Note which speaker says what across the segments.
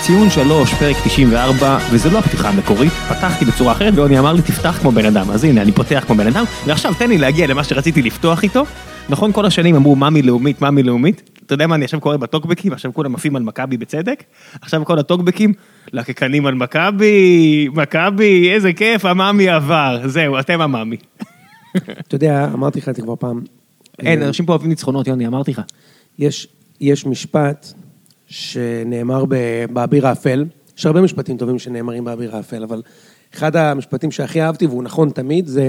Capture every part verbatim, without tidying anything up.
Speaker 1: ציון שלוש, פרק תשעים וארבע, וזה לא הפתיחה המקורית, פתחתי בצורה אחרת, ואוני אמר לי, תפתח כמו בן אדם, אז הנה, אני פותח כמו בן אדם, ועכשיו תן לי להגיע למה שרציתי לפתוח איתו, נכון, כל השנים אמרו, מאמי לאומית, מאמי לאומית, אתה יודע מה, אני עכשיו קורא בטוקבקים, עכשיו כולם עפים על מכבי בצדק, עכשיו כל הטוקבקים, לקקנים על מכבי, מכבי, איזה כיף, המאמי עבר, זהו, אתם המאמי.
Speaker 2: אתה יודע, אמרתי לך את זה כבר פעם.
Speaker 1: אין, אנשים פה אוהבים ניצחונות, יוני, אמרתי לך.
Speaker 2: יש, יש משפט שנאמר באביר האפל, יש הרבה משפטים טובים שנאמרים באביר האפל, אבל אחד המשפטים שהכי אהבתי, והוא נכון תמיד, זה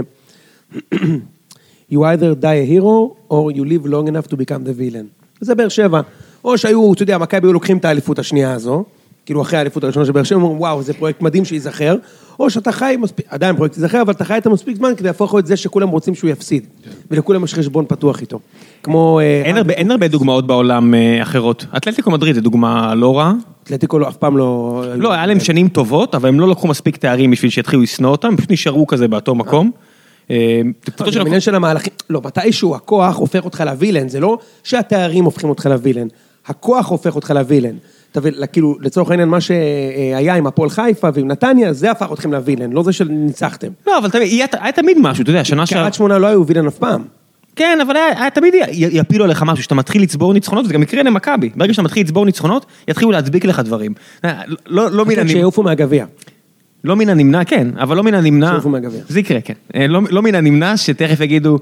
Speaker 2: You either die a hero, or you live long enough to become the villain. וזה באר שבע. או שהיו, אתה יודע, מכבי היו לוקחים את האליפות השנייה הזו, כאילו אחרי האליפות הראשונה של באר שבע, אומרים, וואו, זה פרויקט מדהים שיזכר, או שאתה חי מספיק, עדיין פרויקט יזכר, אבל אתה חי את המספיק זמן, כדי להפוך את זה שכולם רוצים שהוא יפסיד, ולכולם יש חשבון פתוח איתו. כמו...
Speaker 1: אין הרבה, אין הרבה דוגמאות בעולם אחרות. אתלטיקו מדריד זה דוגמה לא רעה.
Speaker 2: אתלטיקו לא, אף פעם לא...
Speaker 1: לא, היה להם שנים טובות, אבל הם לא לקחו מספיק תארים בשביל שיתחילו לשנוא אותם, הם פשוט נשארו כזה באותו מקום.
Speaker 2: זה מעניין של המהלכים, לא, מתישהו הכוח הופך אותך לווילן, זה לא שהתארים הופכים אותך לווילן, הכוח הופך אותך לווילן. כאילו, לצורך העניין, מה שהיה עם הפועל חיפה ועם נתניה, זה הפך אתכם לווילן, לא זה שניצחתם.
Speaker 1: לא, אבל היה תמיד משהו, אתה יודע, שנה ש...
Speaker 2: קריית שמונה לא היו וילן אף פעם.
Speaker 1: כן, אבל היה תמיד יפילו עליך משהו, שאתה מתחיל לצבור ניצחונות, וזה גם יקרה למכבי. ברגע שאתה מתחיל לצבור ניצחונות, יתחילו להצביק לך דברים. לא מן
Speaker 2: שיעופו מהגביע.
Speaker 1: לא מן הנמנע, כן, אבל לא מן הנמנע...
Speaker 2: שיעופו מהגביע.
Speaker 1: זה יקרה, כן. לא מן הנמנע שתכף יגידו,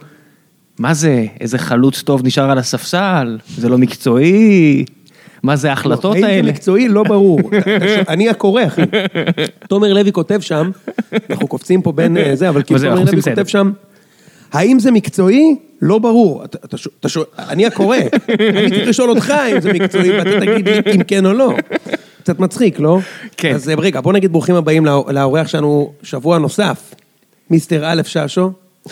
Speaker 1: מה זה, איזה חלוץ טוב נשאר על הספסל, זה לא מקצועי, מה זה ההחלטות האלה?
Speaker 2: האם זה מקצועי? לא ברור. אני הקורא, אחי. תומר לוי כותב שם, אנחנו קופצים פה בין זה, אבל כאילו תומר לוי כותב שם, האם זה מקצועי? לא ברור. אני הקורא. אני צריך לשאול אותך אם זה מקצועי, ואתה תגיד לי אם כן או לא. קצת מצחיק, לא?
Speaker 1: כן.
Speaker 2: אז רגע, בוא נגיד ברוכים הבאים לאורח שלנו שבוע נוסף, מיסטר א' ששו.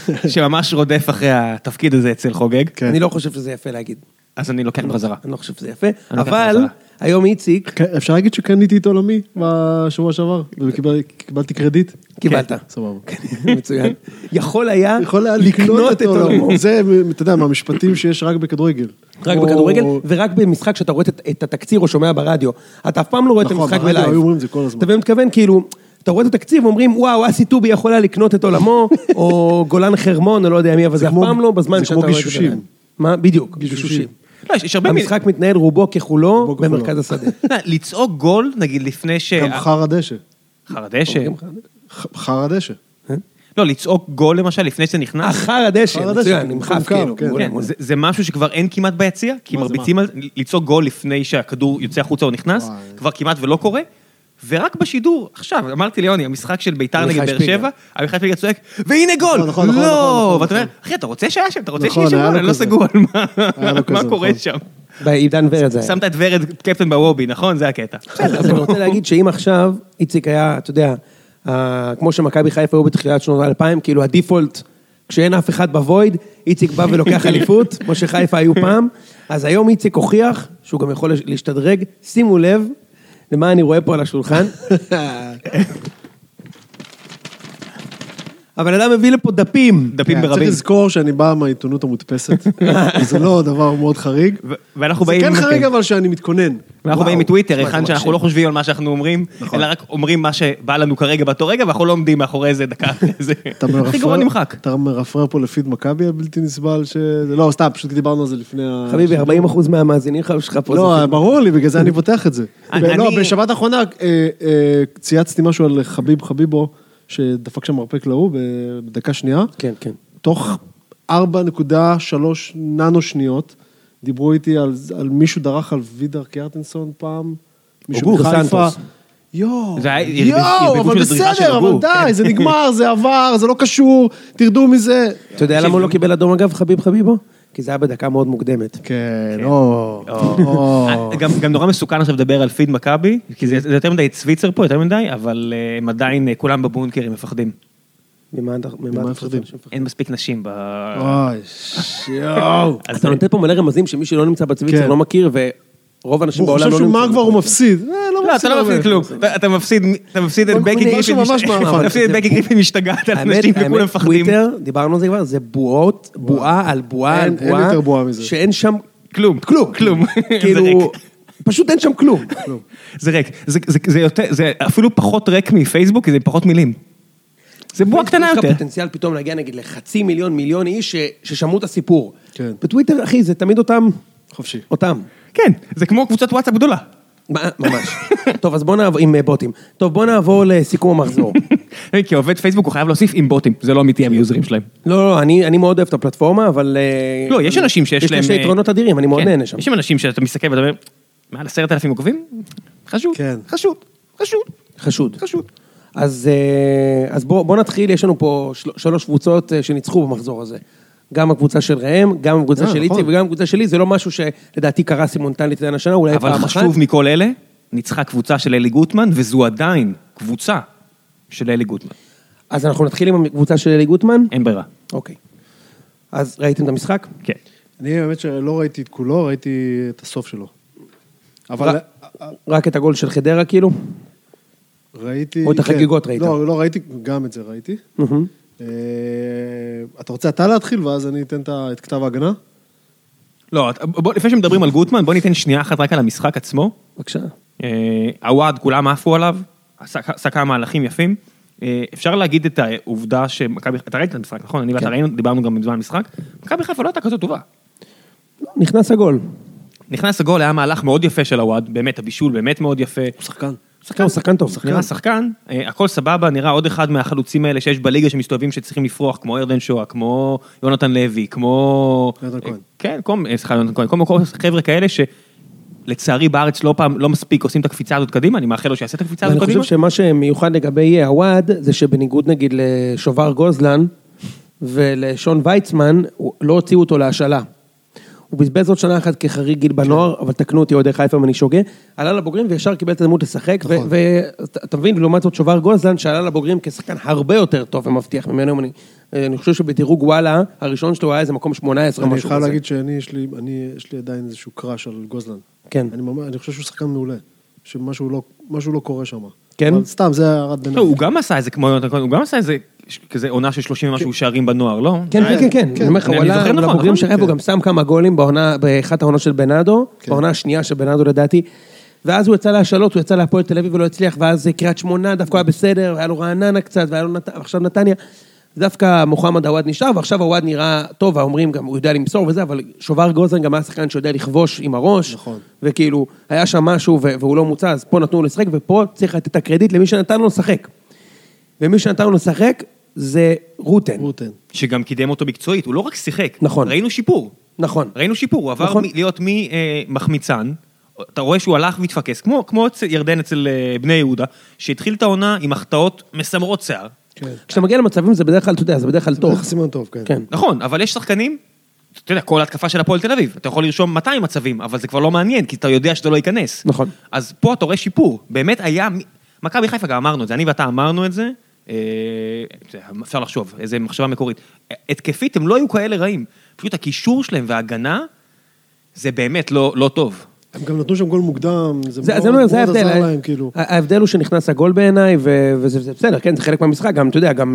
Speaker 1: שממש רודף אחרי התפקיד הזה אצל חוגג.
Speaker 2: אני לא חושב שזה יפה להגיד.
Speaker 1: אז אני לוקח בחזרה.
Speaker 2: אני לא חושב שזה יפה, אבל היום איציק...
Speaker 3: אפשר להגיד שקניתי את עולמי בשבוע שעבר, וקיבלתי קרדיט?
Speaker 2: קיבלת.
Speaker 3: סבבה.
Speaker 2: מצוין. יכול היה
Speaker 3: לקנות את עולמו. זה, אתה יודע, מהמשפטים שיש רק בכדורגל.
Speaker 2: רק בכדורגל, ורק במשחק שאתה רואה את התקציר או שומע ברדיו. אתה אף פעם לא רואה את המשחק בלייב.
Speaker 3: היו אומרים את זה כל הזמן.
Speaker 2: אתה מתכוון כאילו... אתה רואה את התקציב ואומרים, וואו, אסי טובי יכולה לקנות את עולמו, או גולן חרמון, או לא יודע מי, אבל זה אף פעם לא בזמן שאתה רואה את זה.
Speaker 3: זה כמו גישושים.
Speaker 2: מה? בדיוק, גישושים.
Speaker 1: לא, יש הרבה...
Speaker 2: המשחק מתנהל רובו ככולו במרכז השדה.
Speaker 1: לצעוק גול, נגיד לפני ש...
Speaker 3: גם חר הדשא.
Speaker 1: חר הדשא?
Speaker 3: חר הדשא.
Speaker 1: לא, לצעוק גול למשל לפני שזה נכנס.
Speaker 2: חר הדשא, מצוין, נמחף כאילו.
Speaker 1: זה משהו שכבר אין כמעט ביציע, כי מרביצים על לצעוק גול לפני שהכדור יוצא החוצה או נכנס, כבר כמעט ולא קורה. ורק בשידור, עכשיו, אמרתי ליוני, המשחק של ביתר נגד באר שבע, עמיחי שפיגלר צועק, והנה גול! לא! ואתה אומר, אחי, אתה רוצה שהיה שם? אתה רוצה שיש שם גול? אני לא סגור על מה קורה שם.
Speaker 2: בעידן ורד זה היה.
Speaker 1: שמת את ורד קפטן בוובי, נכון? זה הקטע.
Speaker 2: אז אני רוצה להגיד שאם עכשיו, איציק היה, אתה יודע, כמו שמכבי חיפה היו בתחילת שנות אלפיים, כאילו הדיפולט, כשאין אף אחד בוויד, איציק בא ולוקח אליפות, כמו שחיפה היו פעם, אז היום איציק הוכיח שהוא גם יכול להשתדרג, שימו לב, למה אני רואה פה על השולחן? אבל אדם מביא לפה דפים.
Speaker 1: דפים ברבים.
Speaker 3: צריך לזכור שאני בא מהעיתונות המודפסת. זה לא דבר מאוד חריג.
Speaker 1: ואנחנו
Speaker 3: באים... זה כן חריג אבל שאני מתכונן.
Speaker 1: ואנחנו באים מטוויטר, אחד שאנחנו לא חושבים על מה שאנחנו אומרים, אלא רק אומרים מה שבא לנו כרגע באותו רגע, ואנחנו לא עומדים מאחורי איזה דקה. הכי גרוע נמחק.
Speaker 3: אתה מרפרר פה לפיד מכבי הבלתי נסבל, לא, סתם, פשוט דיברנו על זה לפני...
Speaker 2: חביבי, ארבעים אחוז מהמאזינים שלך פה.
Speaker 3: לא, ברור לי, בגלל זה אני פותח את זה. לא, בשבת האחרונה צייצתי משהו על חביב חביבו, שדפק שם מרפק להוא בדקה שנייה.
Speaker 2: כן, כן.
Speaker 3: תוך ארבע נקודה שלוש ננו שניות, דיברו איתי על, על מישהו דרך על וידר קיארטנסון פעם, מישהו בחיפה. יואו, יואו, אבל בסדר, אבל די, זה נגמר, זה עבר, זה לא קשור, תרדו מזה.
Speaker 2: אתה יודע למה הוא לא קיבל אדום אגב, חביב חביבו? כי זה היה בדקה מאוד מוקדמת.
Speaker 3: כן, או.
Speaker 1: גם נורא מסוכן עכשיו לדבר על פיד מכבי, כי זה יותר מדי צוויצר פה, יותר מדי, אבל הם עדיין כולם בבונקרים מפחדים.
Speaker 2: ממה מפחדים?
Speaker 1: אין מספיק נשים ב...
Speaker 3: אוי, שיואו.
Speaker 2: אז אתה נותן פה מלא רמזים שמי שלא נמצא בצוויצר לא מכיר, ורוב האנשים בעולם לא
Speaker 3: נמצא. הוא חושב שמה כבר הוא מפסיד.
Speaker 1: לא, אתה לא מפסיד כלום. אתה מפסיד את בקי גריפין, מפסיד את בקי גריפין משתגעת על אנשים וכולם מפחדים.
Speaker 2: טוויטר, דיברנו על זה כבר, זה בועות, בועה על בועה על בועה.
Speaker 3: אין יותר בועה מזה.
Speaker 2: שאין שם
Speaker 1: כלום.
Speaker 2: כלום.
Speaker 1: כלום.
Speaker 2: כאילו, פשוט אין שם כלום.
Speaker 1: זה ריק, זה אפילו פחות ריק מפייסבוק, כי זה פחות מילים. זה בועה קטנה יותר.
Speaker 2: יש לך פוטנציאל פתאום להגיע נגיד לחצי מיליון, מיליון איש ששמעו את הסיפור.
Speaker 3: כן.
Speaker 2: בטוויטר, אחי, זה תמיד אותם.
Speaker 3: חופשי.
Speaker 2: אותם.
Speaker 1: כן, זה כמו קבוצת וואטסאפ גדולה.
Speaker 2: ממש. טוב, אז בוא נעבור עם בוטים. טוב, בוא נעבור לסיכום המחזור.
Speaker 1: כי עובד פייסבוק הוא חייב להוסיף עם בוטים, זה לא אמיתי, הם יוזרים שלהם.
Speaker 2: לא, לא, אני מאוד אוהב את הפלטפורמה, אבל...
Speaker 1: לא, יש אנשים שיש להם...
Speaker 2: יש להם יתרונות אדירים, אני מאוד נהנה שם.
Speaker 1: יש אנשים שאתה מסתכל ואתה אומר, מעל עשרת אלפים עוקבים? חשוד, חשוד, חשוד.
Speaker 2: חשוד.
Speaker 1: חשוד.
Speaker 2: אז בוא נתחיל, יש לנו פה שלוש קבוצות שניצחו במחזור הזה. גם הקבוצה של ראם, גם הקבוצה של איציק וגם הקבוצה שלי, זה לא משהו שלדעתי קרה סימולטנית עדיין השנה, אולי פעם אחת.
Speaker 1: אבל חשוב מכל אלה, ניצחה קבוצה של אלי גוטמן, וזו עדיין קבוצה של אלי גוטמן.
Speaker 2: אז אנחנו נתחיל עם הקבוצה של אלי גוטמן?
Speaker 1: אין ברירה.
Speaker 2: אוקיי. אז ראיתם את המשחק?
Speaker 1: כן.
Speaker 3: אני באמת שלא ראיתי את כולו, ראיתי את הסוף שלו. אבל...
Speaker 2: רק את הגול של חדרה כאילו?
Speaker 3: ראיתי...
Speaker 2: או את החגיגות ראית?
Speaker 3: לא, לא ראיתי, גם את זה ראיתי. אתה רוצה אתה להתחיל, ואז אני אתן את כתב ההגנה?
Speaker 1: לא, לפני שמדברים על גוטמן, בוא ניתן שנייה אחת רק על המשחק עצמו.
Speaker 2: בבקשה.
Speaker 1: הוואד, כולם עפו עליו, עשה כמה מהלכים יפים. אפשר להגיד את העובדה שמכבי... אתה ראית את המשחק, נכון? אני ואתה ראינו, דיברנו גם בזמן המשחק. מכבי חיפה לא הייתה כזאת טובה.
Speaker 2: נכנס הגול.
Speaker 1: נכנס הגול, היה מהלך מאוד יפה של הוואד, באמת, הבישול באמת מאוד יפה.
Speaker 3: הוא שחקן.
Speaker 2: שחקן, הוא שחקן טוב.
Speaker 1: נראה שחקן, הכל סבבה, נראה עוד אחד מהחלוצים האלה שיש בליגה שמסתובבים שצריכים לפרוח, כמו ירדן שואה, כמו יונתן לוי, כמו...
Speaker 3: יונתן כהן.
Speaker 1: כן, סליחה, יונתן כהן, כמו חבר'ה כאלה שלצערי בארץ לא פעם, לא מספיק עושים את הקפיצה הזאת קדימה, אני מאחל לו שיעשה את הקפיצה הזאת קדימה.
Speaker 2: אני חושב שמה שמיוחד לגבי הוואד, זה שבניגוד נגיד לשובר גוזלן ולשון ויצמן, לא הוציאו אותו להשאלה. הוא בזבז עוד שנה אחת כחריג גיל בנוער, אבל תקנו אותי עוד חיפה אם אני שוגה, עלה לבוגרים וישר קיבל את הדמות לשחק, ואתה מבין, לעומת זאת שובר גוזלן, שעלה לבוגרים כשחקן הרבה יותר טוב ומבטיח ממנו, אני חושב שבדירוג וואלה, הראשון שלו היה איזה מקום שמונה עשרה משהו כזה.
Speaker 3: אני חייב להגיד שאני, יש לי עדיין איזשהו קראש על גוזלן.
Speaker 2: כן.
Speaker 3: אני חושב שהוא שחקן מעולה, שמשהו לא קורה שם.
Speaker 2: כן?
Speaker 3: אבל סתם, זה הרד בינינו.
Speaker 1: הוא גם עשה איזה כמו יונתן כהן, הוא גם עשה איזה כזה עונה של שלושים ומשהו שערים בנוער, לא?
Speaker 2: כן, כן, כן, כן. אני אומר לך, הוא עלה לבוגרים של חיפה, הוא גם שם כמה גולים באחת העונות של בנאדו, בעונה השנייה של בנאדו לדעתי, ואז הוא יצא להשאלות, הוא יצא להפועל תל אביב ולא הצליח, ואז קריית שמונה דווקא היה בסדר, היה לו רעננה קצת, ועכשיו נתניה, דווקא מוחמד הוואד נשאר, ועכשיו הוואד נראה טוב, ואומרים גם, הוא יודע למסור וזה, אבל שובר גוזלן גם היה שחקן שיודע לכבוש עם הראש, וכאילו, היה שם משהו והוא לא מוצא, אז פה נתנו לו לשחק, ופה צריך לתת את הקרדיט למי שנתן לו לשחק. ומי שנתן לו לשחק, זה רוטן.
Speaker 3: רוטן.
Speaker 1: שגם קידם אותו מקצועית, הוא לא רק שיחק.
Speaker 2: נכון.
Speaker 1: ראינו שיפור.
Speaker 2: נכון.
Speaker 1: ראינו שיפור, הוא עבר להיות ממחמיצן, אתה רואה שהוא הלך והתפקס, כמו, כמו ירדן אצל בני יהודה, שהתחיל את העונה עם החטאות מסמרות שיער.
Speaker 2: כן. כשאתה מגיע למצבים זה בדרך כלל, אתה יודע, זה בדרך כלל טוב.
Speaker 3: זה בדרך סימן טוב, כן.
Speaker 2: כן.
Speaker 1: נכון, אבל יש שחקנים, אתה יודע, כל התקפה של הפועל תל אביב, אתה יכול לרשום מאתיים מצבים, אבל זה כבר לא מעניין, כי אתה יודע שזה לא ייכנס.
Speaker 2: נכון.
Speaker 1: אז פה אתה רואה שיפור, באמת היה, מכבי חיפה גם אמרנו את זה, אני ואתה אמרנו את זה, אפשר לחשוב, איזה מחשבה מקורית, התקפית הם לא היו כאלה רעים, פשוט הקישור שלהם וההגנה, זה באמת לא, לא טוב.
Speaker 3: הם גם נתנו שם גול מוקדם, זה
Speaker 2: מאוד עזר להם, כאילו. ההבדל הוא שנכנס הגול בעיניי, וזה בסדר, כן, זה חלק מהמשחק, גם, אתה יודע, גם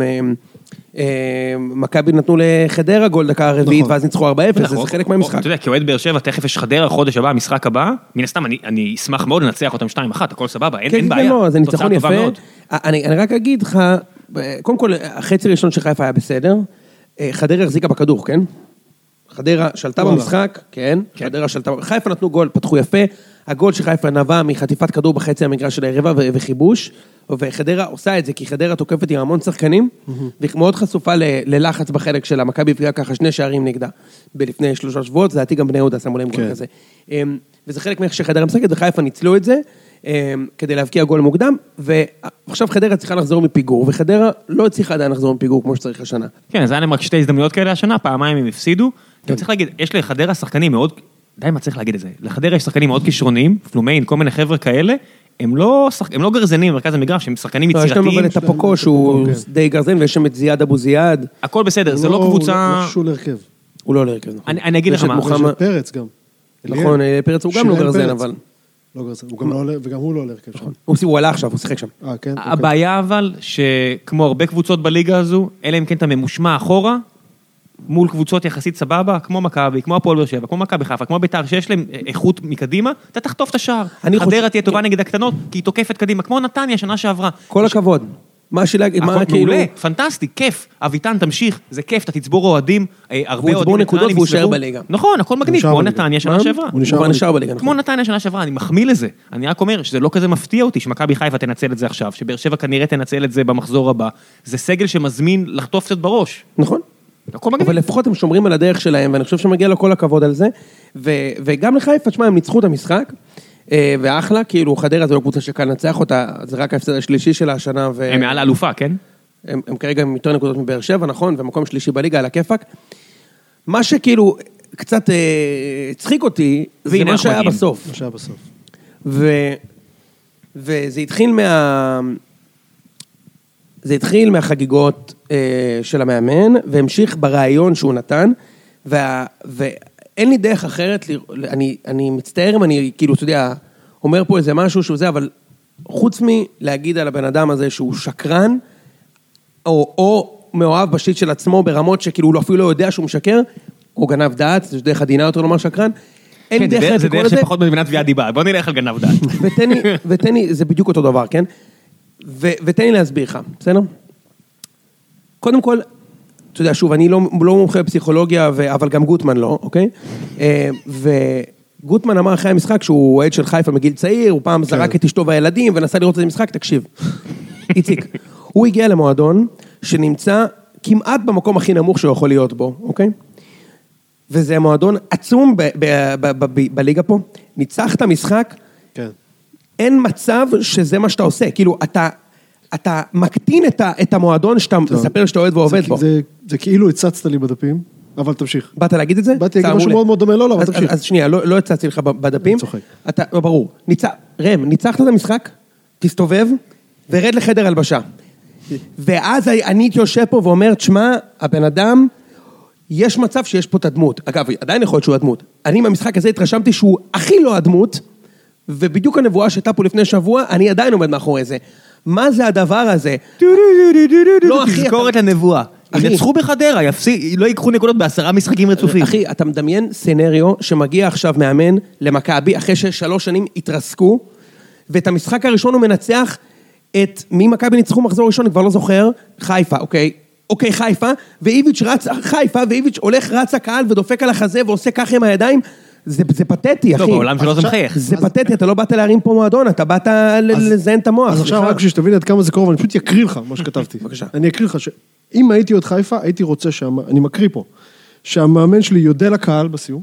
Speaker 2: מכבי נתנו לחדרה גול דקה הרביעית, ואז ניצחו ארבע אפס, זה חלק מהמשחק.
Speaker 1: אתה יודע, כאוהד באר שבע, תכף יש חדרה, חודש הבא, המשחק הבא, מן הסתם, אני אשמח מאוד לנצח אותם שתיים אחת, הכל סבבה, אין בעיה.
Speaker 2: כן, זה ניצחון יפה. אני רק אגיד לך, קודם כל, החצי ראשון של חיפה היה בסדר, חדרה החזיקה בכדור, כן? חדרה שלטה במשחק, כן, חדרה שלטה, חיפה נתנו גול, פתחו יפה, הגול של חיפה נבע מחטיפת כדור בחצי המגרש של היריבה וחיבוש, וחדרה עושה את זה, כי חדרה תוקפת עם המון שחקנים, והיא מאוד חשופה ללחץ בחלק שלה, מכבי הפגיעה ככה שני שערים נגדה, בלפני שלושה שבועות, זה עתי גם בני יהודה, שמו להם גול כזה. וזה חלק מאיך שחדרה משחקת, וחיפה ניצלו את זה, כדי להבקיע גול מוקדם, ועכשיו חדרה צריכה לחזור מפיגור, וחדרה לא הצליחה עדיין לחזור מפיגור כמו שצריך השנה.
Speaker 1: כן, אז היה להם רק שתי הזדמנויות כאלה השנה, פעמיים הם הפסידו. אני צריך להגיד, יש לחדרה שחקנים מאוד, די מה צריך להגיד את זה, לחדרה יש שחקנים מאוד כישרוניים, פלומיין, כל מיני חבר'ה כאלה, הם לא, הם לא גרזנים במרכז המגרש, הם שחקנים יצירתיים.
Speaker 2: יש להם אבל את הפוקו שהוא די גרזן, ויש שם את זיאד אבו זיאד.
Speaker 1: הכל בסדר, זה לא קבוצה...
Speaker 3: הוא לא הרכב.
Speaker 2: הוא לא להרכב, נכון.
Speaker 1: אני אגיד לך מה.
Speaker 3: יש את פרץ גם.
Speaker 2: נכון, פרץ הוא גם לא גרזן, אבל...
Speaker 3: לא גרזן, וגם הוא לא להרכב שם.
Speaker 2: הוא עלה עכשיו, הוא שיחק שם.
Speaker 1: הבעיה אבל, שכמו הרבה קבוצות בליגה הזו, אלא אם כן אתה ממושמע אחורה, מול קבוצות יחסית סבבה, כמו מכבי, כמו הפועל באר שבע, כמו מכבי חיפה, כמו בית"ר, שיש להם איכות מקדימה, אתה תחטוף את השער. חדרה תהיה טובה נגד הקטנות, כי היא תוקפת קדימה, כמו נתניה שנה שעברה.
Speaker 2: כל הכבוד. מה שלהגיד, מה כאילו...
Speaker 1: מעולה, פנטסטי, כיף. אביטן, תמשיך, זה כיף, אתה תצבור אוהדים, הרבה
Speaker 2: אוהדים נקודות והוא נשאר בליגה.
Speaker 1: נכון, הכל מגניב, כמו נתניה שנה שעברה.
Speaker 2: הוא נשאר בליגה.
Speaker 1: כמו נתניה שנה שעברה, אני מחמיא לזה. אני רק אומר שזה לא כזה מפתיע אותי, שמכבי חיפה תנצל את זה עכשיו, שבאר שבע כנראה תנצל את זה במחזור הבא. זה סגל שמזמין לחטוף קצת בראש.
Speaker 2: נכון. אבל לפחות הם שומרים על הדרך שלהם, ואני חושב שמגיע לו כל הכבוד על זה. וגם לחיפה, תשמע, הם ניצחו את המשחק. ואחלה, כאילו חדרה זה לא קבוצה שקל לנצח אותה, זה רק ההפסד השלישי שלה השנה.
Speaker 1: הם מעל האלופה, כן?
Speaker 2: הם, הם כרגע עם יותר נקודות מבאר שבע, נכון, ומקום שלישי בליגה על הכיפק. מה שכאילו קצת אה, צחיק אותי, זה מה שהיה בסוף.
Speaker 3: מה שהיה בסוף.
Speaker 2: ו, וזה התחיל מה... זה התחיל מהחגיגות אה, של המאמן, והמשיך ברעיון שהוא נתן, וה... ו... אין לי דרך אחרת, אני, אני מצטער אם אני, כאילו, אתה יודע, אומר פה איזה משהו שהוא זה, אבל חוץ מלהגיד על הבן אדם הזה שהוא שקרן, או, או מאוהב בשיט של עצמו ברמות שכאילו הוא אפילו לא יודע שהוא משקר, או גנב דעת, זה דרך עדינה יותר לומר שקרן, אין
Speaker 1: כן,
Speaker 2: דרך אחרת
Speaker 1: לקרוא לזה. זה דרך שפחות מבינת תביעת דיבה, בוא נלך על גנב דעת.
Speaker 2: ותן לי, ותן לי, זה בדיוק אותו דבר, כן? ו, ותן לי להסביר לך, בסדר? קודם כל, אתה יודע, שוב, אני לא, לא מומחה בפסיכולוגיה, ו... אבל גם גוטמן לא, אוקיי? וגוטמן אמר אחרי המשחק שהוא אוהד של חיפה מגיל צעיר, הוא פעם זרק את אשתו והילדים, ונסע לראות את המשחק, תקשיב. איציק, הוא הגיע למועדון שנמצא כמעט במקום הכי נמוך שהוא יכול להיות בו, אוקיי? וזה מועדון עצום ב- ב- ב- ב- ב- בליגה פה, ניצח את המשחק,
Speaker 3: כן.
Speaker 2: אין מצב שזה מה שאתה עושה, כאילו, אתה... אתה מקטין את, ה, את המועדון שאתה מספר שאתה אוהד ועובד
Speaker 3: זה,
Speaker 2: בו.
Speaker 3: זה, זה כאילו הצצת לי בדפים, אבל תמשיך.
Speaker 2: באת להגיד את זה?
Speaker 3: באתי להגיד משהו מאוד מאוד דומה, לא, לא, אבל
Speaker 2: אז,
Speaker 3: תמשיך.
Speaker 2: אז, אז שנייה, לא, לא הצצתי לך בדפים.
Speaker 3: אני צוחק.
Speaker 2: אתה, לא ברור. ניצח, רם, ניצחת את המשחק, תסתובב, ורד לחדר הלבשה. ואז אני הייתי יושב פה ואומר, תשמע, הבן אדם, יש מצב שיש פה את הדמות. אגב, עדיין יכול להיות שהוא הדמות. אני מהמשחק הזה התרשמתי שהוא הכי לא הדמות, ובדיוק הנבואה שהייתה פה לפני שבוע, אני עדיין עומד מאחורי זה. מה זה הדבר הזה?
Speaker 1: לא, אחי, תזכור את הנבואה. ינצחו בחדרה, לא ייקחו נקודות בעשרה משחקים רצופים.
Speaker 2: אחי, אתה מדמיין סנריו שמגיע עכשיו מאמן למכבי, אחרי ששלוש שנים התרסקו, ואת המשחק הראשון הוא מנצח את מי מכבי ניצחו מחזור ראשון, אני כבר לא זוכר, חיפה, אוקיי, אוקיי, חיפה, ואיביץ' רץ, חיפה, ואיביץ' הולך רץ הקהל ודופק על החזה ועושה ככה עם הידיים, זה, זה פתטי, אחי.
Speaker 1: לא, בעולם שלא זה מחייך.
Speaker 2: זה פתטי, אתה לא באת להרים פה מועדון, אתה באת לזיין את המוח.
Speaker 3: אז עכשיו רק שתבין עד כמה זה קרוב, אני פשוט אקריא לך מה שכתבתי.
Speaker 2: בבקשה.
Speaker 3: אני אקריא לך שאם הייתי עוד חיפה, הייתי רוצה, אני מקריא פה, שהמאמן שלי יודע לקהל בסיום,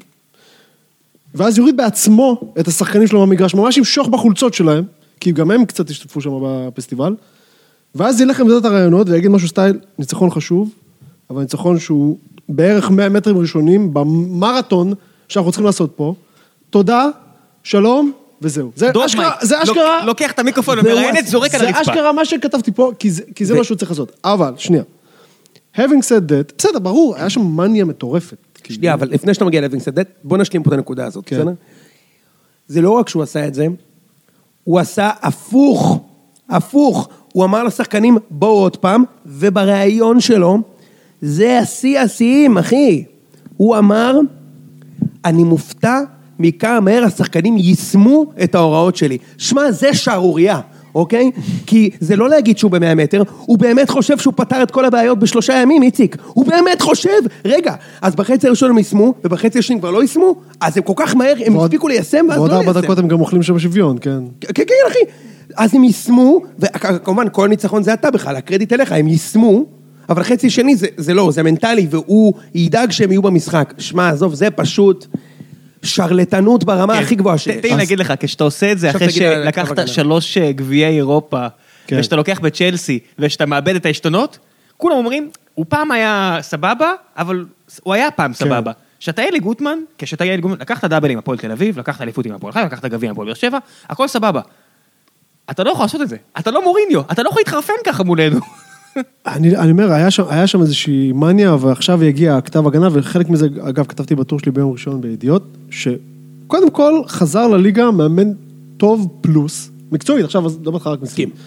Speaker 3: ואז יוריד בעצמו את השחקנים שלו במגרש, ממש ימשוך בחולצות שלהם, כי גם הם קצת השתתפו שם בפסטיבל, ואז ילך עם זאת הרעיונות, ויגיד משהו סטייל, ניצחון חשוב, אבל ניצחון שהוא בערך מאה מטרים ראשונים, במרתון שאנחנו צריכים לעשות פה, תודה, שלום, וזהו. זה אשכרה, זה אשכרה...
Speaker 1: לוקח את המיקרופון ומראיינת, זורק על הרצפה.
Speaker 3: זה אשכרה מה שכתבתי פה, כי זה מה שהוא צריך לעשות. אבל, שנייה, having said that, בסדר, ברור, היה שם מניה מטורפת.
Speaker 2: שנייה, אבל לפני שאתה מגיע ל-having said that, בוא נשלים פה את הנקודה הזאת, בסדר? זה לא רק שהוא עשה את זה, הוא עשה הפוך, הפוך. הוא אמר לשחקנים, בואו עוד פעם, ובראיון שלו, זה השיא השיאים, אחי. הוא אמר, אני מופתע מכמה מהר השחקנים יישמו את ההוראות שלי. שמע, זה שערוריה, אוקיי? כי זה לא להגיד שהוא במאה מטר, הוא באמת חושב שהוא פתר את כל הבעיות בשלושה ימים, איציק. הוא באמת חושב, רגע, אז בחצי הראשון הם יישמו, ובחצי השני כבר לא יישמו, אז הם כל כך מהר, הם הספיקו ליישם, ואז לא ליישם.
Speaker 3: ועוד ארבע דקות הם גם אוכלים שם שוויון, כן.
Speaker 2: כן, כן, אחי. אז הם יישמו, וכמובן, כל ניצחון זה אתה בכלל, הקרדיט אליך, הם יישמו, אבל חצי שני זה, זה לא, זה מנטלי, והוא ידאג שהם יהיו במשחק. שמע, עזוב, זה פשוט שרלטנות ברמה הכי גבוהה שיש.
Speaker 1: תן לי להגיד לך, כשאתה עושה את זה, אחרי שלקחת שלוש גביעי אירופה, ושאתה לוקח בצ'לסי, ושאתה מאבד את העשתונות, כולם אומרים, הוא פעם היה סבבה, אבל הוא היה פעם סבבה. שאתה אלי גוטמן, כשאתה אלי גוטמן, לקחת דאבל עם הפועל תל אביב, לקחת אליפות עם הפועל חיפה, לקחת גביע עם הפועל באר שבע, הכל סבבה. אתה לא יכול לעשות את זה. אתה לא מוריניו, אתה לא יכול להתחרפן ככה מולנו.
Speaker 3: אני, אני אומר, היה שם, היה שם איזושהי מניה, ועכשיו יגיע הכתב הגנה, וחלק מזה, אגב, כתבתי בטור שלי ביום ראשון בידיעות, שקודם כל חזר לליגה מאמן טוב פלוס, מקצועית, עכשיו לא בתך רק מסכים.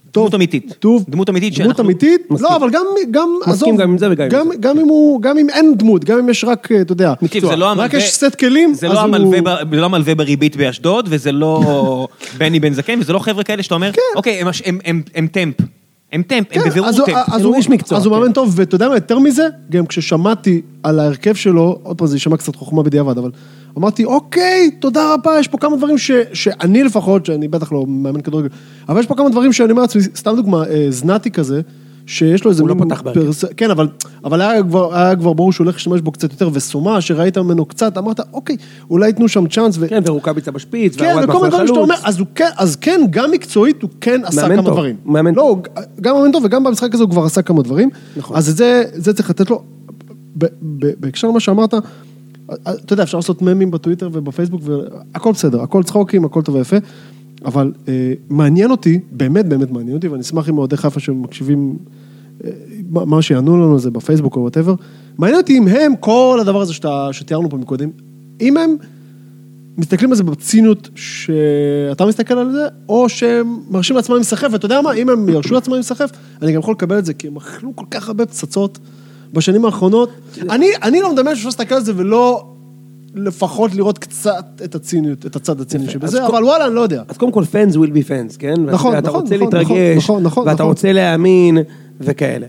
Speaker 1: דמות אמיתית.
Speaker 3: טוב.
Speaker 1: דמות אמיתית
Speaker 3: שאנחנו... דמות אמיתית? לא, אבל גם, גם,
Speaker 2: מסכים גם עם זה וגם עם זה.
Speaker 3: גם אם הוא, גם אם אין דמות, גם אם יש רק, אתה יודע, רק יש סט כלים,
Speaker 1: זה לא המלווה בריבית באשדוד, וזה לא בני בן זקן, וזה לא חבר'ה כאלה שאתה אומר, אוקיי, הם טמפ. הם טמפ, הם בבירור טמפ.
Speaker 3: אז הוא מאמן טוב, ואתה יודע מה, יותר מזה, גם כששמעתי על ההרכב שלו, עוד פעם זה יישמע קצת חוכמה בדיעבד, אבל אמרתי, אוקיי, תודה רבה, יש פה כמה דברים שאני לפחות, שאני בטח לא מאמן כדורגל, אבל יש פה כמה דברים שאני אומר לעצמי, סתם דוגמה, זנתי כזה, שיש לו איזה...
Speaker 2: הוא לא פתח בהרכב.
Speaker 3: כן, אבל היה כבר ברור שהוא הולך לשמש בו קצת יותר, וסומה, שראית ממנו קצת, אמרת, אוקיי, אולי ייתנו שם צ'אנס.
Speaker 2: כן, ורוקאביצה בשפיץ,
Speaker 3: כן, וכל מיני דברים שאתה אומר, אז כן, גם מקצועית, הוא כן עשה כמה דברים.
Speaker 2: מאמן טוב.
Speaker 3: לא, גם מאמן טוב, וגם במשחק הזה הוא כבר עשה כמה דברים. אז זה צריך לתת לו, בהקשר למה שאמרת, אתה יודע, אפשר לעשות ממים בטוויטר ובפייסבוק, והכל בסדר, הכל צחוקים, הכל טוב ויפה, אבל מעניין אותי, באמת באמת מעניין אותי, ואני אשמח עם אוהדי חיפה שמקשיבים מה שיענו לנו זה בפייסבוק או whatever, מעניין אותי אם הם, כל הדבר הזה שתיארנו פה מקודם, אם הם מסתכלים על זה בציניות שאתה מסתכל על זה, או שהם מרשים לעצמם להיסחף, ואתה יודע מה, אם הם ירשו לעצמם להיסחף, אני גם יכול לקבל את זה, כי הם אכלו כל כך הרבה פצצות בשנים האחרונות. אני, אני לא מדמיין שאפשר להסתכל על זה ולא לפחות לראות קצת את הציניות, את הצד הציניות שבזה, אבל וואלה, אני לא יודע.
Speaker 2: אז קודם כל, fans will be fans, כן?
Speaker 3: נכון,
Speaker 2: ואתה
Speaker 3: נכון,
Speaker 2: רוצה
Speaker 3: נכון,
Speaker 2: להתרגש,
Speaker 3: נכון, נכון,
Speaker 2: ואתה
Speaker 3: נכון.
Speaker 2: רוצה להאמין, וכאלה.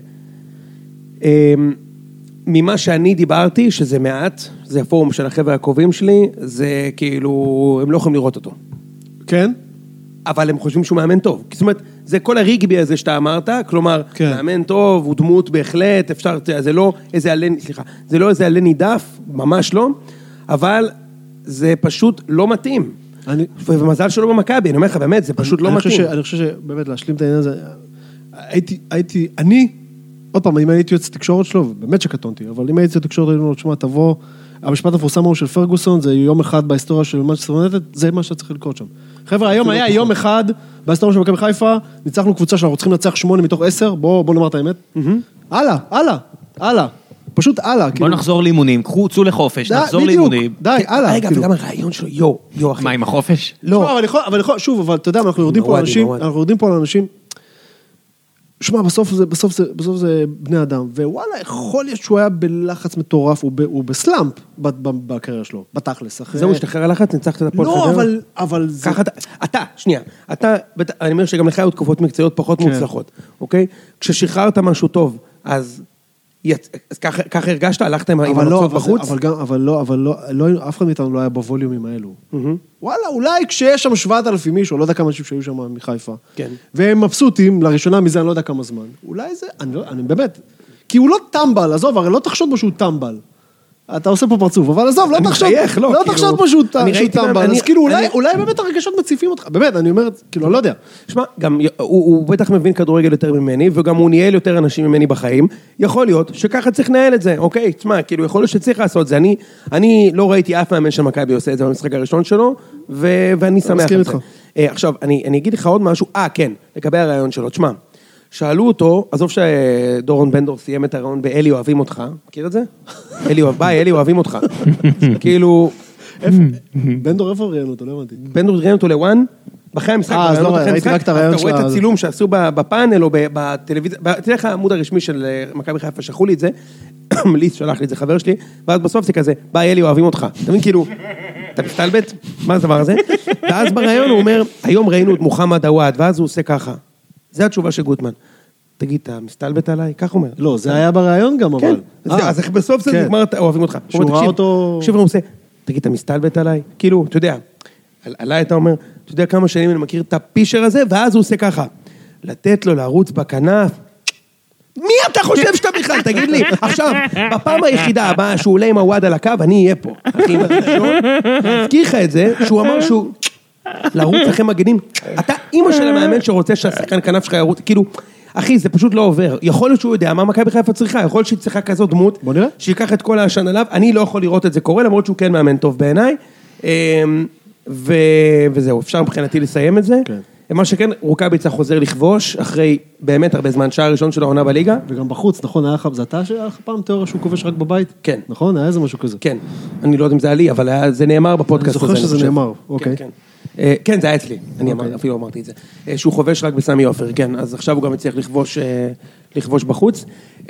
Speaker 2: ממה שאני דיברתי, שזה מעט, זה הפורום של החבר'ה הקרובים שלי, זה כאילו, הם לא יכולים לראות אותו.
Speaker 3: כן?
Speaker 2: אבל הם חושבים שהוא מאמן טוב. זאת אומרת, זה כל הריגבי הזה שאתה אמרת, כלומר,
Speaker 3: כן.
Speaker 2: מאמן טוב, הוא דמות בהחלט, אפשר, זה לא איזה עלה, סליחה, זה לא איזה עלה נידף, ממש לא, אבל זה פשוט לא מתאים. אני... ומזל שלא במכבי, אני אומר לך, באמת, זה פשוט
Speaker 3: אני,
Speaker 2: לא
Speaker 3: אני
Speaker 2: מתאים.
Speaker 3: חושב ש, אני חושב שבאמת להשלים את העניין הזה, הייתי, הייתי, אני, עוד פעם, אם הייתי יוצא תקשורת שלו, באמת שקטונתי, אבל אם הייתי יוצא תקשורת, הייתי אומר, תשמע, תבוא, המשפט המפורסם הוא של פרגוסון, זה יום אחד בהיסטוריה של מנצ'סטר יונייטד, זה מה שצריך לקרות שם. חבר'ה, היום היה יום אחד בהיסטוריה של מכבי חיפה, ניצחנו קבוצה שאנחנו צריכים לנצח שמונה מתוך עשר, בוא, בוא נאמר את האמת. הלאה, הלאה, הלאה. פשוט הלאה.
Speaker 1: בוא נחזור לאימונים, קחו, צאו לחופש, נחזור לאימונים.
Speaker 3: די, הלאה.
Speaker 2: רגע, וגם הרעיון שלו, יו, יו, אחי.
Speaker 1: מה, עם החופש?
Speaker 3: לא. אבל שוב, אבל אתה יודע, אנחנו יורדים פה לאנשים, אנחנו יורדים פה לאנשים, שמע, בסוף זה, בסוף זה, בסוף זה בני אדם, ווואלה, יכול להיות שהוא היה בלחץ מטורף, הוא, ב, הוא בסלאמפ בקריירה שלו, בתכלס.
Speaker 2: זהו, השתחרר הלחץ, ניצחת את הפועל חדרה?
Speaker 3: לא, אבל, אבל זה...
Speaker 2: ככה אתה, אתה, שנייה, אתה, אני אומר שגם לך היו תקופות מקצועיות פחות מוצלחות, אוקיי? כששחררת משהו טוב, אז... אז ככה הרגשת, הלכת עם הנוצות בחוץ?
Speaker 3: אבל גם, אבל לא, אבל לא, אף אחד מאיתנו לא היה בווליומים האלו. וואלה, אולי כשיש שם שבעת אלפים מישהו, לא יודע כמה אנשים שהיו שם מחיפה, והם מבסוטים, לראשונה מזה אני לא יודע כמה זמן, אולי זה, אני באמת, כי הוא לא טמבל, עזוב, הרי לא תחשוד בו שהוא טמבל. אתה עושה פה פרצוף, אבל עזוב, לא תחשוד, לא תחשוד פה שהוא טמבל, אז כאילו אולי באמת הרגשות מציפים אותך, באמת, אני אומרת, כאילו, אני לא יודע.
Speaker 2: שמע, גם הוא בטח מבין כדורגל יותר ממני, וגם הוא ניהל יותר אנשים ממני בחיים, יכול להיות שככה צריך לנהל את זה, אוקיי, תשמע, כאילו, יכול להיות שצריך לעשות את זה, אני לא ראיתי אף מאמן של מכבי עושה את זה במשחק הראשון שלו, ואני שמח על זה. עכשיו, אני אגיד לך עוד משהו, אה, כן, לגבי הרעיון שלו, תשמע, שאלו אותו, עזוב שדורון בנדור סיים את הרעיון באלי אוהבים אותך, מכיר את זה? אלי אוהב, ביי, אלי אוהבים אותך. כאילו...
Speaker 3: בנדור איפה ראיינו אותו, לא הבנתי.
Speaker 2: בנדור ראיינו אותו לוואן, בחיי המשחק,
Speaker 3: אה, אז לא ראיתי רק את הרעיון
Speaker 2: אתה רואה את הצילום שעשו בפאנל או בטלוויזיה, תראה לך העמוד הרשמי של מכבי חיפה, שלחו לי את זה, ליס שלח לי את זה, חבר שלי, ואז בסוף זה כזה, ביי, אלי אוהבים אותך. אתה מבין, כאילו, אתה מסתלבט? מה זה הדבר הזה? ואז ברעיון הוא אומר, היום ראינו את מוחמד עוואד, ואז הוא עושה ככה. זה התשובה של גוטמן. תגיד, אתה מסתלבט עליי? כך אומר.
Speaker 3: לא, זה היה ברעיון גם, אבל.
Speaker 2: אז בסוף זה נגמר, אוהבים אותך.
Speaker 3: שהוא ראה אותו...
Speaker 2: תקשיב, הוא עושה, תגיד, אתה מסתלבט עליי? כאילו, אתה יודע, עליי אתה אומר, אתה יודע כמה שנים אני מכיר את הפישר הזה, ואז הוא עושה ככה. לתת לו לרוץ בכנף. מי אתה חושב שאתה בכלל? תגיד לי. עכשיו, בפעם היחידה הבאה שהוא עולה עם הוואד על הקו, אני אהיה פה. אחי, תזכיר לך את זה, שהוא אמר שהוא... לרוץ אחרי מגנים, אתה אימא של המאמן שרוצה שהשחקן כנף שלך ירוץ, כאילו, אחי, זה פשוט לא עובר, יכול להיות שהוא יודע מה מכבי חיפה צריכה, יכול להיות שהיא צריכה כזאת דמות, שיקח את כל השן עליו, אני לא יכול לראות את זה קורה, למרות שהוא כן מאמן טוב בעיניי, וזהו, אפשר מבחינתי לסיים את זה, מה שכן, רוקאביצה חוזר לכבוש, אחרי באמת הרבה זמן, שעה ראשון של העונה בליגה.
Speaker 3: וגם בחוץ, נכון, היה לך, זה אתה שהיה לך פעם תיאוריה שהוא כובש רק בבית?
Speaker 2: כן.
Speaker 3: נכון, היה איזה משהו כזה?
Speaker 2: כן, אני לא יודע אם זה עלי, אבל זה נאמר בפודקאסט הזה.
Speaker 3: אני זוכר שזה נאמר, אוקיי.
Speaker 2: כן, זה היה אצלי, אני אפילו אמרתי את זה. שהוא חובש רק בסמי עופר, כן, אז עכשיו הוא גם הצליח לכבוש בחוץ.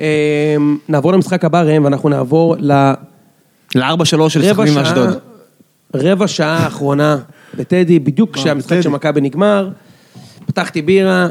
Speaker 2: נעבור למשחק הבא, ראם, ואנחנו נעבור ל...
Speaker 1: ל-ארבע שלוש של סכנין ואשדוד.
Speaker 2: רבע שעה האחרונה בטדי, בדיוק כשהמשחק של מכבי נגמר, פתחתי בירה.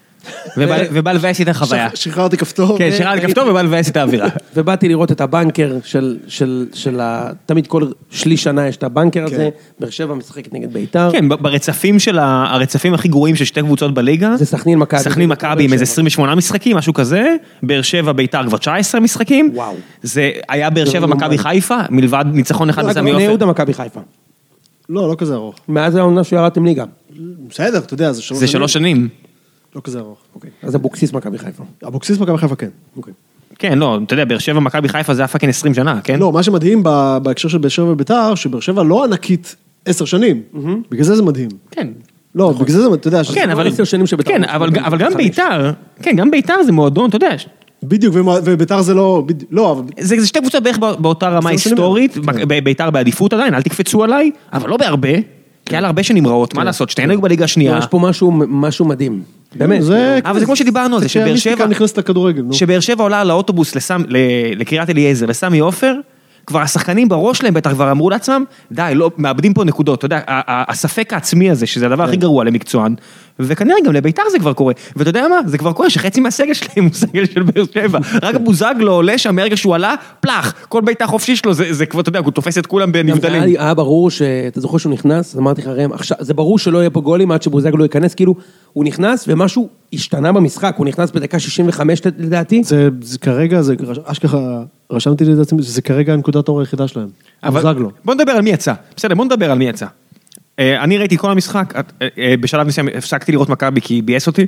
Speaker 1: ובא לבאס איתה חוויה.
Speaker 3: שחררתי כפתור.
Speaker 1: כן, שחררתי כפתור ובא לבאס איתה אווירה.
Speaker 2: ובאתי לראות את הבנקר של, תמיד כל שליש שנה יש את הבנקר הזה, באר שבע משחקת נגד ביתר.
Speaker 1: כן, ברצפים של, הרצפים הכי גרועים של שתי קבוצות בליגה.
Speaker 2: זה סכנין מכבי.
Speaker 1: סכנין מכבי עם איזה עשרים ושמונה משחקים, משהו כזה. באר שבע ביתר כבר תשע עשרה משחקים.
Speaker 2: וואו.
Speaker 1: זה היה באר שבע מכבי חיפה, מלבד ניצחון אחד בסמי עופר.
Speaker 2: יהודה מכבי חיפה.
Speaker 3: לא, לא כזה ארוך.
Speaker 2: מאז העונה שירדתם ליגה.
Speaker 3: בסדר, אתה יודע,
Speaker 1: זה שלוש שנים.
Speaker 3: לא כזה ארוך.
Speaker 2: אז אבוקסיס מכבי חיפה.
Speaker 3: אבוקסיס מכבי חיפה, כן.
Speaker 1: כן, לא, אתה יודע, באר שבע מכבי חיפה זה היה פאקינג עשרים שנה, כן?
Speaker 3: לא, מה שמדהים בהקשר של באר שבע וביתר, שבאר שבע לא ענקית עשר שנים. בגלל זה זה מדהים.
Speaker 1: כן.
Speaker 3: לא, בגלל זה זה, אתה יודע,
Speaker 1: כן, אבל עשר שנים שביתר. כן, אבל גם ביתר, כן, גם ביתר זה מועדון, אתה יודע.
Speaker 3: בדיוק, וביתר זה לא, לא,
Speaker 1: זה שתי קבוצות בערך באותה רמה היסטורית, ביתר בעדיפות עדיין, אל תקפצו עליי, אבל לא בהרבה, כי היה לה הרבה שנים רעות, מה לעשות, שתיהן היו בליגה השנייה.
Speaker 2: יש פה משהו מדהים. באמת.
Speaker 1: אבל זה כמו שדיברנו על זה, שבאר שבע, שבאר שבע עולה לאוטובוס לקריית אליעזר, לסמי עופר, כבר השחקנים בראש להם בטח כבר אמרו לעצמם, די, לא, מאבדים פה נקודות, אתה יודע, הספק העצמי הזה, שזה הדבר הכי גרוע למקצוען, וכנראה גם לביתר זה כבר קורה, ואתה יודע מה, זה כבר קורה שחצי מהסגל שלהם הוא סגל של באר שבע, רק בוזגלו עולה שם מהרגע שהוא עלה, פלח, כל ביתר חופשי שלו, זה כבר, אתה יודע, הוא תופס את כולם בנבדלים.
Speaker 2: היה ברור שאתה זוכר שהוא נכנס, אמרתי לך ראם, זה ברור שלא יהיה פה גולים עד שבוזגלו ייכנס, כאילו, הוא נכנס ומשהו השתנה במשחק, הוא נכנס בדקה שישים וחמש לדעתי.
Speaker 3: זה כרגע, זה אשכרה, רשמתי לדעתי, זה כרגע הנקודת האור היחידה שלהם.
Speaker 1: בוזגלו. בוא נדבר על מי יצא. בסדר, בוא נדבר על מי יצא. אני ראיתי כל המשחק, בשלב מסוים הפסקתי לראות מכבי כי בייס אותי,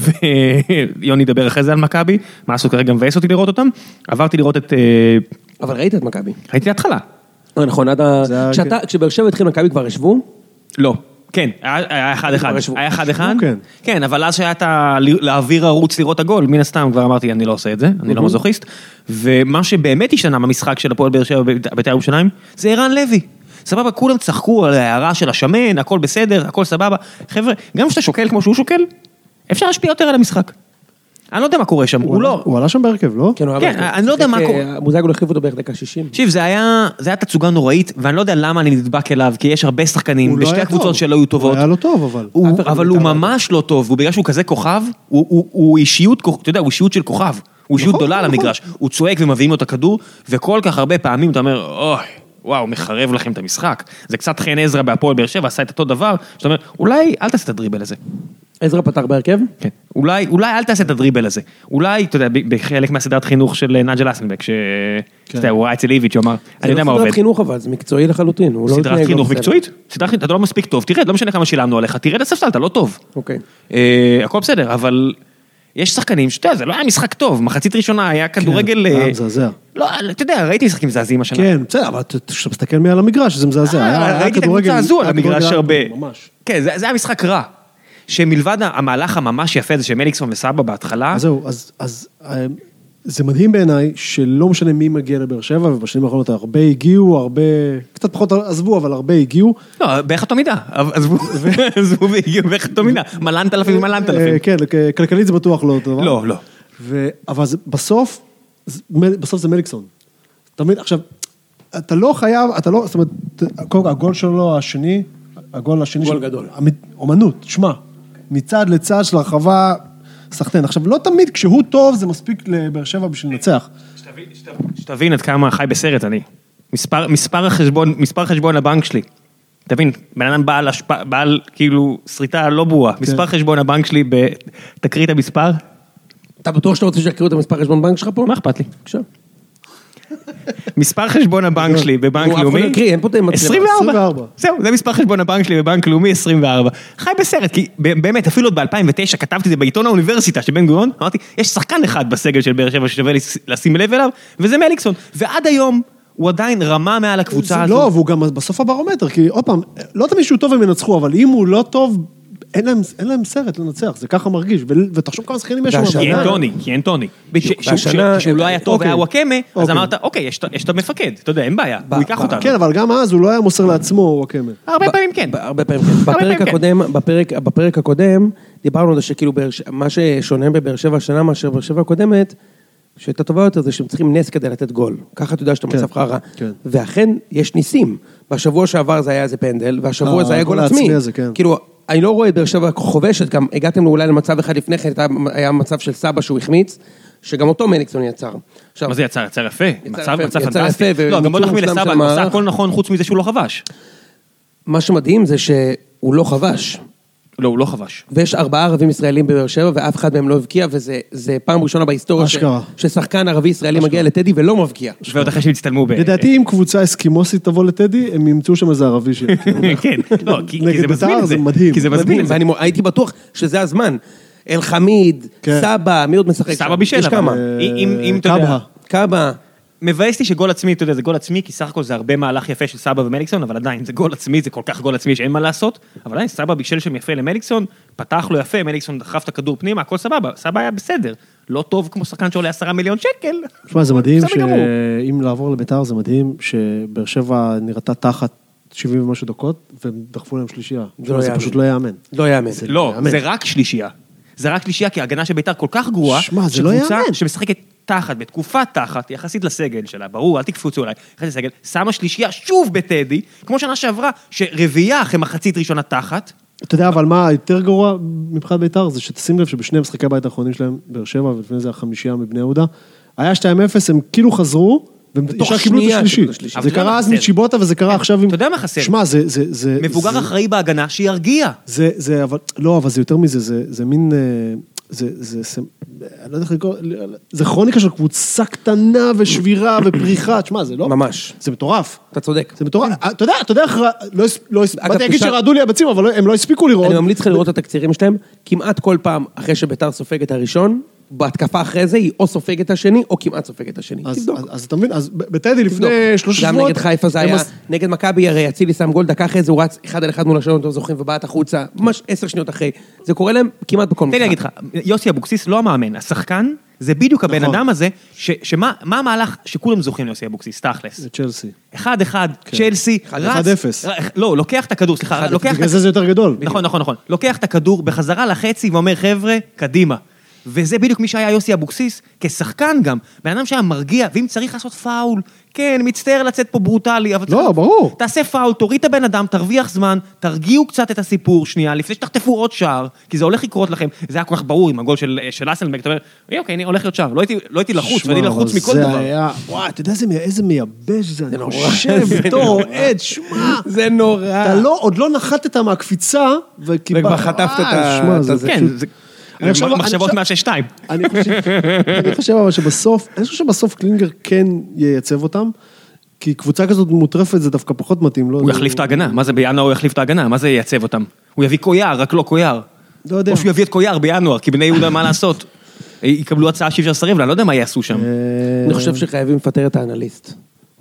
Speaker 1: ויוני ידבר אחרי זה על מכבי, מה עשו כרגע מבייס אותי לראות אותם, עברתי לראות את...
Speaker 2: אבל ראית את מכבי?
Speaker 1: ראיתי להתחלה.
Speaker 2: נכון, עד ה... כשבאר שבע התחיל מכבי כבר ישבו?
Speaker 1: לא. כן, היה אחד אחד, היה אחד אחד, כן, אבל אז שהיה את להעביר ערוץ לראות הגול, מן הסתם כבר אמרתי, אני לא עושה את זה, אני לא מזוכיסט, ומה שבאמת השתנה במשחק של הפועל באר שבע בית"ר ירושלים, זה ערן לוי. סבבה, כולם צחקו על ההערה של השמן, הכל בסדר, הכל סבבה. חבר'ה, גם כשאתה שוקל כמו שהוא שוקל, אפשר להשפיע יותר על המשחק. אני לא יודע מה קורה שם, הוא לא...
Speaker 3: הוא עלה שם בהרכב, לא?
Speaker 2: כן,
Speaker 1: אני לא יודע מה קורה.
Speaker 2: מוזגלו החליף אותו בערך דקה שישים.
Speaker 1: תקשיב, זה היה תצוגה נוראית, ואני לא יודע למה אני נדבק אליו, כי יש הרבה שחקנים, בשתי הקבוצות שלא היו טובות.
Speaker 3: הוא היה לא טוב, אבל...
Speaker 1: אבל הוא ממש לא טוב, ובגלל שהוא כזה כוכב, הוא אישיות, אתה יודע, הוא אישיות של כוכב. הוא אישיות גדולה על המגרש. הוא צועק ומביאים לו את הכדור, וכל כך הרבה פעמים אתה אומר, אוי, וואו, מחרב לכם את המשחק. זה קצת חן עזרא בהפועל באר שבע, עשה את אותו דבר, שאתה אומר, אולי אל תעשה את הדריבל הזה.
Speaker 2: עזרא פתח בהרכב?
Speaker 1: כן. אולי, אולי אל תעשה את הדריבל הזה. אולי, אתה יודע, בחלק מהסדרת חינוך של נג'ל אסנבק, שהוא ראה אצל איביץ', הוא אמר, אני יודע מה עובד.
Speaker 2: זה לא סדרת חינוך אבל, זה מקצועי לחלוטין.
Speaker 1: סדרת חינוך מקצועית? סדרת חינוך, אתה לא מספיק טוב, תרד, לא משנה כמה שילמנו עליך, תרד לספסל, אתה לא טוב.
Speaker 2: אוקיי.
Speaker 1: הכל בסדר, אבל יש שחקנים שאתה יודע, זה לא היה משחק טוב, מחצית ראשונה היה כדורגל...
Speaker 3: כן, מזעזע.
Speaker 1: לא, אתה יודע, ראיתי משחקים מזעזעים השנה.
Speaker 3: כן, בסדר, אבל כשאתה מסתכל מי על המגרש, זה מזעזע.
Speaker 1: ראיתי את הקבוצה הזו על המגרש הרבה. כן, זה היה משחק רע. שמלבד המהלך הממש יפה, זה שמליקסון וסבא בהתחלה.
Speaker 3: אז זהו, אז זה מדהים בעיניי, שלא משנה מי מגיע לבאר שבע, ובשנים האחרונות הרבה הגיעו, הרבה, קצת פחות עזבו, אבל הרבה הגיעו.
Speaker 1: לא, בערך אותו מידה, עזבו, עזבו והגיעו בערך אותו מידה, מלנת אלפים ומלנת אלפים.
Speaker 3: כן, כלכלית זה בטוח לא אותו דבר.
Speaker 1: לא, לא.
Speaker 3: אבל בסוף, בסוף זה מליקסון. תמיד, עכשיו, אתה לא חייב, אתה לא, זאת אומרת, הגול שלו השני, הגול השני,
Speaker 2: גול גדול.
Speaker 3: אומנות, שמה. מצד לצד של הרחבה סחטן. עכשיו, לא תמיד כשהוא טוב זה מספיק לבאר שבע בשביל לנצח.
Speaker 1: שתבין עד כמה חי בסרט אני. מספר, מספר החשבון, מספר חשבון הבנק שלי. תבין, בן אדם בעל, בעל כאילו שריטה לא ברורה. מספר חשבון הבנק שלי, תקריא את המספר.
Speaker 2: אתה בטוח שאתה רוצה שיקראו את המספר חשבון בנק שלך פה?
Speaker 1: מה אכפת לי?
Speaker 2: עכשיו.
Speaker 1: מספר חשבון הבנק שלי בבנק לאומי, עשרים וארבע. זהו, זה מספר חשבון הבנק שלי בבנק לאומי, עשרים וארבע. חי בסרט, כי באמת, אפילו עוד ב-אלפיים ותשע כתבתי את זה בעיתון האוניברסיטה של בן גוריון, אמרתי, יש שחקן אחד בסגל של באר שבע ששווה לשים לב אליו, וזה מליקסון. ועד היום הוא עדיין רמה מעל הקבוצה הזו.
Speaker 3: לא, והוא גם בסוף הברומטר, כי עוד פעם, לא תמיד שהוא טוב הם ינצחו, אבל אם הוא לא טוב, אין להם סרט לנצח, זה ככה מרגיש, ותחשוב כמה שחקנים יש שם.
Speaker 1: כי אין טוני, כי אין טוני. כשהוא לא היה טוב והיה וואקמה, אז אמרת, אוקיי, יש את המפקד, אתה יודע, אין בעיה, הוא ייקח אותנו.
Speaker 3: כן, אבל גם אז הוא לא היה מוסר לעצמו וואקמה.
Speaker 1: הרבה פעמים כן.
Speaker 2: הרבה פעמים כן. בפרק הקודם, דיברנו על זה שכאילו, מה ששונה בבאר שבע השנה, מה שבאר שבע הקודמת, שהייתה טובה יותר זה שהם צריכים נס כדי לתת גול. ככה אתה יודע שאתה מצב לך רע. ואכן, יש ניסים. בשבוע שעבר זה היה איזה פנדל, והשבוע זה היה גול עצמי. כאילו, אני לא רואה את באר שבע חובשת, גם הגעתם אולי למצב אחד לפני כן, היה מצב של סבא שהוא החמיץ, שגם אותו מליקסון יצר.
Speaker 1: מה זה יצר? יצר יפה. מצב פנטסטי. לא, גם בוא נחמיא לסבא, הוא עשה הכל נכון חוץ מזה שהוא לא חבש.
Speaker 2: מה שמדהים זה שהוא לא חבש.
Speaker 1: לא, הוא לא חבש.
Speaker 2: ויש ארבעה ערבים ישראלים בבאר שבע, ואף אחד מהם לא הבקיע, וזה פעם ראשונה בהיסטוריה ששחקן ערבי ישראלי מגיע לטדי ולא מבקיע.
Speaker 1: ועוד אחרי שהם הצטלמו ב...
Speaker 3: לדעתי, אם קבוצה אסקימוסית תבוא לטדי, הם ימצאו שם איזה ערבי ש...
Speaker 1: כן, לא, כי זה מזמין את זה. כי זה מזמין את זה.
Speaker 2: ואני הייתי בטוח שזה הזמן. אלחמיד, סבא, מי עוד משחק?
Speaker 1: סבא בישל.
Speaker 2: יש כמה.
Speaker 1: אם אתה יודע...
Speaker 2: קאבה.
Speaker 1: מבאס לי שגול עצמי, אתה יודע, זה גול עצמי, כי סך הכל זה הרבה מהלך יפה של סבא ומליקסון, אבל עדיין זה גול עצמי, זה כל כך גול עצמי שאין מה לעשות, אבל עדיין סבא בישל שם יפה למליקסון, פתח לו יפה, מליקסון דחף את הכדור פנימה, הכל סבבה, סבא היה בסדר, לא טוב כמו שחקן שעולה עשרה מיליון שקל.
Speaker 3: תשמע, זה מדהים שאם לעבור לביתר, זה מדהים שבאר שבע נראתה תחת שבעים ומשהו דקות, והם דחפו להם שלישייה. זה פשוט לא יאמן.
Speaker 2: לא יאמן.
Speaker 1: לא, זה רק שלישייה. זה רק שלישייה, כי ההגנה של ביתר כל כך גרועה, שקבוצה שמשחקת תחת, בתקופה תחת, יחסית לסגל שלה, ברור, אל תקפוצו אולי, יחסית לסגל, שמה שלישייה שוב בטדי, כמו שנה שעברה, שרביעייה אחרי מחצית ראשונה תחת.
Speaker 3: אתה יודע, אבל מה יותר גרוע מבחינת ביתר, זה שתשים לב שבשני משחקי בית האחרונים שלהם, באר שבע, ולפני זה החמישייה מבני יהודה, היה שתיים אפס, הם כאילו חזרו, והם ישר קיבלו את השלישי. זה קרה אז מצ'יבוטה, וזה קרה עכשיו עם...
Speaker 1: אתה יודע מה חסר?
Speaker 3: שמע, זה...
Speaker 1: מבוגר אחראי בהגנה, שירגיע.
Speaker 3: זה, אבל... לא, אבל זה יותר מזה, זה מין... זה, זה, זה, אני לא יודע איך לקרוא, זה כרוניקה של קבוצה קטנה ושבירה ופריחה, תשמע, זה לא...
Speaker 2: ממש.
Speaker 3: זה מטורף.
Speaker 2: אתה צודק.
Speaker 3: זה מטורף. אתה יודע, אתה יודע איך... לא הספיקו, באתי להגיד שרעדו לי הבצים, אבל הם לא הספיקו לראות.
Speaker 2: אני ממליץ לך לראות את התקצירים שלהם, כמעט כל פעם אחרי שביתר סופג את הראשון, בהתקפה אחרי זה היא או סופג את השני, או כמעט סופג את השני.
Speaker 3: תבדוק. אז אתה מבין, אז בטדי לפני שלושה שבועות...
Speaker 2: גם נגד חיפה זה היה, נגד מכבי הרי אצילי שם גול, דקה אחרי זה הוא רץ אחד על אחד מול השעון, אתם זוכרים, ובאת החוצה, ממש עשר שניות אחרי. זה קורה להם כמעט בכל משחק.
Speaker 1: תן לי להגיד לך, יוסי אבוקסיס לא המאמן, השחקן, זה בדיוק הבן אדם הזה, שמה המהלך שכולם זוכים ליוסי אבוקסיס, תכלס.
Speaker 3: זה צ'לסי.
Speaker 1: אחד אחד, צ'לסי,
Speaker 3: אחד אפס.
Speaker 1: לא, לוקח את הכדור, סליחה,
Speaker 3: בגלל זה זה יותר גדול.
Speaker 1: נכון, נכון, נכון. לוקח את הכדור בחזרה לחצי ואומר, חבר'ה, קדימה. וזה בדיוק מי שהיה יוסי אבוקסיס, כשחקן גם, בן אדם שהיה מרגיע, ואם צריך לעשות פאול, כן, מצטער לצאת פה ברוטלי, אבל
Speaker 3: לא, ברור.
Speaker 1: תעשה פאול, תוריד את הבן אדם, תרוויח זמן, תרגיעו קצת את הסיפור שנייה, לפני שתחטפו עוד שער, כי זה הולך לקרות לכם, זה היה כל כך ברור עם הגול של, של אסלנברג, אתה אומר, אוקיי, אני הולך להיות שער, לא הייתי, לא הייתי לחוץ, ואני לחוץ מכל דבר.
Speaker 3: זה היה, וואי, אתה יודע איזה מייבש זה, אני חושב, בתור עד, שמע,
Speaker 2: זה נורא.
Speaker 3: אתה לא, עוד לא נחתת מהקפיצה,
Speaker 2: וכבר חטפת את זה.
Speaker 1: מחשבות מהשש שתיים.
Speaker 3: אני חושב אבל שבסוף, אני חושב שבסוף קלינגר כן ייצב אותם, כי קבוצה כזאת מוטרפת זה דווקא פחות מתאים.
Speaker 1: הוא יחליף את ההגנה, מה זה בינואר הוא יחליף את ההגנה, מה זה ייצב אותם? הוא יביא קויר, רק לא קויר. או שהוא יביא את קויר בינואר, כי בני יהודה מה לעשות? יקבלו הצעה שאי אפשר לסרב לה, אני לא יודע מה יעשו שם.
Speaker 2: אני חושב שחייבים לפטר את האנליסט.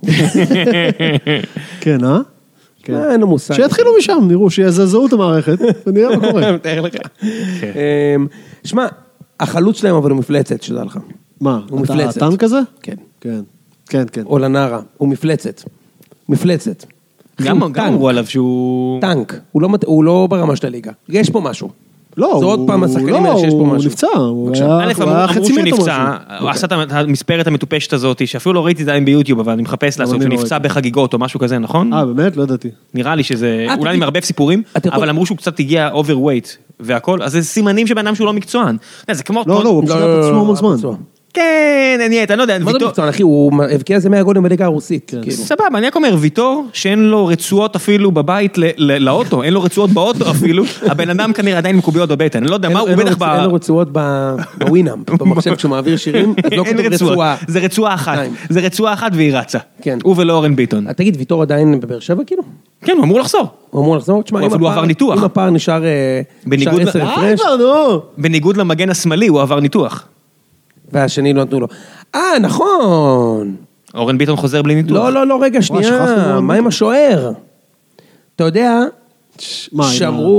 Speaker 3: כן, אה?
Speaker 2: אין לו מושג.
Speaker 3: שיתחילו משם, נראו, שיזזו את המערכת, ונראה מה קורה.
Speaker 2: מתאר לך. שמע, החלוץ שלהם אבל הוא מפלצת, שדע לך.
Speaker 3: מה?
Speaker 2: הוא מפלצת.
Speaker 3: הטנק הזה?
Speaker 2: כן.
Speaker 3: כן, כן, כן.
Speaker 2: או לנערה, הוא מפלצת. מפלצת.
Speaker 1: גם אמרו עליו שהוא...
Speaker 2: טנק, הוא לא ברמה של הליגה. יש פה משהו.
Speaker 3: לא,
Speaker 2: זה עוד פעם השחקנים האלה שיש פה משהו.
Speaker 3: הוא נפצע, הוא
Speaker 1: היה חצי מטר משהו. הוא עשה את המספרת המטופשת הזאת, שאפילו לא ראיתי את זה עדיין ביוטיוב, אבל אני מחפש לעשות שהוא נפצע בחגיגות או משהו כזה, נכון?
Speaker 3: אה, באמת? לא ידעתי.
Speaker 1: נראה לי שזה, אולי אני מערבב סיפורים, אבל אמרו שהוא קצת הגיע overweight והכל, אז זה סימנים שבן אדם שהוא לא מקצוען. זה כמו...
Speaker 3: לא, לא, הוא פשוט היה פצוע המון זמן.
Speaker 1: כן, אני לא יודע.
Speaker 2: מה זה מקצוען, אחי? הוא הבקיע איזה מאה גולים בליגה הרוסית.
Speaker 1: סבבה, אני רק אומר, ויטור, שאין לו רצועות אפילו בבית לאוטו, אין לו רצועות באוטו אפילו, הבן אדם כנראה עדיין מקוביות בבטן, אני לא יודע מה, הוא בטח ב...
Speaker 2: אין לו רצועות בווינאמפ, במחשב כשהוא מעביר שירים, אז לא כתוב רצועה.
Speaker 1: זה רצועה אחת, זה רצועה אחת והיא רצה. הוא ולא אורן ביטון.
Speaker 2: תגיד, ויטור עדיין בבאר שבע כאילו?
Speaker 1: כן, הוא אמור לחזור.
Speaker 2: הוא אמור לחזור, תשמע,
Speaker 1: הוא עבר ניתוח.
Speaker 2: אם הפער נשאר עשר הפרש.
Speaker 1: בניגוד למגן השמאלי, הוא עבר ניתוח.
Speaker 2: והשני לא נתנו לו. אה, נכון.
Speaker 1: אורן ביטון חוזר בלי ניתוח.
Speaker 2: לא, לא, לא, רגע, שנייה. מה עם השוער? אתה יודע, שמרו,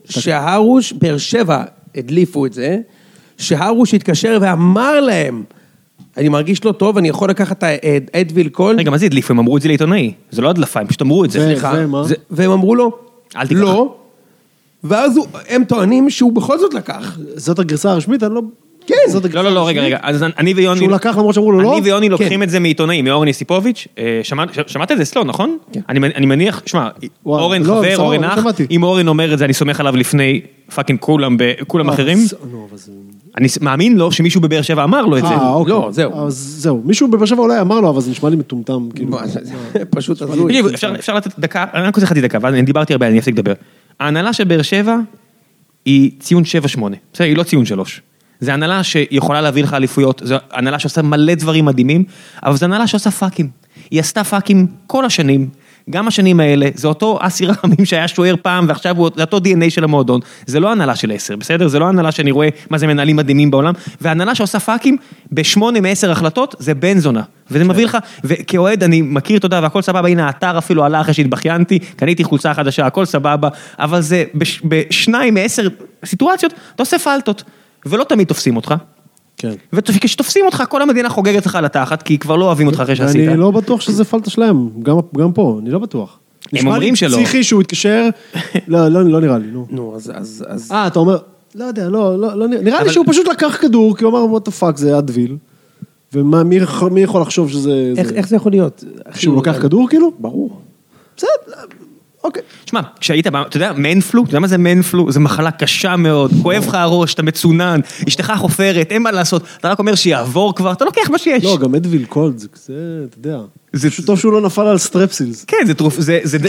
Speaker 2: שהרוש, באר שבע הדליפו את זה, שהרוש התקשר ואמר להם, אני מרגיש לא טוב, אני יכול לקחת את אדוויל קול.
Speaker 1: רגע, מה זה הדליפו? הם אמרו את זה לעיתונאי. זה לא הדלפה, הם פשוט אמרו את זה.
Speaker 2: סליחה. והם אמרו לו, לא. ואז הם טוענים שהוא בכל זאת לקח.
Speaker 3: זאת הגרסה הרשמית, אני לא...
Speaker 2: כן.
Speaker 1: לא, לא, לא, רגע, רגע. אז אני ויוני...
Speaker 3: שהוא לקח למרות שאמרו לו לא?
Speaker 1: אני ויוני לוקחים את זה מעיתונאי, מאורן יסיפוביץ'. שמעת את זה? סלון, נכון? אני מניח, שמע, אורן חבר, אורן אח, אם אורן אומר את זה, אני סומך עליו לפני פאקינג כולם אחרים. אני מאמין לו שמישהו בבאר שבע אמר לו את זה.
Speaker 2: לא, זהו.
Speaker 3: זהו, מישהו בבאר שבע אולי אמר לו, אבל זה נשמע לי מטומטם.
Speaker 2: פשוט הזוי.
Speaker 1: אפשר לתת דקה, אני רק רוצה חצי דקה, ואני דיברתי הרבה, אני אפסיק לדבר. ההנהלה של באר שבע היא ציון שבע שמונה, בסדר, היא לא ציון שלוש. זה הנהלה שיכולה להביא לך אליפויות, זה הנהלה שעושה מלא דברים מדהימים, אבל זה הנהלה שעושה פאקים. היא עשתה פאקים כל השנים, גם השנים האלה, זה אותו אסי רחמים שהיה שוער פעם, ועכשיו הוא אותו די אן איי של המועדון, זה לא הנהלה של עשר, בסדר? זה לא הנהלה שאני רואה מה זה מנהלים מדהימים בעולם, והנהלה שעושה פאקים בשמונה מעשר החלטות, זה בן זונה, וזה מביא לך, וכאוהד אני מכיר תודה, והכל סבבה, הנה האתר אפילו עלה אחרי שהתבחיינתי, קניתי חולצה חדשה, הכל סבבה, אבל זה בשניים מעשר סיטואציות, אתה עושה פלטות, ולא תמיד תופסים אותך.
Speaker 3: כן.
Speaker 1: וכשתופסים אותך, כל המדינה חוגגת לך לתחת, כי כבר לא אוהבים אותך אחרי שעשית.
Speaker 3: אני לא בטוח שזה פלטה שלהם, גם פה, אני לא בטוח.
Speaker 1: הם אומרים שלא.
Speaker 3: פסיכי שהוא התקשר, לא, לא נראה לי, נו.
Speaker 2: נו, אז...
Speaker 3: אה, אתה אומר, לא יודע, לא, נראה לי שהוא פשוט לקח כדור, כי הוא אמר, what the fuck, זה אדוויל, ומי יכול לחשוב שזה...
Speaker 2: איך זה יכול להיות?
Speaker 3: שהוא לקח כדור, כאילו?
Speaker 2: ברור.
Speaker 3: בסדר, אוקיי.
Speaker 1: תשמע, כשהיית, אתה יודע, מנפלו, אתה יודע מה זה מנפלו? זה מחלה קשה מאוד, כואב לך הראש, אתה מצונן, אשתך חופרת, אין מה לעשות, אתה רק אומר שיעבור כבר, אתה לוקח מה שיש.
Speaker 3: לא, גם אדוויל קולד, זה, אתה יודע. זה פשוט טוב שהוא לא נפל על סטרפסילס.
Speaker 1: כן, זה טרוף,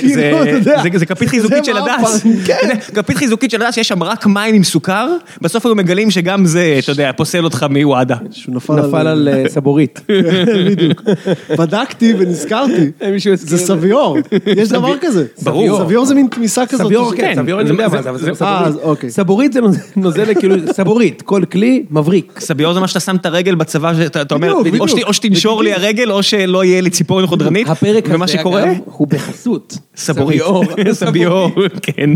Speaker 1: זה כפית חיזוקית של הדס. כפית חיזוקית של הדס, שיש שם רק מים עם סוכר, בסוף היו מגלים שגם זה, אתה יודע, פוסל אותך מיועדה.
Speaker 2: שהוא נפל על סבורית.
Speaker 3: בדיוק. בדקתי ונזכרתי, זה סביור. יש דבר כזה.
Speaker 1: ברור.
Speaker 3: סביור זה מין תמיסה כזאת.
Speaker 2: סביור, כן, סביור אני יודע מה זה, אבל זה סבורית. סבורית זה נוזל כאילו, סבורית, כל כלי מבריק.
Speaker 1: סביור זה מה שאתה שם את הרגל בצבא, אתה אומר, או שתנשור לי הרגל, או שלא יהיה לי ציפורן חודרנית.
Speaker 2: הפרק הזה אגב, הוא בחסות.
Speaker 1: סבורית. סביור, כן.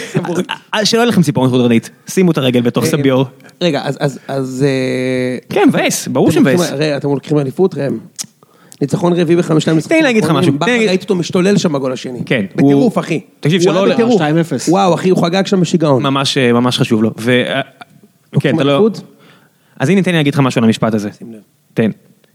Speaker 1: שלא יהיה לכם ציפורן חודרנית, שימו את הרגל בתוך סביור.
Speaker 2: רגע, אז...
Speaker 1: כן, מבאס, ברור שמבאס.
Speaker 2: אתם לוקחים אליפות, ראם. ניצחון רביעי בחמש שתיים.
Speaker 1: תן לי להגיד לך משהו.
Speaker 2: ראיתי אותו משתולל שם בגול השני.
Speaker 1: כן.
Speaker 2: בטירוף, אחי.
Speaker 1: תקשיב, שלא...
Speaker 3: שתיים אפס.
Speaker 2: וואו, אחי, הוא חגג שם בשיגעון.
Speaker 1: ממש, ממש חשוב לו. כן, אתה לא... אז הנה, תן לי להגיד לך משהו על המשפט הזה. שים לב. תן.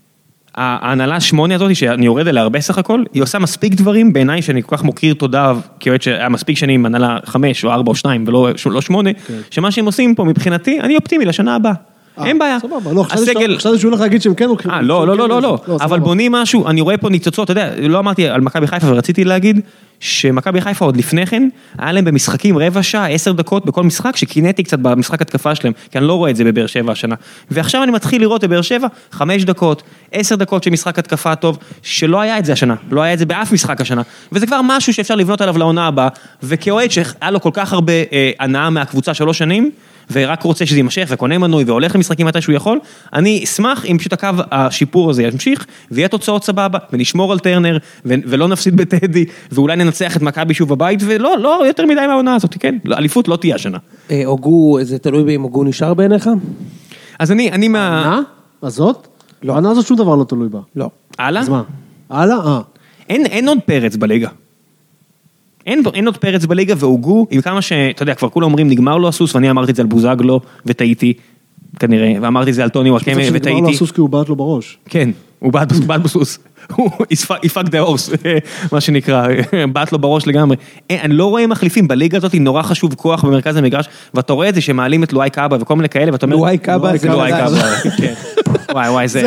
Speaker 1: ההנהלה שמונה הזאת, שאני יורד אליה הרבה סך הכל, היא עושה מספיק דברים, בעיניי שאני כל כך מוקיר תודה, כאוהד שהיה מספיק שנים, הנהלה חמש או ארבע או שניים, ולא שמונה, שמה שהם עושים פה מבחינתי, אני אופטימי לשנה הבאה. אין בעיה.
Speaker 3: סבבה, לא, חשבתי שהוא הולך להגיד שהם כן לוקחים.
Speaker 1: אה, לא, לא, לא, לא, לא. אבל בונים משהו, אני רואה פה ניצוצות, אתה יודע, לא אמרתי על מכבי חיפה, ורציתי להגיד שמכבי חיפה עוד לפני כן, היה להם במשחקים רבע שעה, עשר דקות בכל משחק, שקינאתי קצת במשחק התקפה שלהם, כי אני לא רואה את זה בבאר שבע השנה. ועכשיו אני מתחיל לראות בבאר שבע, חמש דקות, עשר דקות של משחק התקפה טוב, שלא היה את זה השנה, לא היה את זה באף משחק השנה. וזה כבר משהו שאפשר לבנות עליו לעונה הבאה, וכאוהד שהיה לו כל כך הרבה הנאה מהקבוצה שלוש שנים, ורק רוצה שזה יימשך וקונה מנוי והולך למשחקים מתי שהוא יכול, אני אשמח אם פשוט הקו השיפור הזה ימשיך, ויהיה תוצאות סבבה, ונשמור על טרנר, ולא נפסיד בטדי, ואולי ננצח את מכבי שוב בבית, ולא, לא יותר מדי מהעונה הזאת, כן? אליפות לא תהיה השנה.
Speaker 2: אוגו, זה תלוי באם אוגו נשאר בעיניך?
Speaker 1: אז אני, אני מה...
Speaker 3: העונה? הזאת? לא. העונה הזאת שום דבר לא תלוי בה.
Speaker 2: לא.
Speaker 1: הלאה?
Speaker 3: אז מה? הלאה? אה.
Speaker 1: אין, אין עוד פרץ בליגה. אין, אין עוד פרץ בליגה והוגו, עם כמה שאתה יודע, כבר כולם אומרים, נגמר לו הסוס, ואני אמרתי את זה על בוזגלו, וטעיתי, כנראה, ואמרתי את זה על טוני וואקמה, וטעיתי.
Speaker 3: נגמר לו הסוס כי הוא בעט לו בראש.
Speaker 1: כן, הוא בעט, בעט בסוס. הוא יפק דה אורס, מה שנקרא, בעט לו בראש לגמרי. אני לא רואה מחליפים, בליגה הזאת נורא חשוב כוח במרכז המגרש, ואתה רואה את זה שמעלים את לואי קאבה וכל מיני כאלה, ואתה אומר...
Speaker 2: לואי קאבה זה
Speaker 1: לואי קאבה, כן. וואי וואי, זה...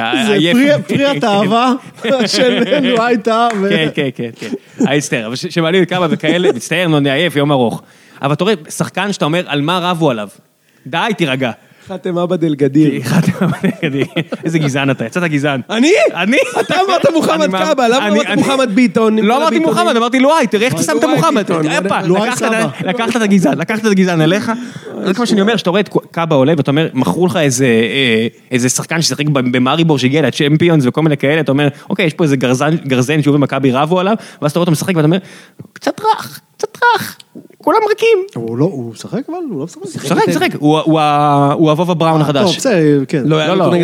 Speaker 3: זה פרי התאווה של לואי טאב.
Speaker 1: כן, כן, כן, כן. ההצטער, אבל שמעלים את קאבה וכאלה, מצטער, לא נעייף, יום ארוך. אבל אתה רואה, שחקן שאתה אומר, על מה רבו עליו? די, תירגע.
Speaker 2: חתם אבא דל גדיר.
Speaker 1: חתם אבא דל גדיר. איזה גזען אתה, יצאת גזען.
Speaker 2: אני?
Speaker 1: אני?
Speaker 2: אתה אמרת מוחמד קאבה, למה אמרת מוחמד ביטון?
Speaker 1: לא אמרתי מוחמד, אמרתי לואי, תראה איך אתה שם את המוחמד. לקחת את הגזען, לקחת את הגזען אליך. זה כמו שאני אומר, שאתה רואה את קאבה עולה, ואתה אומר, מכרו לך איזה שחקן ששחק במאריבור שהגיע לצ'מפיונס וכל מיני כאלה, אתה אומר, אוקיי, יש פה איזה גרזן שהוא ומכבי רבו עליו, ואז אתה רואה אותו משחק ואתה אומר, קצת רך, קצת רך, כולם רכים.
Speaker 3: הוא לא, הוא משחק אבל? הוא לא משחק?
Speaker 1: משחק, משחק, הוא אבובה בראון החדש.
Speaker 3: טוב, בסדר, כן.
Speaker 1: לא, לא, לא.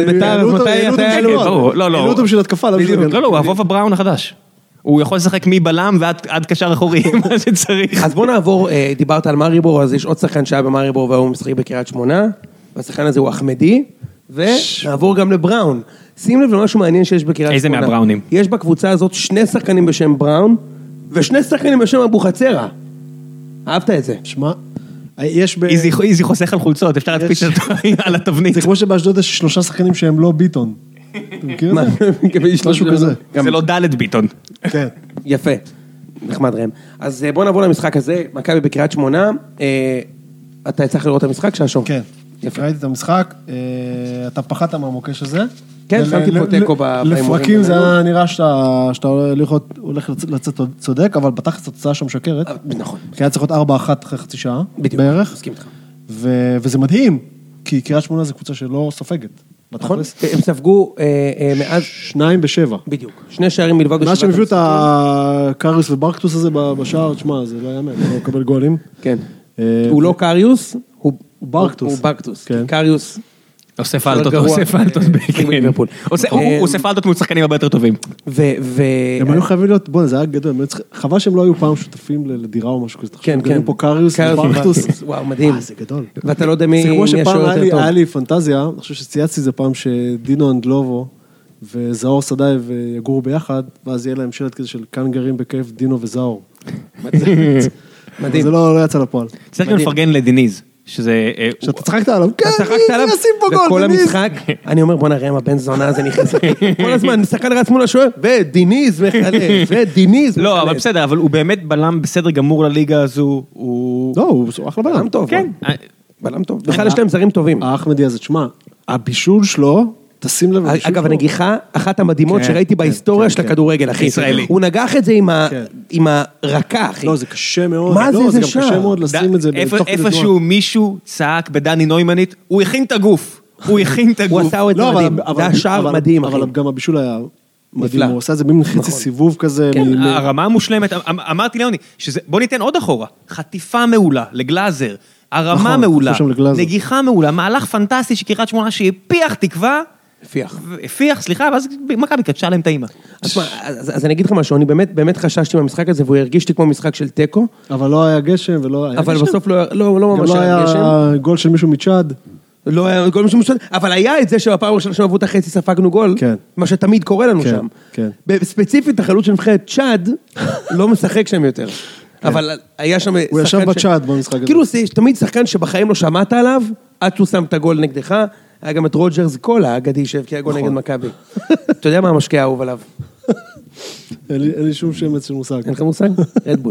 Speaker 3: לא, לא. העלו אותו בשביל התקפה.
Speaker 1: לא, לא, הוא אבובה בראון החדש. הוא יכול לשחק מבלם ועד קשר אחורי, מה שצריך.
Speaker 2: אז בוא נעבור, דיברת על מאריבור, אז יש עוד שחקן שהיה במאריבור והוא משחק בקריית שמונה, והשחקן הזה הוא אחמדי, ונעבור גם לבראון. שים לב למשהו מעניין שיש בקריית שמונה.
Speaker 1: איזה מהבראונים?
Speaker 2: יש בקבוצה הזאת שני שחקנים בשם בראון, ושני שחקנים בשם אבו חצרה. אהבת את זה?
Speaker 3: שמע, יש ב...
Speaker 1: איזי חוסך על חולצות, אפשר להדפיס על התבנית.
Speaker 3: זה כמו שבאשדוד יש שלושה שחקנים שהם לא ביטון. אתה מכיר את זה? משהו כזה.
Speaker 1: זה לא דלת ביטון.
Speaker 3: כן.
Speaker 2: יפה. נחמד ראם. אז בוא נעבור למשחק הזה, מכבי בקריית שמונה. אתה צריך לראות את המשחק שהשום?
Speaker 3: כן. ראיתי את המשחק, אתה פחדת מהמוקש הזה.
Speaker 2: כן, שמתי פה תיקו בהימורים.
Speaker 3: לפרקים זה היה נראה שאתה הולך לצאת צודק, אבל בתכלס התוצאה שם משקרת.
Speaker 2: נכון.
Speaker 3: כי היה צריך להיות ארבע אחת אחרי חצי שעה, בערך.
Speaker 2: מסכים איתך.
Speaker 3: וזה מדהים, כי קריית שמונה זה קבוצה שלא סופגת.
Speaker 2: נכון? הם ספגו מאז...
Speaker 3: שניים בשבע.
Speaker 2: בדיוק. שני שערים מלבד...
Speaker 3: מה שהם הביאו את הקריוס וברקטוס הזה בשער, תשמע, זה לא יאמן, לא מקבל גולים.
Speaker 2: כן. הוא לא קריוס, הוא
Speaker 3: ברקטוס.
Speaker 2: הוא ברקטוס. קריוס...
Speaker 1: עושה פלטות, עושה פלטות. הוא עושה פלטות מול שחקנים הרבה יותר טובים.
Speaker 3: הם היו חייבים להיות, בוא, זה היה גדול, חבל שהם לא היו פעם שותפים לדירה או משהו כזה.
Speaker 2: כן, כן.
Speaker 3: פה קריוס וברקטוס.
Speaker 2: וואו, מדהים.
Speaker 3: זה גדול.
Speaker 2: ואתה לא יודע מי
Speaker 3: זה כמו שפעם
Speaker 2: יותר
Speaker 3: היה לי פנטזיה, אני חושב שצייצתי זה פעם שדינו אנדלובו וזאור סדאי ויגורו ביחד, ואז יהיה להם שלט כזה של כאן גרים בכיף דינו וזאור.
Speaker 2: מדהים.
Speaker 3: זה לא יצא לפועל.
Speaker 1: צריך גם לפרגן לדיניז. שזה...
Speaker 3: שאתה צחקת עליו, כן,
Speaker 2: צחקת עליו,
Speaker 3: נשים פה גול,
Speaker 2: וכל המשחק, אני אומר, בוא נראה מה בן זונה הזה נכנס, כל הזמן, שחקן רץ מול השוער, ודיניז מחלף, ודיניז מחלף.
Speaker 1: לא, אבל בסדר, אבל הוא באמת בלם בסדר גמור לליגה הזו, הוא...
Speaker 3: לא, הוא אחלה בלם.
Speaker 2: בלם טוב.
Speaker 1: כן.
Speaker 2: בלם טוב. בכלל יש להם זרים טובים.
Speaker 3: האחמדי הזה, תשמע, הבישול שלו, תשים לב.
Speaker 2: אגב, הנגיחה, אחת המדהימות שראיתי בהיסטוריה של הכדורגל, אחי. הוא נגח את זה עם הרכה, אחי.
Speaker 3: לא, זה קשה מאוד.
Speaker 2: מה זה, זה שם?
Speaker 3: גם קשה מאוד לשים את זה.
Speaker 1: איפשהו מישהו צעק בדני נוימנית, הוא הכין את הגוף. הוא הכין את הגוף.
Speaker 2: הוא עשה את זה מדהים. זה היה שער מדהים, אחי.
Speaker 3: אבל גם הבישול היה מדהים. הוא עשה את זה במין חצי סיבוב כזה.
Speaker 1: כן, הרמה המושלמת. אמרתי ליוני, בוא ניתן עוד אחורה. חטיפה מעולה לגלאזר. הרמה מעולה. נגיחה מעולה. מהלך פנטסטי שקריית שמונה שהפיח תקווה.
Speaker 2: הפיח.
Speaker 1: הפיח, סליחה, ואז מכבי קדשה להם את האימא.
Speaker 2: אז אני אגיד לך משהו, אני באמת חששתי מהמשחק הזה, והוא הרגיש לי כמו משחק של טקו.
Speaker 3: אבל לא היה גשם, ולא היה גשם.
Speaker 2: אבל בסוף לא ממש
Speaker 3: היה גשם. לא היה גול של מישהו מצ'אד.
Speaker 2: לא היה גול מישהו מצ'אד, אבל היה את זה שבפעם הראשונה שמעבו את החצי ספגנו גול, מה שתמיד קורה לנו שם. ספציפית, החלוץ של נבחרת צ'אד לא משחק שם יותר. אבל היה שם...
Speaker 3: הוא ישב בצ'אד במשחק הזה.
Speaker 2: כאילו, תמיד שחקן שבחיים לא שמעת עליו, עד שהוא שם את הגול נגדך, היה גם את רוג'רס קולה, האגדי שהבקיע גול נגד מכבי. אתה יודע מה המשקיע האהוב עליו?
Speaker 3: אין לי שום שמץ של מושג.
Speaker 2: אין לך מושג? רדבול.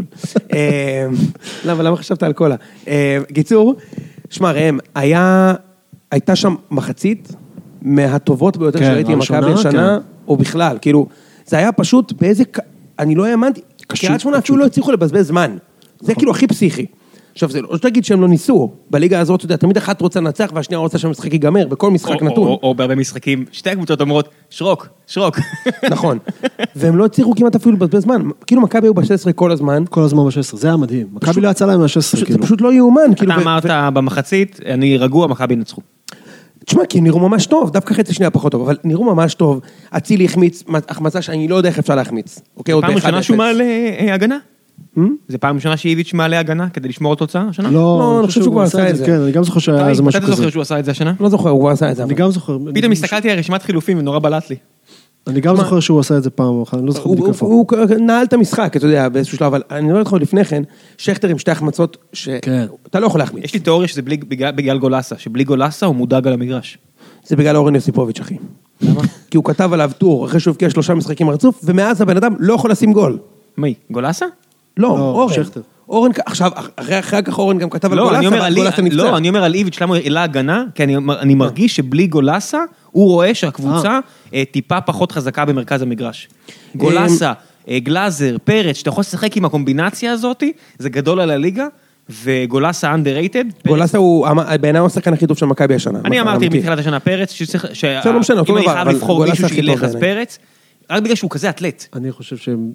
Speaker 2: למה, למה חשבת על קולה? גיצור, שמע, ראם, הייתה שם מחצית מהטובות ביותר שראיתי עם מכבי השנה, או בכלל, כאילו, זה היה פשוט באיזה, אני לא האמנתי, קריית שמונה אפילו לא הצליחו לבזבז זמן. זה כאילו הכי פסיכי. עכשיו, זה לא תגיד שהם לא ניסו, בליגה הזאת, אתה יודע, תמיד אחת רוצה לנצח, והשנייה רוצה שהמשחק ייגמר, בכל משחק נתון.
Speaker 1: או בהרבה משחקים, שתי הקבוצות אומרות, שרוק, שרוק.
Speaker 2: נכון. והם לא הצליחו כמעט אפילו לבזבז זמן. כאילו מכבי היו ב-שש עשרה כל הזמן.
Speaker 3: כל הזמן ב-שש עשרה, זה היה מדהים. מכבי לא יצא להם מה-שש עשרה, כאילו.
Speaker 2: זה פשוט לא יאומן.
Speaker 1: אתה אמרת במחצית, אני רגוע, מכבי נצחו.
Speaker 2: תשמע, כי נראו ממש טוב, דווקא חצי שנייה פחות טוב, אבל נראו ממש טוב. אצילי החמיץ, החמצה שאני לא יודע איך אפשר להחמיץ.
Speaker 1: פעם ראשונה שהוא מעלה הגנה? זה פעם ראשונה שאיביץ' מעלה הגנה כדי לשמור על תוצאה השנה?
Speaker 3: לא, אני חושב שהוא כבר עשה את זה. כן, אני גם זוכר שהיה איזה משהו כזה.
Speaker 1: אתה זוכר שהוא עשה את זה השנה?
Speaker 2: לא זוכר, הוא כבר עשה את זה.
Speaker 3: אני גם זוכר.
Speaker 1: פתאום הסתכלתי על רשימת חילופים ונורא בלט לי.
Speaker 3: אני גם זוכר שהוא עשה את זה פעם, אני לא זוכר בדיוק איפה.
Speaker 2: הוא נעל את המשחק, אתה יודע, באיזשהו שלב, אבל אני אומר לך לפני כן, שכטר עם שתי החמצות שאתה לא יכול להחמיץ.
Speaker 1: יש לי תיאוריה שזה בגלל גולסה, שבלי גולסה הוא מודאג על המגרש.
Speaker 2: זה בגלל אורן יוסיפוביץ', אחי. למה? כי הוא כתב עליו טור, אחרי שהוא הבקיע שלושה משחקים רצוף, ומאז הבן אדם לא יכול לשים גול.
Speaker 1: מי? גולסה?
Speaker 2: לא, אורן. אורן, עכשיו, אחרי כך אורן גם כתב על גולסה, אבל גולסה נפצע.
Speaker 1: לא, אני אומר על איביץ' למה הוא העלה הגנה, כי אני מרגיש שבלי גולסה, הוא רואה שהקבוצה טיפה פחות חזקה במרכז המגרש. גולסה, גלאזר, פרץ, שאתה יכול לשחק עם הקומבינציה הזאת, זה גדול על הליגה, וגולסה underrated.
Speaker 2: גולסה הוא, בעיניי הוא השחקן הכי טוב של מכבי השנה.
Speaker 1: אני אמרתי מתחילת השנה פרץ,
Speaker 2: לא משנה,
Speaker 1: אם אני חייב לבחור מישהו שילך אז פרץ, רק בגלל שהוא כזה אתלט.
Speaker 3: אני חושב שהם...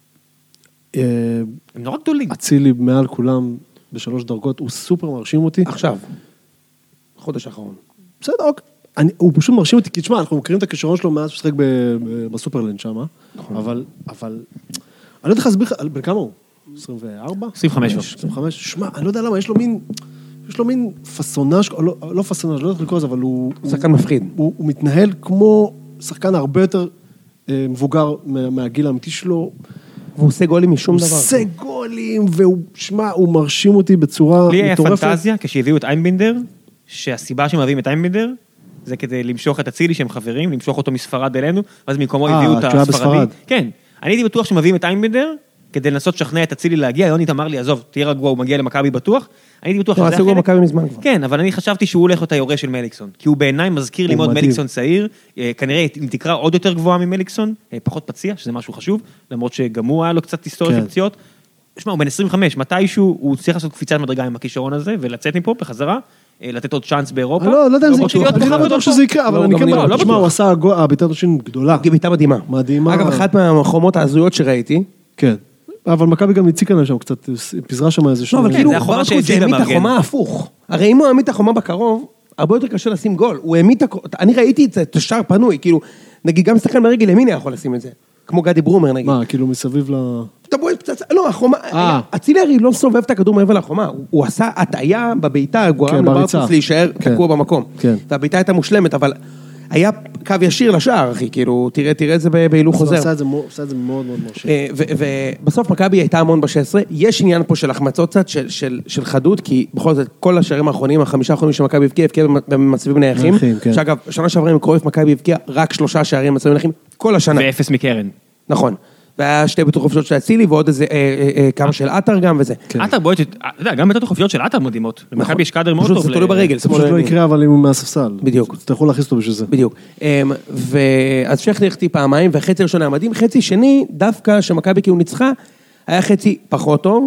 Speaker 1: הם נורא גדולים.
Speaker 3: אצילי מעל כולם בשלוש דרגות, הוא סופר מרשים אותי.
Speaker 2: עכשיו, חודש האחרון.
Speaker 3: בסדר, אוקיי. אני, הוא פשוט מרשים אותי, כי תשמע, אנחנו מכירים את הכישרון שלו מאז ששחק בסופרלנד שם, אבל, אבל, אני לא יודע איך להסביר, בן כמה הוא? עשרים וארבע?
Speaker 1: עשרים וחמש.
Speaker 3: עשרים וחמש, שמע, אני לא יודע למה, יש לו מין, יש לו מין פסונאז', לא, לא פסונאז', לא יודע איך לקרוא לזה, אבל הוא...
Speaker 2: שחקן מפחיד.
Speaker 3: הוא, הוא מתנהל כמו שחקן הרבה יותר אה, מבוגר מהגיל האמיתי שלו.
Speaker 2: והוא עושה גולים משום דבר.
Speaker 3: הוא עושה גולים, והוא, שמע, הוא מרשים אותי בצורה מטורפת.
Speaker 1: לי היה פנטזיה, כשהביאו את איינבינדר, שהסיבה שמביאים את איינבינדר, זה כדי למשוך את אצילי שהם חברים, למשוך אותו מספרד אלינו, ואז במקומו הביאו את הספרדי. כן, אני הייתי בטוח שמביאים את איינבינדר, כדי לנסות לשכנע את אצילי להגיע, יונית אמר לי, עזוב, תהיה רגוע, הוא מגיע למכבי בטוח, אני הייתי בטוח שזה
Speaker 2: החלק.
Speaker 1: כן, אבל אני חשבתי שהוא הולך להיות היורש של מליקסון, כי הוא בעיניי מזכיר לי מאוד מליקסון צעיר, כנראה אם תקרא עוד יותר גבוהה ממליקסון, פחות פציע, שזה משהו חשוב, למרות שגם הוא היה לו קצת היסטוריה של פציעות. תשמע, הוא בן עשרים וחמש, מתישהו הוא צריך לעשות קפיצת מדרגה עם הכישרון הזה, ולצאת מפה בחזרה, לתת עוד צ'אנס באירופה.
Speaker 3: לא, לא יודע אם זה יקרה, אני לא יודע שזה יקרה, אבל אני כן בטוח. תשמע, הוא עשה בעיטת ראשון גדולה.
Speaker 2: בעיטה מדהימה.
Speaker 3: מדהימה.
Speaker 2: אגב, אחת מהחומות ההזויות שראיתי.
Speaker 3: כן. אבל מכבי גם הציקה להם שם קצת, פיזרה שם איזה
Speaker 2: שום. לא, אבל כאילו, ברקו זה העמיד את החומה הפוך. הרי אם הוא העמיד את החומה בקרוב, הרבה יותר קשה לשים גול. הוא העמיד את... אני ראיתי את השער פנוי, כאילו, נגיד גם שחקן ברגל ימין יכול לשים את זה. כמו גדי ברומר, נגיד.
Speaker 3: מה, כאילו מסביב ל...
Speaker 2: אתה בואי פצצה, לא, החומה, אצילי הרי לא סובב את הכדור מעבר לחומה, הוא עשה הטעיה בביתה, גורם לברקוס להישאר תקוע במקום. והביתה הייתה מושלמת, אבל היה קו ישיר לשער, אחי, כאילו, תראה, תראה את זה בהילוך חוזר.
Speaker 3: הוא עשה את זה מאוד מאוד מרשים.
Speaker 2: ובסוף מכבי הייתה המון ב-שש עשרה, יש עניין פה של החמצות קצת, של חדות, כי בכל זאת, כל השערים האחרונים, החמישה האחרונים שמכבי הבקיעה, הבקיעה במצבים נייחים, שאגב, שנה שעברה עם קרויף, מכבי הבקיעה רק שלושה שערים במצבים נייחים, כל השנה.
Speaker 1: ואפס מקרן.
Speaker 2: נכון. והיה שתי בטוח חופשיות של אצילי, ועוד איזה כמה של עטר גם וזה.
Speaker 1: עטר בועט, אתה יודע, גם בטוח חופשיות של עטר מדהימות. למכבי יש קאדר מאוד טוב.
Speaker 2: פשוט זה תלוי ברגל.
Speaker 3: זה פשוט לא יקרה, אבל אם הוא מהספסל.
Speaker 2: בדיוק.
Speaker 3: אתה יכול להכניס אותו בשביל זה.
Speaker 2: בדיוק. ואז שכטר החטיא פעמיים, והחצי הראשון היה מדהים, חצי שני, דווקא שמכבי כאילו ניצחה, היה חצי פחות טוב,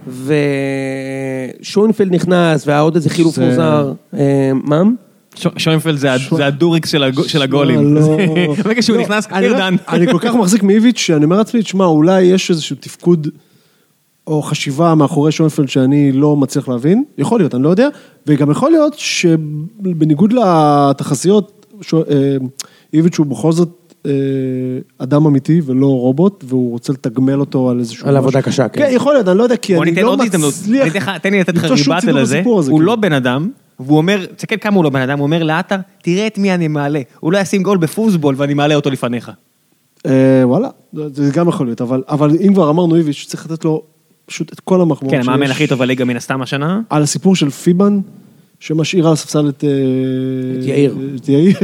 Speaker 2: ושונפלד נכנס, והיה עוד איזה חילוף מוזר. מה?
Speaker 1: שוינפלד זה הדוריקס של הגולים. ברגע שהוא נכנס, ירדן.
Speaker 3: אני כל כך מחזיק מאיביץ' שאני אומר לעצמי, תשמע, אולי יש איזשהו תפקוד או חשיבה מאחורי שוינפלד שאני לא מצליח להבין. יכול להיות, אני לא יודע. וגם יכול להיות שבניגוד לתחזיות, איביץ' הוא בכל זאת אדם אמיתי ולא רובוט, והוא רוצה לתגמל אותו על איזשהו...
Speaker 2: על עבודה קשה, כן.
Speaker 3: כן, יכול להיות, אני לא יודע, כי אני לא מצליח...
Speaker 1: תן לי לתת לך ריבט על זה, הוא לא בן אדם, והוא אומר, תסתכל כמה הוא לא בן אדם, הוא אומר לאתר, תראה את מי אני מעלה, הוא לא ישים גול בפוסבול ואני מעלה אותו לפניך.
Speaker 3: וואלה, זה גם יכול להיות, אבל אם כבר אמרנו איביץ' צריך לתת לו פשוט את כל המחמאות
Speaker 1: שיש. כן, המאמן הכי טוב הליגה מן הסתם השנה.
Speaker 3: על הסיפור של פיבן, שמשאיר על הספסל את
Speaker 2: יאיר.
Speaker 3: את יאיר,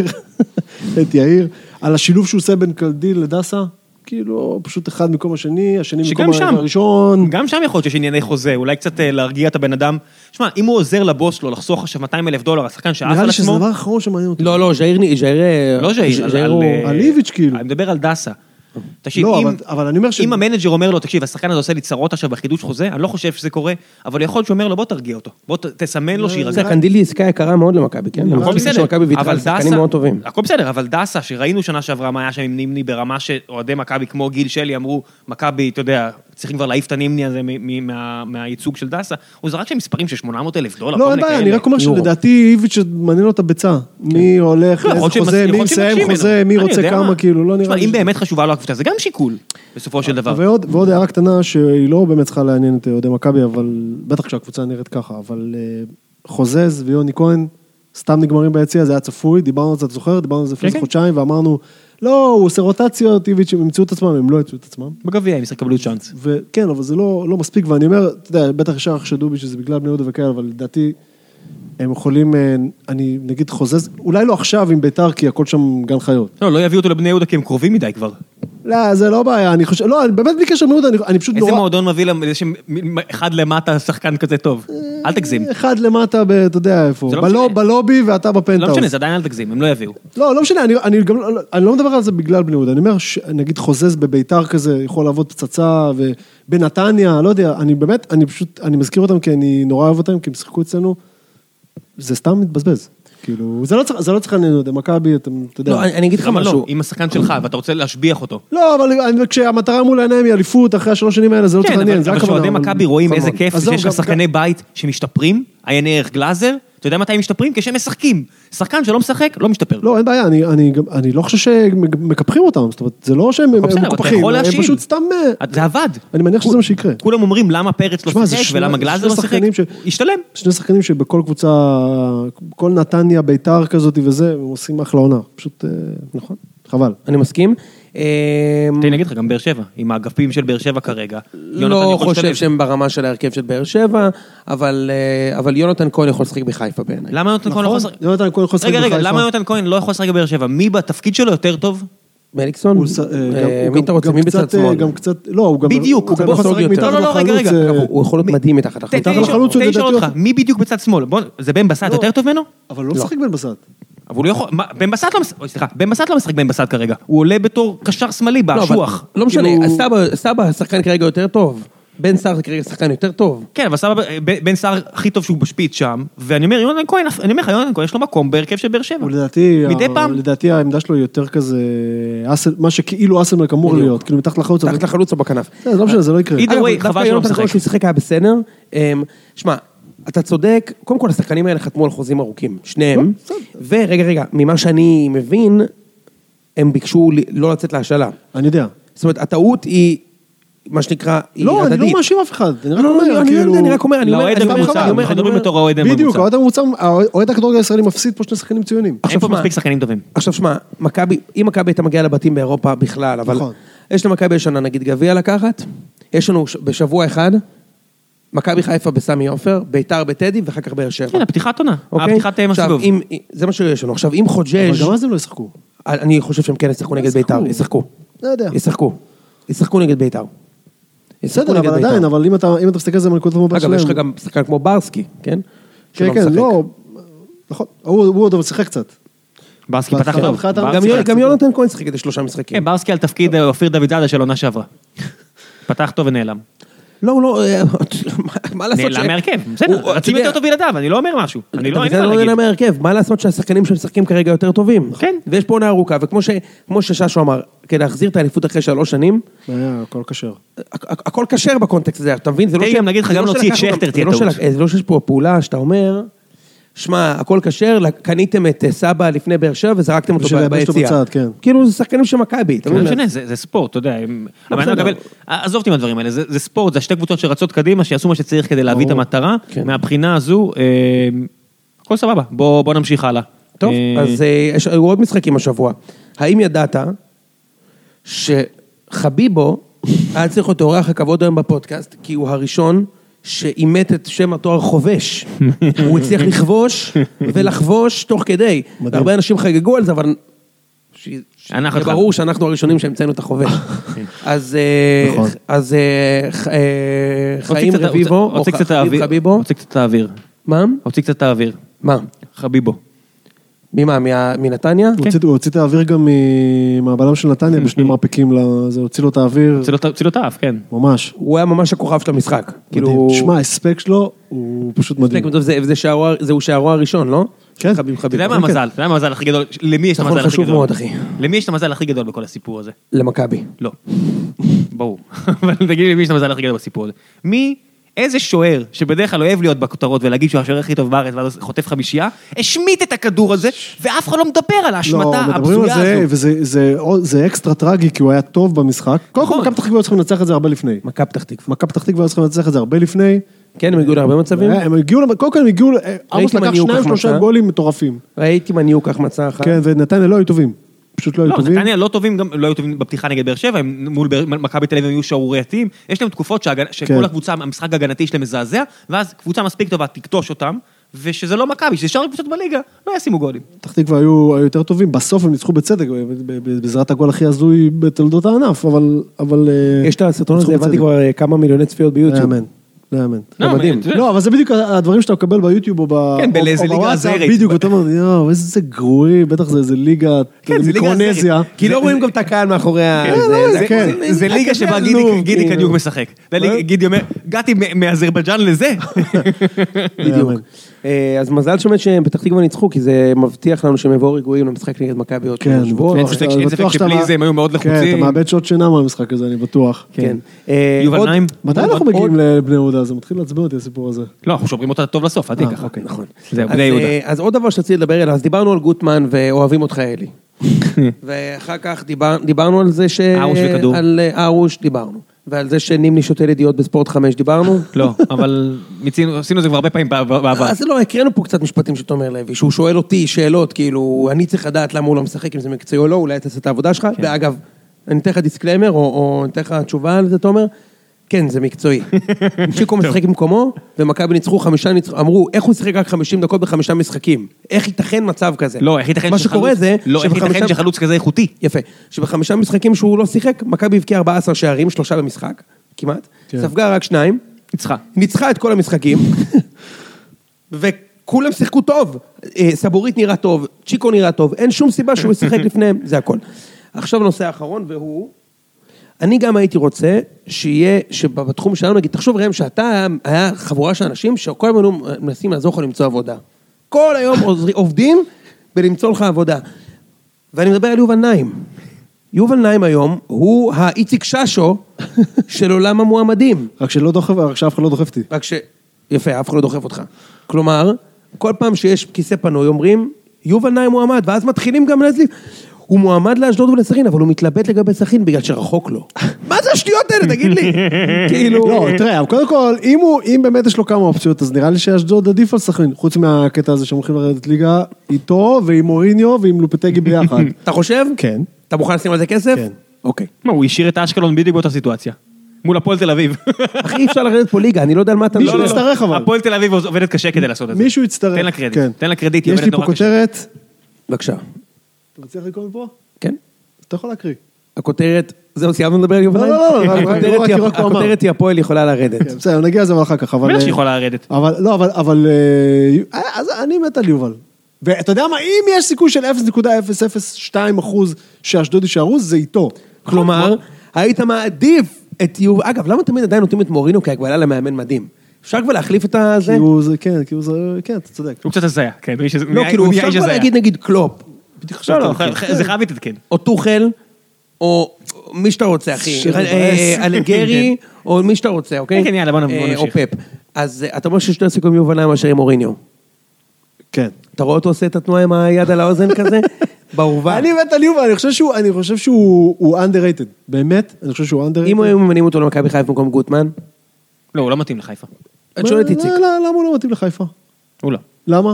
Speaker 3: את יאיר, על השילוב שהוא עושה בין קלדיל לדסה, כאילו פשוט אחד מקום השני, השני מקום הראשון.
Speaker 1: גם שם יכול להיות שיש ענייני חוזה, אולי קצת להרגיע את הבן אדם. שמע, אם הוא עוזר לבוס שלו לחסוך עכשיו מאתיים אלף דולר, השחקן שעף על עצמו...
Speaker 3: נראה לי שזה דבר אחרון שמעניין אותי.
Speaker 2: לא, לא, ז'איר...
Speaker 1: לא ז'איר,
Speaker 3: על איביץ' כאילו.
Speaker 1: אני מדבר על דסה. תקשיב,
Speaker 3: לא, אבל, אבל אני אומר ש...
Speaker 1: אם המנג'ר אומר לו, תקשיב, השחקן הזה עושה לי צרות עכשיו בחידוש חוזה, אני לא חושב שזה קורה, אבל יכול להיות שהוא אומר לו, בוא תרגיע אותו, בוא תסמן לו שירגע.
Speaker 2: קנדילי עסקה יקרה מאוד למכבי, כן?
Speaker 1: הכל בסדר, אבל
Speaker 2: דסה,
Speaker 1: הכל בסדר, אבל דסה, שראינו שנה שעברה מה היה שם עם נימני, ברמה שאוהדי מכבי כמו גיל שלי אמרו, מכבי, אתה יודע, צריכים כבר להעיף את הנימני הזה מהייצוג של דסה, הוא זרק שם מספרים של שמונה מאות אלף דולר.
Speaker 3: לא, אני רק אומר שלדעתי איביץ' מעניין לו את הביצה. מי הולך, איזה חוזה, מי מסיים חוזה, מי רוצה כמה, כאילו, לא נראה לי.
Speaker 1: אם באמת חשובה לו הקבוצה, זה גם שיקול, בסופו של דבר.
Speaker 3: ועוד, ועוד הערה קטנה שהיא לא באמת צריכה לעניין את אוהדי מכבי, אבל בטח כשהקבוצה נראית ככה, אבל חוזז ויוני כהן סתם נגמרים ביציע, זה היה צפוי, דיברנו על זה, אתה זוכר, דיברנו על זה לפני חודשיים, ואמרנו, לא, הוא עושה רוטציות, איביץ' הם ימצאו את עצמם, הם לא ימצאו את עצמם.
Speaker 1: בגביע, הם יקבלו צ'אנס.
Speaker 3: וכן, אבל זה לא, לא מספיק, ואני אומר, אתה יודע, בטח ישר חשדו בי שזה בגלל בני יהודה וכאלה, אבל לדעתי, הם יכולים, אני נגיד חוזז, אולי לא עכשיו עם ביתר, כי הכל שם גן חיות.
Speaker 1: לא, לא יביאו אותו לבני יהודה, כי הם קרובים מדי כבר.
Speaker 3: לא, זה לא בעיה, אני חושב, לא, באמת בלי קשר מאוד, אני פשוט נורא...
Speaker 1: איזה מועדון מביא אחד למטה שחקן כזה טוב? אל תגזים.
Speaker 3: אחד למטה, אתה יודע איפה, בלובי ואתה בפנטאוס.
Speaker 1: לא משנה, זה עדיין אל תגזים, הם לא יביאו.
Speaker 3: לא, לא משנה, אני לא מדבר על זה בגלל בני יהודה, אני אומר, נגיד חוזז בביתר כזה, יכול לעבוד פצצה, ובנתניה, לא יודע, אני באמת, אני פשוט, אני מזכיר אותם כי אני נורא אוהב אותם, כי הם שיחקו אצלנו, זה סתם מתבזבז. כאילו, זה לא צריך, זה לא צריך לעניין, מכבי, אתה יודע.
Speaker 2: לא, אני אגיד לך משהו.
Speaker 1: עם השחקן שלך, ואתה רוצה להשביח אותו.
Speaker 3: לא, אבל כשהמטרה מול העיניים היא אליפות, אחרי השלוש שנים האלה, זה לא צריך לעניין.
Speaker 1: כן, אבל כשאוהדי מכבי רואים איזה כיף, שיש לך שחקני בית שמשתפרים, עיין ערך גלאזר, אתה יודע מתי הם משתפרים? כשהם משחקים. שחקן שלא משחק, לא משתפר.
Speaker 3: לא, אין בעיה, אני לא חושב שמקפחים אותם, זאת אומרת, זה לא שהם מקופחים, הם פשוט סתם...
Speaker 1: זה עבד.
Speaker 3: אני מניח שזה מה שיקרה.
Speaker 1: כולם אומרים למה פרץ לא שיחק ולמה גלאזר לא שיחק. ישתלם.
Speaker 3: שני שחקנים שבכל קבוצה, כל נתניה, ביתר כזאת וזה, הם עושים אחלה עונה. פשוט, נכון, חבל.
Speaker 2: אני מסכים.
Speaker 1: תן נגיד לך, גם באר שבע, עם האגפים של באר שבע כרגע.
Speaker 2: לא חושב שהם ברמה של ההרכב של באר שבע, אבל יונתן כהן יכול לשחק בחיפה בעיניי.
Speaker 1: למה יונתן כהן לא יכול לשחק?
Speaker 3: יונתן כהן יכול לשחק בחיפה.
Speaker 1: רגע, רגע, למה יונתן כהן לא יכול לשחק בבאר שבע? מי בתפקיד שלו יותר טוב?
Speaker 2: מליקסון? מי אתה רוצה? מי בצד שמאל?
Speaker 3: גם קצת, לא, הוא גם...
Speaker 1: בדיוק.
Speaker 3: הוא יכול לשחק מתחת לחלוץ.
Speaker 2: הוא יכול להיות מדהים מתחת לחלוץ.
Speaker 1: מתחת לחלוץ הוא לדעתי אותך. מי בדיוק בצד שמאל? זה בן בסט יותר טוב ממנו?
Speaker 3: אבל לא משחק בן בסט.
Speaker 1: אבל הוא לא יכול, בן בסט לא משחק, סליחה, בן בסט לא משחק בן בסט כרגע, הוא עולה בתור קשר שמאלי באשוח.
Speaker 2: לא משנה, סבא שחקן כרגע יותר טוב, בן סער זה כרגע שחקן יותר טוב.
Speaker 1: כן, אבל סבא, בן סער הכי טוב שהוא בשפיץ שם, ואני אומר, יונתן כהן, אני אומר לך, יונתן כהן, יש לו מקום בהרכב של באר שבע. מדי פעם.
Speaker 3: לדעתי העמדה שלו יותר כזה, מה שכאילו אסלמק אמור להיות, כאילו מתחת לחלוץ.
Speaker 2: מתחת לחלוץ או בכנף.
Speaker 3: זה לא משנה, זה לא יקרה.
Speaker 1: דווקא יונתן כהן
Speaker 2: שהוא שיחק היה בסדר. שמע, אתה צודק, קודם כל השחקנים האלה חתמו על חוזים ארוכים, שניהם, ורגע, רגע, ממה שאני מבין, הם ביקשו לא לצאת להשאלה.
Speaker 3: אני יודע.
Speaker 2: זאת אומרת, הטעות היא, מה שנקרא, היא
Speaker 3: הדדית. לא, אני לא מאשים אף אחד, אני רק
Speaker 2: אומר, אני רק אומר, אני אומר,
Speaker 1: לאוהד הממוצע, אנחנו מדברים בתור האוהד הממוצע.
Speaker 3: בדיוק, האוהד הממוצע, האוהד הכדורגל הישראלי מפסיד פה שני שחקנים ציונים.
Speaker 1: אין פה מספיק שחקנים טובים.
Speaker 2: עכשיו שמע, אם מכבי הייתה מגיעה לבתים באירופה בכלל, אבל יש למכבי השנה, נגיד גביע לקחת, יש לנו בשבוע אחד, מכבי חיפה בסמי עופר, ביתר בטדי, ואחר כך באר שבע.
Speaker 1: כן, הפתיחת עונה. הפתיחת מסגוב.
Speaker 2: זה מה שיש לנו. עכשיו, אם חוג'ז'
Speaker 3: אבל גם אז הם לא ישחקו.
Speaker 2: אני חושב שהם כן ישחקו נגד ביתר. ישחקו.
Speaker 3: לא יודע.
Speaker 2: ישחקו. ישחקו נגד ביתר.
Speaker 3: בסדר, אבל עדיין, אבל אם אתה מסתכל על זה מנקודת המבט שלהם...
Speaker 2: אגב, יש לך גם שחקן כמו ברסקי, כן?
Speaker 3: כן, כן, לא... נכון. הוא עוד אבל שיחק קצת.
Speaker 1: ברסקי פתח טוב.
Speaker 2: גם יונתן כהן שיחק כדי שלושה משחקים.
Speaker 1: כן, ברסקי על תפקיד אופיר דוידזאדה של עונה שעברה. פתח טוב ונעלם.
Speaker 2: לא, לא, מה לעשות ש...
Speaker 1: נעלם מהרכב, בסדר, רצים יותר טוב בלעדיו, אני לא אומר משהו, אני לא אין מה להגיד.
Speaker 2: נעלם מהרכב, מה לעשות שהשחקנים שמשחקים כרגע יותר טובים?
Speaker 1: כן.
Speaker 2: ויש פה עונה ארוכה, וכמו שששו אמר, כדי להחזיר את האליפות אחרי שלוש שנים,
Speaker 3: הכל כשר.
Speaker 2: הכל כשר בקונטקסט הזה, אתה מבין? זה לא
Speaker 1: גם נגיד לך, גם להוציא את שכטר תהיה טעות.
Speaker 2: זה לא שיש פה פעולה שאתה אומר, שמע, הכל כשר, קניתם את סבא לפני באר שבע וזרקתם אותו ביציאה. כאילו זה שחקנים של מכבי.
Speaker 1: זה ספורט, אתה יודע. עזוב אותי מהדברים האלה, זה ספורט, זה שתי קבוצות שרצות קדימה, שיעשו מה שצריך כדי להביא את המטרה. מהבחינה הזו, הכל סבבה, בוא נמשיך הלאה.
Speaker 2: טוב, אז יש עוד משחקים השבוע. האם ידעת שחביבו היה צריך להיות אורח הכבוד היום בפודקאסט, כי הוא הראשון שאימת את שם התואר חובש. הוא הצליח לכבוש ולחבוש תוך כדי. הרבה אנשים חגגו על זה, אבל זה ברור שאנחנו הראשונים שהמצאנו את החובש. אז חיים רביבו,
Speaker 1: הוציא קצת האוויר. הוציא קצת האוויר.
Speaker 2: מה?
Speaker 1: הוציא קצת האוויר.
Speaker 2: מה?
Speaker 1: חביבו.
Speaker 2: ממה? מנתניה?
Speaker 3: הוא הוציא את האוויר גם מהבלם של נתניה, בשני מרפקים, זה הוציא לו את האוויר.
Speaker 1: הוציא לו את האף, כן.
Speaker 3: ממש.
Speaker 2: הוא היה ממש הכוכב של המשחק.
Speaker 3: תשמע, ההספק שלו הוא פשוט מדהים.
Speaker 2: זהו שערו הראשון, לא?
Speaker 3: כן.
Speaker 2: חביב, חביב.
Speaker 1: אתה יודע מה המזל? אתה יודע מה המזל הכי גדול? למי יש את המזל הכי גדול?
Speaker 2: חשוב מאוד, אחי.
Speaker 1: למי יש את המזל הכי גדול בכל הסיפור הזה?
Speaker 2: למכבי.
Speaker 1: לא. ברור. אבל תגיד לי, למי יש את המזל הכי גדול בסיפור הזה? מי... איזה שוער, שבדרך כלל אוהב להיות בכותרות ולהגיד שהוא השוער הכי טוב בארץ, ואז חוטף חמישייה, השמיט את הכדור הזה, ואף אחד לא מדבר על ההשמטה הבזויה הזו.
Speaker 3: וזה אקסטרה טרגי, כי הוא היה טוב במשחק. קודם כל, מכבי פתח תקווה צריכים לנצח את זה הרבה לפני.
Speaker 2: מכבי פתח תקווה.
Speaker 3: מכבי פתח תקווה צריכים לנצח את זה הרבה לפני.
Speaker 2: כן, הם הגיעו להרבה מצבים.
Speaker 3: הם הגיעו, קודם כל הם הגיעו, עמוס לקח שניים, שלושה גולים מטורפים.
Speaker 2: ראיתי מניוק כך מצא אחת.
Speaker 3: כן, ונתניה לא היו טובים. פשוט לא היו טובים.
Speaker 1: נתניה לא טובים, גם לא היו טובים בפתיחה נגד באר שבע, הם מול מכבי תל אביב היו שערורייתיים, יש להם תקופות שכל הקבוצה, המשחק הגנתי שלהם מזעזע, ואז קבוצה מספיק טובה תקטוש אותם, ושזה לא מכבי, שזה שאר קבוצות בליגה, לא ישימו גולים.
Speaker 3: פתח תקווה היו יותר טובים, בסוף הם ניצחו בצדק, בעזרת הגול הכי הזוי בתולדות הענף, אבל...
Speaker 2: יש את הסרטון הזה, הבנתי כבר כמה מיליוני צפיות ביוטיוב.
Speaker 3: לאמן, לאמן.
Speaker 1: לא, מדהים.
Speaker 3: לא, אבל זה בדיוק הדברים שאתה מקבל ביוטיוב או בוואטסאפ.
Speaker 1: כן, באיזה ליגה עזרת.
Speaker 3: בדיוק, ואתה אומר, יואו, איזה גרועי, בטח זה איזה ליגה, מיקרונזיה.
Speaker 2: כי לא רואים גם את הקהל מאחורי ה...
Speaker 1: זה ליגה שבה גידי קניוק משחק. גידי אומר, געתי מאזרבייג'אן לזה.
Speaker 2: בדיוק. אז מזל שומעת שהם פתח תקווה ניצחו, כי זה מבטיח לנו שהם יבואו רגועים למשחק נגד מכבי עוד
Speaker 3: כן,
Speaker 2: שבוע.
Speaker 1: אין ספק שבלי זה הם היו מאוד לחוצים.
Speaker 3: כן, אתה מאבד שעות שינה מהמשחק הזה, אני בטוח.
Speaker 2: כן.
Speaker 1: יובל נעים?
Speaker 3: מתי אנחנו מגיעים לבני יהודה? זה מתחיל לעצבן אותי הסיפור הזה.
Speaker 1: לא, אנחנו שומרים אותה טוב לסוף, עדי ככה.
Speaker 2: נכון.
Speaker 1: זהו, בני יהודה.
Speaker 2: אז עוד דבר שרציתי לדבר אליו, אז דיברנו על גוטמן ואוהבים אותך אלי. ואחר כך דיברנו על זה ש...
Speaker 1: ארוש וכדור.
Speaker 2: על ארוש דיברנו. ועל זה שנימני שותה ידיעות בספורט חמש דיברנו?
Speaker 1: לא, אבל עשינו את זה כבר הרבה פעמים בעבר.
Speaker 2: אז לא, הקראנו פה קצת משפטים של תומר לוי, שהוא שואל אותי שאלות, כאילו, אני צריך לדעת למה הוא לא משחק, אם זה מקצועי או לא, אולי תעשה את העבודה שלך, ואגב, אני אתן לך דיסקליימר, או אני אתן לך תשובה על זה, תומר, כן, זה מקצועי. צ'יקו משחק במקומו, ומכבי ניצחו חמישה, אמרו, איך הוא שיחק רק חמישים דקות בחמישה משחקים? איך ייתכן מצב כזה?
Speaker 1: לא, איך ייתכן
Speaker 2: שחלוץ,
Speaker 1: לא, איך ייתכן שחלוץ כזה איכותי?
Speaker 2: יפה. שבחמישה משחקים שהוא לא שיחק, מכבי הבקיעה ארבעה עשר שערים, שלושה במשחק, כמעט. ספגה רק שניים.
Speaker 1: ניצחה.
Speaker 2: ניצחה את כל המשחקים. וכולם שיחקו טוב. סבורית נראה טוב, צ'יקו נראה טוב, אין שום סיבה שהוא ישחק לפניהם, זה הכל. עכשיו נושא האחרון, והוא אני גם הייתי רוצה שיהיה, שבתחום שלנו, נגיד, תחשוב ראם שאתה היה חבורה של אנשים שכל הזמן מנסים לעזור לך למצוא עבודה. כל היום עובדים ולמצוא לך עבודה. ואני מדבר על יובל נעים. יובל נעים היום הוא האיציק ששו של עולם המועמדים.
Speaker 3: רק שלא דוחף, רק שאף אחד לא דוחף אותי.
Speaker 2: רק ש... יפה, אף אחד לא דוחף אותך. כלומר, כל פעם שיש כיסא פנוי, אומרים, יובל נעים מועמד, ואז מתחילים גם להזליף. הוא מועמד לאשדוד ולסכין, אבל הוא מתלבט לגבי סכין בגלל שרחוק לו. מה זה השטויות האלה, תגיד לי? כאילו...
Speaker 3: לא, תראה, קודם כל, אם באמת יש לו כמה אופציות, אז נראה לי שאשדוד עדיף על סכין, חוץ מהקטע הזה שהם הולכים לרדת ליגה איתו, ועם מוריניו, ועם לופטגי ביחד.
Speaker 2: אתה חושב?
Speaker 3: כן.
Speaker 2: אתה מוכן לשים על זה כסף?
Speaker 3: כן.
Speaker 2: אוקיי.
Speaker 1: מה, הוא השאיר את אשקלון בדיוק באותה סיטואציה. מול הפועל תל אביב.
Speaker 2: אחי, אי אפשר לרדת פה ליגה, אני לא יודע על מה אתה...
Speaker 3: מישהו יצטרך אבל.
Speaker 1: הפועל תל אביב עובדת קשה כדי לעשות את זה.
Speaker 3: מישהו יצטרך.
Speaker 1: תן לה קרדיט. תן לה קרדיט, היא
Speaker 3: יש לי
Speaker 1: עובדת
Speaker 3: פה
Speaker 1: נורא קשה.
Speaker 3: כותרת.
Speaker 2: בבקשה.
Speaker 3: אתה מצליח לקרוא מפה?
Speaker 2: כן.
Speaker 3: אתה יכול להקריא.
Speaker 2: הכותרת, זהו, סיימנו לדבר על יובל?
Speaker 3: לא, לא, לא.
Speaker 2: הכותרת היא הפועל יכולה לרדת.
Speaker 3: בסדר, נגיע לזה אחר כך.
Speaker 1: מלך שיכולה לרדת.
Speaker 3: לא, אבל... אז אני מת על יובל. ואתה יודע מה, אם יש סיכוי של אפס נקודה אפס אפס שתיים אחוז שאשדוד יישארו, זה איתו.
Speaker 2: כלומר, היית מעדיף את יובל... אגב, למה תמיד עדיין נותנים את מורינו כהגבלה למאמן מדהים? אפשר כבר להחליף את הזה?
Speaker 3: כי הוא זה, כן, כי הוא זה, כן, אתה צודק.
Speaker 1: הוא קצת הזיה, כן.
Speaker 2: לא, כאילו, אפשר כבר להגיד נגיד קלופ.
Speaker 1: לא, לא, זה חייב להתעדכן.
Speaker 2: או טוחל, או מי שאתה רוצה, אחי. אלגרי, או מי שאתה רוצה, אוקיי?
Speaker 1: כן, יאללה, בוא נמשיך.
Speaker 2: או פפ. אז אתה אומר שיש שתי סיכויים יובל נעים מאשר עם מוריניו.
Speaker 3: כן.
Speaker 2: אתה רואה אותו עושה את התנועה עם היד על האוזן כזה? בעורבה.
Speaker 3: אני מת על יובל, אני חושב שהוא, אני חושב שהוא underrated. באמת, אני חושב שהוא underrated.
Speaker 2: אם הוא היו ממנים אותו למכבי חיפה במקום גוטמן?
Speaker 1: לא, הוא לא מתאים לחיפה.
Speaker 2: את שואלת איציק.
Speaker 3: למה הוא לא מתאים לחיפה?
Speaker 1: הוא לא.
Speaker 3: למה?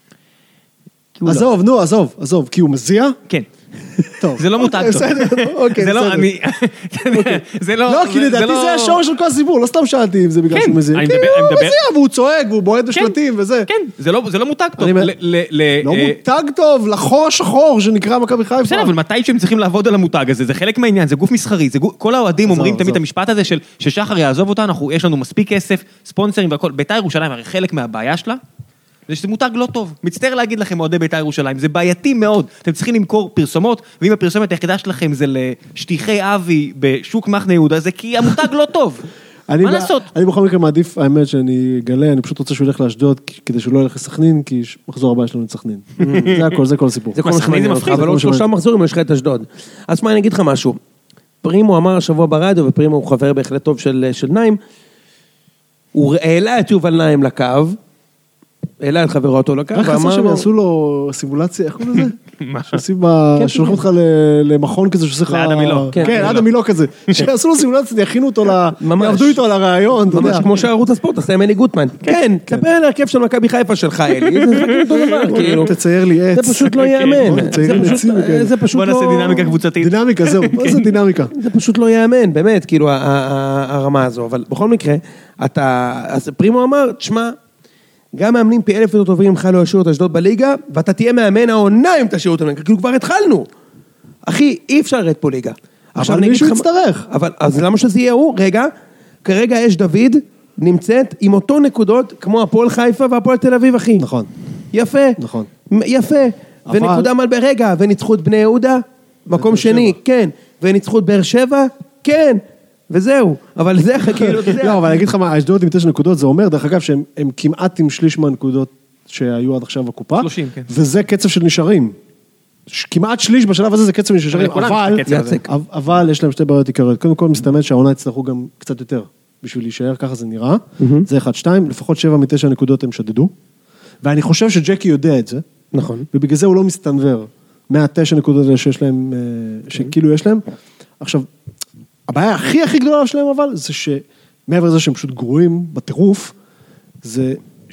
Speaker 3: עזוב, נו, עזוב, עזוב, כי הוא מזיע?
Speaker 1: כן.
Speaker 3: טוב.
Speaker 1: זה לא מותג טוב.
Speaker 3: אוקיי,
Speaker 1: זה לא, אני... זה לא...
Speaker 3: לא, כי לדעתי זה השורש של כל הסיפור, לא סתם שאלתי אם זה בגלל שהוא מזיע. כי הוא מזיע, והוא צועק, והוא בועט בשלטים וזה.
Speaker 1: כן, זה לא מותג טוב.
Speaker 3: לא מותג טוב, לחור השחור שנקרא מכבי חיפה.
Speaker 1: בסדר, אבל מתי שהם צריכים לעבוד על המותג הזה? זה חלק מהעניין, זה גוף מסחרי. כל האוהדים אומרים תמיד את המשפט הזה של ששחר יעזוב אותנו, יש לנו מספיק כסף, ספונסרים והכל. בית"ר ירושלים, הרי חלק מהבעיה שלה זה שזה מותג לא טוב. מצטער להגיד לכם, אוהדי בית"ר ירושלים, זה בעייתי מאוד. אתם צריכים למכור פרסומות, ואם הפרסומת היחידה שלכם זה לשטיחי אבי בשוק מחנה יהודה, זה כי המותג לא טוב. מה לעשות?
Speaker 3: אני בכל מקרה מעדיף, האמת שאני אגלה, אני פשוט רוצה שהוא ילך לאשדוד, כדי שהוא לא ילך לסכנין, כי מחזור הבא יש לנו את סכנין. זה הכל, זה כל הסיפור.
Speaker 2: זה כל סכנין, אבל עוד שלושה מחזורים יש לך את אשדוד. אז מה, אני אגיד לך משהו. פרימו אמר השבוע ברדיו, ופרימו הוא חבר בהחלט טוב של נעים, הוא העלה את יובל נעים לקו, העלה את חברו אותו לקו,
Speaker 3: רק חסר שהם יעשו לו סימולציה, איך קוראים לזה?
Speaker 1: מה?
Speaker 3: שולחים אותך למכון כזה שעושה לך...
Speaker 1: ליד המילו.
Speaker 3: כן, ליד המילו כזה. שיעשו לו סימולציה, יכינו אותו, יעבדו איתו על הרעיון.
Speaker 2: ממש כמו שערוץ הספורט, עשה מני גוטמן. כן, תספר על הרכב של מכבי חיפה שלך, אלי. זה פשוט אותו דבר, כאילו.
Speaker 3: תצייר לי עץ.
Speaker 2: זה פשוט לא יאמן. זה פשוט לא...
Speaker 1: בוא נעשה דינמיקה קבוצתית.
Speaker 3: דינמיקה, זהו. מה זה דינמיקה?
Speaker 2: זה פשוט לא יאמן, באמת, כאילו, הרמה הזו. אבל בכל מקרה, אתה... אז פרימו אמר, תשמע, גם מאמנים פי אלף יותר טובים ממך לא ישאירו את אשדוד בליגה, ואתה תהיה מאמן העונה אם תשאירו אותם, כאילו כבר התחלנו. אחי, אי אפשר לרדת פה ליגה.
Speaker 3: אבל מישהו יצטרך.
Speaker 2: אבל, אז למה שזה יהיה הוא? רגע, כרגע אש דוד נמצאת עם אותו נקודות, כמו הפועל חיפה והפועל תל אביב, אחי.
Speaker 3: נכון.
Speaker 2: יפה.
Speaker 3: נכון.
Speaker 2: יפה.
Speaker 3: אבל...
Speaker 2: ונקודה מל ברגע, וניצחו את בני יהודה, מקום שני, שבע. כן. וניצחו את באר שבע, כן. וזהו. אבל זה כאילו, זה...
Speaker 3: לא, אבל אני אגיד לך מה, אשדוד עם תשע נקודות, זה אומר, דרך אגב, שהם כמעט עם שליש מהנקודות שהיו עד עכשיו בקופה.
Speaker 1: שלושים, כן.
Speaker 3: וזה קצב של נשארים. כמעט שליש בשלב הזה זה קצב של נשארים, אבל, אבל יש להם שתי בעיות עיקריות. קודם כל מסתמן שהעונה יצטרכו גם קצת יותר, בשביל להישאר, ככה זה נראה. זה אחד, שתיים, לפחות שבע מתשע נקודות הם שדדו. ואני חושב שג'קי יודע את זה.
Speaker 2: נכון.
Speaker 3: ובגלל זה הוא לא מסתנבר מהתשע נקודות האלה שיש להם, שכאילו יש להם. עכשיו, הבעיה הכי הכי גדולה שלהם אבל, זה שמעבר לזה שהם פשוט גרועים בטירוף, זה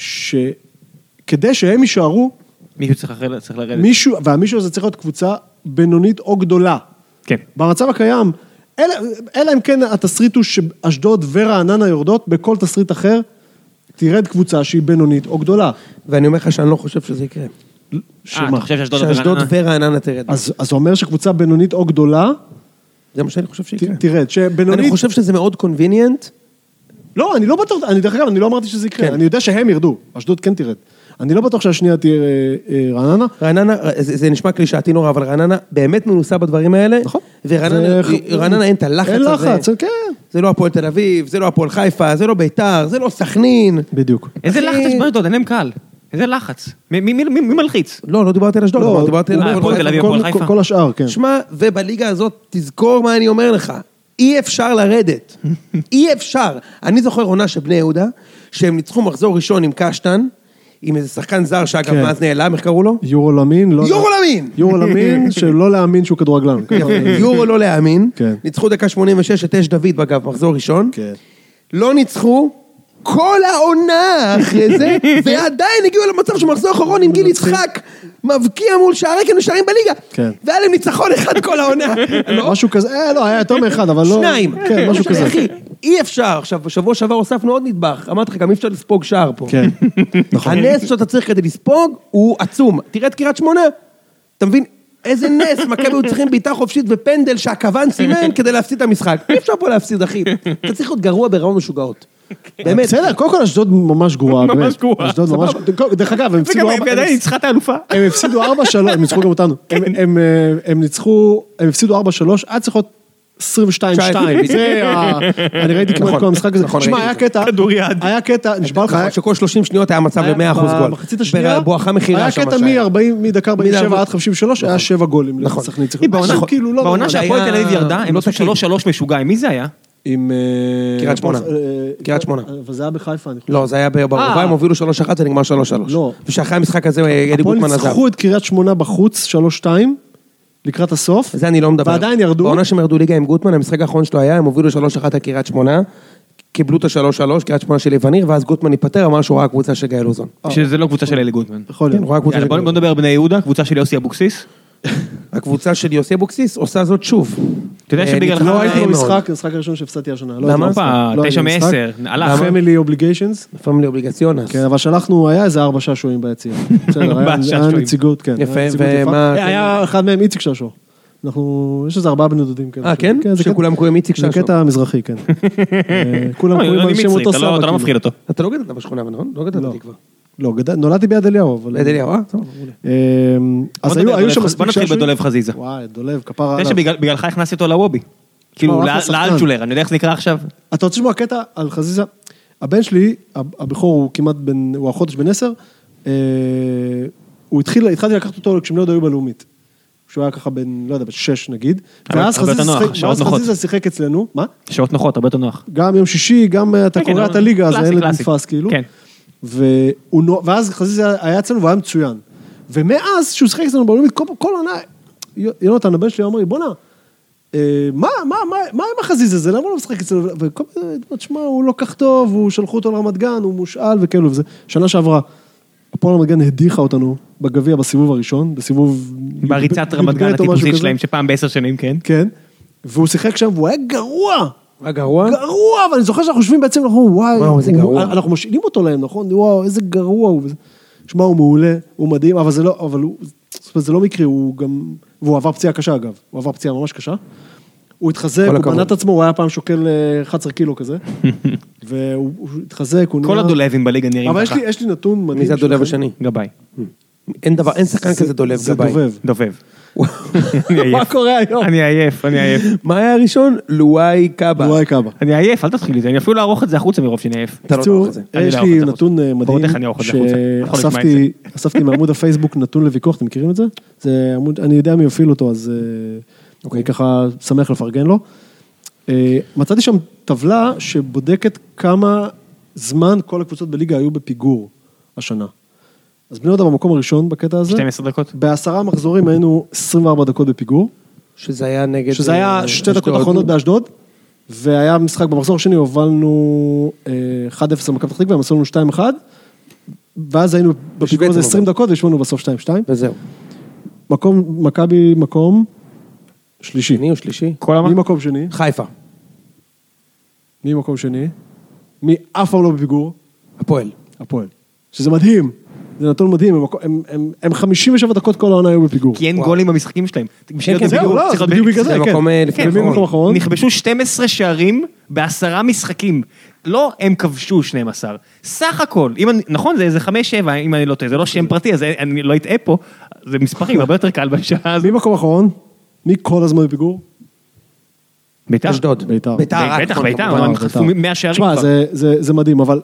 Speaker 3: שכדי שהם יישארו,
Speaker 1: מישהו צריך לרדת.
Speaker 3: מישהו, והמישהו הזה צריך להיות קבוצה בינונית או גדולה.
Speaker 1: כן.
Speaker 3: במצב הקיים, אלא, אלא אם כן התסריט הוא שאשדוד ורעננה יורדות, בכל תסריט אחר, תירד קבוצה שהיא בינונית או גדולה.
Speaker 2: ואני אומר לך שאני לא חושב שזה יקרה.
Speaker 1: אה, אתה חושב
Speaker 2: שאשדוד ורעננה תרד.
Speaker 3: אז זה אומר שקבוצה בינונית או גדולה,
Speaker 2: זה מה שאני חושב שיקרה.
Speaker 3: תרד, שבינונית...
Speaker 2: אני חושב שזה מאוד קונביניאנט.
Speaker 3: לא, אני לא בטוח, אני דרך אגב, אני לא אמרתי שזה יקרה, אני יודע שהם ירדו, אשדוד כן תרד. אני לא בטוח שהשנייה תהיה רעננה.
Speaker 2: רעננה, זה נשמע קלישאתי נורא, אבל רעננה באמת מנוסה בדברים האלה.
Speaker 3: נכון.
Speaker 2: ורעננה אין את הלחץ הזה.
Speaker 3: אין לחץ, כן.
Speaker 2: זה לא הפועל תל אביב, זה לא הפועל חיפה, זה לא ביתר, זה לא סכנין.
Speaker 3: בדיוק.
Speaker 1: איזה לחץ יש באשדוד, אין להם קל. איזה לחץ. מי מלחיץ?
Speaker 2: לא, לא דיברתי על אשדוד, דיברתי על
Speaker 1: הפועל תל אביב, הפועל חיפה.
Speaker 3: כל השאר, כן.
Speaker 2: שמע, ובליגה הזאת, תזכור מה אני אומר לך. אי אפשר לרדת. אי אפשר. אני זוכר עונה של בני יהודה, שהם ניצחו מחזור ראשון עם קשטן, עם איזה שחקן זר שאגב מאז נעלם, איך קראו לו?
Speaker 3: יורו למין.
Speaker 2: יורו למין!
Speaker 3: יורו למין, שלא להאמין שהוא כדורגלן.
Speaker 2: יורו לא להאמין. ניצחו דקה שמונים ושש את אש דוד, אגב, מחזור ראשון. לא ניצחו כל העונה אחרי זה, ועדיין הגיעו למצב שמחזור אחרון עם גיל יצחק, מבקיע מול שערי כאלה נשארים בליגה. והיה להם ניצחון אחד כל העונה.
Speaker 3: משהו כזה, אה, לא, היה יותר מאחד, אבל לא...
Speaker 2: שניים.
Speaker 3: כן, משהו כזה.
Speaker 2: אחי, אי אפשר. עכשיו, בשבוע שעבר הוספנו עוד נדבך. אמרתי לך, גם אי אפשר לספוג שער פה.
Speaker 3: כן.
Speaker 2: הנס שאתה צריך כדי לספוג הוא עצום. תראה את קריית שמונה. אתה מבין? איזה נס, מכבי היו צריכים בעיטה חופשית ופנדל שהכוון סימן כדי להפסיד את המשחק. אי אפשר פה להפסיד, אחי. אתה צריך להיות גרוע ברמות משוגעות. באמת.
Speaker 3: בסדר, קודם כל אשדוד ממש גרועה.
Speaker 1: ממש גרועה.
Speaker 3: אשדוד ממש... דרך אגב, הם הפסידו...
Speaker 1: וגם עדיין ניצחה את האלופה.
Speaker 3: הם הפסידו ארבע שלוש, הם ניצחו גם אותנו. הם ניצחו, הם הפסידו ארבע שלוש, עד צריכות עשרים ושתיים שתיים. זה ה... אני ראיתי כמעט כל המשחק הזה. תשמע, היה קטע...
Speaker 1: כדוריד.
Speaker 3: היה קטע, נשבע לך...
Speaker 2: שכל שלושים שניות היה מצב ל-מאה אחוז גול.
Speaker 3: במחצית השנייה...
Speaker 2: בואכה מחירה שם.
Speaker 3: היה קטע מדקה ארבעים ושבע עד חמישים ושלוש, היה שבע גולים.
Speaker 2: נכון.
Speaker 1: בעונה שהפועל תל אביב ירדה, הם עשו שלוש שלוש משוגע. מי זה היה?
Speaker 3: עם...
Speaker 2: קריית שמונה. קריית שמונה.
Speaker 3: אבל זה היה בחיפה, אני חושב.
Speaker 2: לא, זה היה ברובע, הם הובילו שלוש אחת, זה נגמר שלוש שלוש.
Speaker 3: לא.
Speaker 2: ושאחרי המשחק הזה, ידי גוטמן עזב.
Speaker 3: הפועל ניצחו את קריית שמונה בחוץ, שלוש שתיים, לקראת הסוף.
Speaker 2: זה אני לא מדבר.
Speaker 3: ועדיין ירדו.
Speaker 2: בעונה שהם ירדו ליגה עם גוטמן, המשחק האחרון שלו היה, הם הובילו שלוש אחת על קריית שמונה, קיבלו את השלוש שלוש, קריית שמונה של יווניר, ואז גוטמן ייפטר, אמר שהוא ראה קבוצה של גיא לוזון.
Speaker 1: שזה לא קבוצה של אלי גוטמן.
Speaker 3: יכול להיות.
Speaker 1: בוא נדבר בני יהודה, קבוצה של יוסי אבוקסיס.
Speaker 2: הקבוצה של יוסי אבוקסיס עושה זאת שוב.
Speaker 1: אתה יודע שבגלל...
Speaker 3: לא הייתי במשחק, המשחק הראשון שהפסדתי השנה.
Speaker 2: למה?
Speaker 1: תשע מעשר, הלך.
Speaker 3: Family Obligations.
Speaker 2: Family Obligations.
Speaker 3: כן, אבל שלחנו, היה איזה ארבע שעשועים ביציאה. בסדר, היה נציגות, כן.
Speaker 2: יפה, ומה...
Speaker 3: היה אחד מהם איציק שעשוע. אנחנו, יש איזה ארבעה בני דודים כאלה.
Speaker 2: אה, כן? שכולם קוראים איציק שעשוע.
Speaker 3: זה קטע מזרחי, כן. כולם קוראים על שם אותו סבא.
Speaker 1: אתה לא מפחיד אותו.
Speaker 2: אתה לא גדלת בשכונה, נכון? לא גדלת תקווה.
Speaker 3: לא, נולדתי ביד אליהו, אבל...
Speaker 2: ביד אליהו, אה?
Speaker 3: אז היו שם...
Speaker 1: בוא נתחיל בדולב חזיזה.
Speaker 3: וואי, דולב, כפרה עליו.
Speaker 1: זה שבגללך הכנסתי אותו לוובי. כאילו, לאלצ'ולר, אני יודע איך זה נקרא עכשיו.
Speaker 3: אתה רוצה לשמוע קטע על חזיזה? הבן שלי, הבכור הוא כמעט בן... הוא החודש בן עשר, הוא התחיל, התחלתי לקחת אותו כשהם לא היו בלאומית. שהוא היה ככה בין, לא יודע, בשש נגיד. ואז חזיזה שיחק אצלנו. מה?
Speaker 1: שעות נוחות, הרבה יותר נוח.
Speaker 3: גם יום שישי, גם אתה קורא את הליגה, אז הילד נתפס כאילו. כן. ואז חזיזה היה אצלנו והוא היה מצוין. ומאז שהוא שחק אצלנו בלאומית, כל עונה, יונתן, הבן שלי אמר לי, בוא נע, מה, מה, מה, מה עם החזיזה הזה? למה הוא לא משחק אצלנו? וכל מיני, תשמע, הוא לא כך טוב, הוא שלחו אותו לרמת גן, הוא מושאל וכאלו, וזה. שנה שעברה, הפועל רמת גן הדיחה אותנו בגביע בסיבוב הראשון, בסיבוב...
Speaker 1: בריצת רמת גן הטיפוסית שלהם, שפעם בעשר שנים, כן.
Speaker 3: כן. והוא שיחק שם, והוא היה גרוע.
Speaker 2: היה גרוע?
Speaker 3: גרוע, אבל אני זוכר שאנחנו חושבים בעצם, אנחנו וואי,
Speaker 2: וואו, זה גרוע.
Speaker 3: אנחנו משאילים אותו להם, נכון? וואו, איזה גרוע הוא. שמע, הוא מעולה, הוא מדהים, אבל זה לא, אבל הוא, זה לא מקרי, הוא גם, והוא עבר פציעה קשה אגב, הוא עבר פציעה ממש קשה. הוא התחזק, הוא בנה את עצמו, הוא היה פעם שוקל אחת עשרה קילו כזה, והוא התחזק, הוא נראה...
Speaker 1: כל הדולבים בליגה נראים
Speaker 3: ככה. אבל יש לי נתון מדהים.
Speaker 2: מי זה הדולב השני?
Speaker 1: גבאי.
Speaker 2: אין דבר, אין שחקן כזה דולב גבאי.
Speaker 3: זה דובב.
Speaker 1: דובב.
Speaker 3: מה קורה היום?
Speaker 1: אני עייף, אני עייף.
Speaker 2: מה היה הראשון? לואי קאבה.
Speaker 3: לואי קאבה.
Speaker 1: אני עייף, אל תתחיל לזה, אני אפילו לא אערוך את זה החוצה מרוב שאני עייף.
Speaker 3: בקיצור, יש לי נתון מדהים, שאספתי מעמוד הפייסבוק נתון לוויכוח, אתם מכירים את זה? זה עמוד, אני יודע מי יופיל אותו, אז אני ככה שמח לפרגן לו. מצאתי שם טבלה שבודקת כמה זמן כל הקבוצות בליגה היו בפיגור השנה. אז בני יהודה במקום הראשון בקטע הזה.
Speaker 1: שתים עשרה דקות.
Speaker 3: בעשרה מחזורים היינו עשרים וארבע דקות בפיגור.
Speaker 2: שזה היה נגד...
Speaker 3: שזה היה שתי דקות אחרונות באשדוד, והיה משחק במחזור השני, הובלנו אחד אפס למכבי פתח תקווה, הם עשו לנו שתיים אחת, ואז היינו בפיגור הזה עשרים דקות, וישבנו בסוף שתיים שתיים.
Speaker 2: וזהו.
Speaker 3: מקום, מכבי מקום שלישי.
Speaker 2: שני או שלישי?
Speaker 3: מי מקום שני?
Speaker 2: חיפה.
Speaker 3: מי מקום שני? מי אף פעם לא בפיגור?
Speaker 2: הפועל.
Speaker 3: הפועל. שזה מדהים. זה נתון מדהים, הם, הם, הם, הם חמישים ושבע דקות כל העונה היו בפיגור.
Speaker 1: כי אין גולים במשחקים שלהם.
Speaker 3: כן, כן, זהו, לא, זה בדיוק בגלל זה, כן.
Speaker 2: במקום
Speaker 3: אחרון.
Speaker 1: נכבשו שתים עשרה שערים בעשרה משחקים. לא הם כבשו שנים עשר. סך הכל, נכון, זה חמש שבע, אם אני לא טועה, זה לא שם פרטי, אז אני לא אטעה פה, זה מספרים, הרבה יותר קל בשעה הזאת.
Speaker 3: מי מקום אחרון? מי כל הזמן בפיגור?
Speaker 1: ביתר.
Speaker 2: אשדוד.
Speaker 3: ביתר.
Speaker 1: בטח, ביתר, הם חטפו מאה שערים.
Speaker 3: תשמע, זה מדהים, אבל...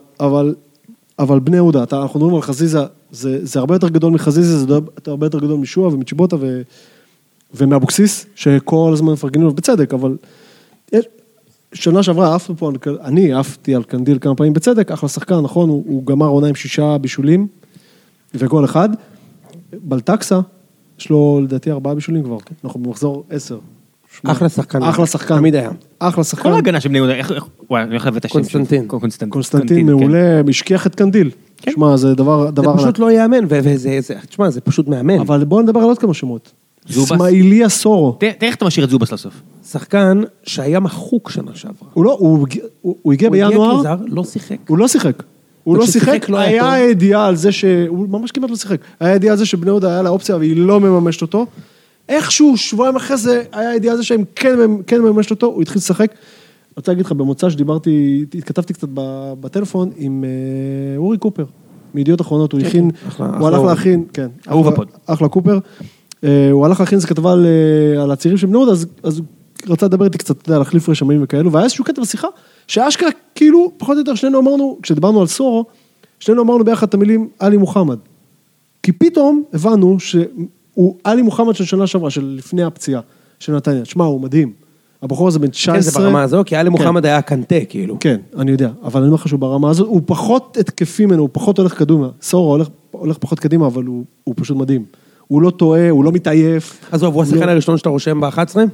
Speaker 3: אבל בני יהודה, אנחנו מדברים על חזיזה, זה, זה הרבה יותר גדול מחזיזה, זה הרבה יותר גדול משועה ומצ'יבוטה ו, ומאבוקסיס, שכל הזמן מפרגנים לו בצדק, אבל יש, שנה שעברה עפנו פה, אני עפתי על קנדיל כמה פעמים בצדק, אחלה שחקן, נכון, הוא, הוא גמר עונה עם שישה בישולים וגול אחד, בלטקסה, יש לו לדעתי ארבעה בישולים כבר, אנחנו במחזור עשר.
Speaker 2: אחלה שחקן.
Speaker 3: אחלה שחקן.
Speaker 2: תמיד היה.
Speaker 3: אחלה שחקן.
Speaker 1: כל ההגנה של בני יהודה, איך, וואי, אני הולך לבית השם.
Speaker 2: קונסטנטין.
Speaker 3: קונסטנטין מעולה, משכיח את קנדיל. שמע, זה דבר...
Speaker 2: זה פשוט לא יאמן, וזה, תשמע, זה פשוט מאמן.
Speaker 3: אבל בואו נדבר על עוד כמה שמות. אסמאעיליה סורו.
Speaker 1: תראה איך אתה משאיר את זובס לסוף.
Speaker 2: שחקן שהיה מחוק שנה שעברה.
Speaker 3: הוא לא, הוא הגיע בינואר.
Speaker 2: הוא הגיע כזר, לא שיחק.
Speaker 3: הוא לא שיחק. הוא לא שיחק, היה הידיעה על זה ש... הוא ממש כמעט לא שיחק. היה הידיעה על זה שבני יהודה היה לה אופציה והיא לא מממשת אותו. איכשהו שבועיים אחרי זה היה הידיעה על זה שהם כן מממשת אותו, הוא התחיל לשחק. אני רוצה להגיד לך, במוצא שדיברתי, התכתבתי קצת בטלפון עם אורי קופר, מידיעות אחרונות, הוא הכין, הוא הלך להכין, כן, אחלה קופר, הוא הלך להכין איזה כתבה על הצעירים של בני יהודה, אז הוא רצה לדבר איתי קצת, על להחליף רשמים וכאלו, והיה איזשהו קטע בשיחה, שאשכרה כאילו, פחות או יותר, שנינו אמרנו, כשדיברנו על סורו, שנינו אמרנו ביחד את המילים עלי מוחמד. כי פתאום הבנו שהוא עלי מוחמד של שנה שעברה, של לפני הפציעה של נתניה. תשמע, הוא מדהים. הבחור הזה בן תשע עשרה.
Speaker 2: כן, זה ברמה הזו, כי עלי מוחמד היה קנטה, כאילו.
Speaker 3: כן, אני יודע, אבל אני אומר לך שהוא ברמה הזו, הוא פחות התקפי ממנו, הוא פחות הולך קדימה. סורו הולך, הולך פחות קדימה, אבל הוא, הוא פשוט מדהים. הוא לא טועה, הוא לא מתעייף.
Speaker 2: עזוב, הוא השחקן הראשון שאתה רושם ב-אחת עשרה?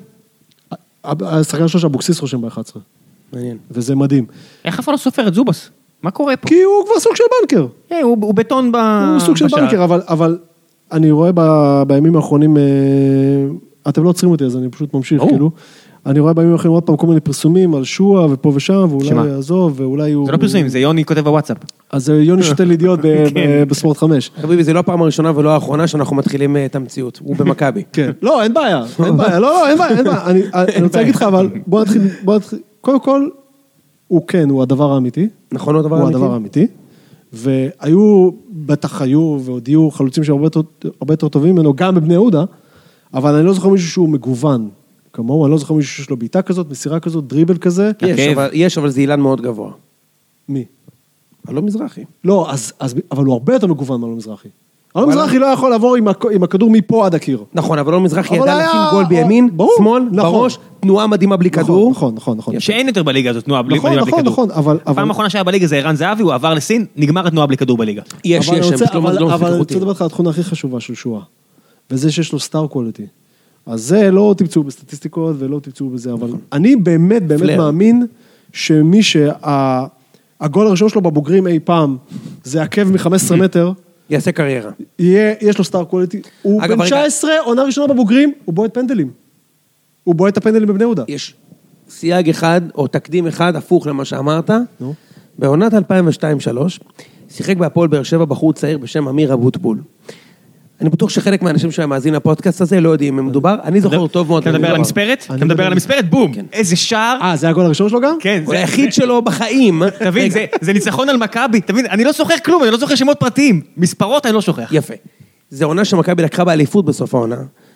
Speaker 3: השחקן שלו שאבוקסיס רושם ב-אחת עשרה.
Speaker 2: מעניין.
Speaker 3: וזה מדהים.
Speaker 1: איך אף לא סופר את זובס? מה קורה פה?
Speaker 3: כי הוא כבר סוג של בנקר.
Speaker 1: כן, הוא בטון בשער.
Speaker 3: הוא סוג של בנקר, אבל, אבל אני רואה בימים האחרונים, אתם לא עוצרים אותי, אז אני פשוט ממשיך, כאילו. אני רואה בימים האחרונים עוד פעם כל מיני פרסומים על שואה ופה ושם, ואולי יעזוב, ואולי הוא...
Speaker 1: זה לא פרסומים, זה יוני כותב בוואטסאפ.
Speaker 3: אז יוני שותה לידיעות בספורט חמש.
Speaker 2: חביבי, זה לא הפעם הראשונה ולא האחרונה שאנחנו מתחילים את המציאות, הוא במכבי.
Speaker 3: כן, לא, אין בעיה, אין בעיה, לא, לא, אין בעיה, אין בעיה. אני רוצה להגיד לך, אבל בוא נתחיל, בוא נתחיל, קודם כל, הוא כן, הוא הדבר האמיתי.
Speaker 2: נכון, הוא הדבר האמיתי.
Speaker 3: הוא הדבר האמיתי. והיו, בטח היו, ועוד יהיו חלוצים שהרבה יותר טובים ממנו, גם בבני יהודה, אבל אני לא זוכר מישהו שהוא מגוון. כמוהו, אני לא זוכר מישהו שיש לו בעיטה כזאת, מסירה כזאת, דריבל כזה.
Speaker 2: יש, אבל זה אילן מאוד גבוה.
Speaker 3: מי?
Speaker 2: אלון מזרחי.
Speaker 3: לא, אבל הוא הרבה יותר מגוון מאלון מזרחי. אלון מזרחי לא יכול לעבור עם הכדור מפה עד הקיר.
Speaker 2: נכון, אבל אלון מזרחי ידע לשים גול בימין, שמאל, בראש, תנועה מדהימה בלי כדור.
Speaker 3: נכון, נכון, נכון.
Speaker 1: שאין יותר בליגה הזאת תנועה בלי כדור.
Speaker 3: נכון, נכון, אבל...
Speaker 1: הפעם האחרונה שהיה בליגה זה ערן זהבי, הוא עבר לסין, נגמר התנועה בלי כדור בליגה.
Speaker 2: יש, יש,
Speaker 3: אבל אני רוצה לדבר לך על התכונה הכי חשובה של שואה, וזה שיש לו סטאר קואליטי. אז זה לא תמצאו בסטטיסטיקות ולא תמצאו בזה, אבל אני באמת, באמת מאמין שמי שהגול הראשון שלו בבוגרים אי פעם, זה עקב מ-חמישה עשר מטר,
Speaker 2: יעשה קריירה.
Speaker 3: יש לו סטאר קואליטי. הוא בן תשע עשרה, עונה ראשונה בבוגרים, הוא בועט פנדלים. הוא בועט את הפנדלים בבני יהודה.
Speaker 2: יש, סייג אחד, או תקדים אחד, הפוך למה שאמרת.
Speaker 3: נו.
Speaker 2: בעונת אלפיים ושתיים שלוש, שיחק בהפועל באר שבע בחור צעיר בשם אמיר אבוטבול. אני בטוח שחלק מהאנשים שמאזין לפודקאסט הזה לא יודעים אם מדובר, אני זוכר טוב מאוד.
Speaker 1: אתה מדבר על המספרת? אתה מדבר על המספרת? בום! איזה שער.
Speaker 3: אה, זה הגול הראשון שלו גם?
Speaker 1: כן.
Speaker 2: הוא היחיד שלו בחיים.
Speaker 1: תבין, זה ניצחון על מכבי. תבין, אני לא זוכר כלום, אני לא זוכר שמות פרטיים. מספרות אני לא שוכח.
Speaker 2: יפה. זה עונה שמכבי לקחה באליפות בסוף העונה,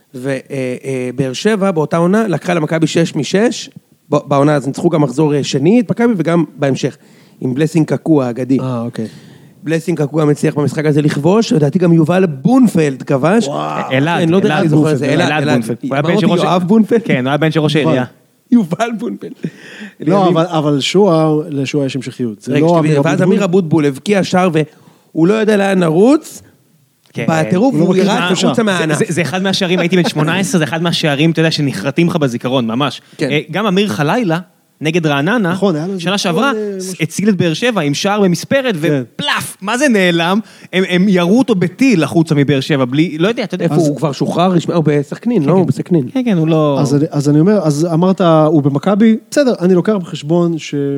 Speaker 2: ובאר שבע באותה עונה לקחה למכבי שש משש, בעונה אז ניצחו גם מחזור שני את מכבי וגם בהמשך, עם בלסינג קקוע האגדי.
Speaker 3: אה, אוקיי.
Speaker 2: בלסינג קקוע מצליח במשחק הזה לכבוש, לדעתי גם יובל בונפלד כבש.
Speaker 1: אלעד,
Speaker 2: אלעד בונפלד.
Speaker 1: אלעד בונפלד.
Speaker 2: אמרתי יואב בונפלד?
Speaker 1: כן, הוא היה בן של ראש העירייה.
Speaker 2: יובל בונפלד.
Speaker 3: לא, אבל שועה, לשועה יש המשכיות.
Speaker 2: ואז אמיר אבוטבול הבקיע שער והוא לא יודע לאן נרוץ, בטירוף הוא ירד חוצה מהענף.
Speaker 1: זה אחד מהשערים, הייתי בן שמונה עשרה, זה אחד מהשערים, אתה יודע, שנחרטים לך בזיכרון, ממש. גם אמיר חלילה, נגד רעננה, שנה שעברה, הציל את באר שבע עם שער במספרת, ופלף, מה זה נעלם? הם ירו אותו בטיל לחוצה מבאר שבע, בלי, לא יודע, אתה יודע.
Speaker 2: איפה הוא כבר שוחרר, הוא בסכנין, לא? הוא בסכנין.
Speaker 1: כן, כן, הוא לא...
Speaker 3: אז אני אומר, אז אמרת, הוא במכבי, בסדר, אני לוקח בחשבון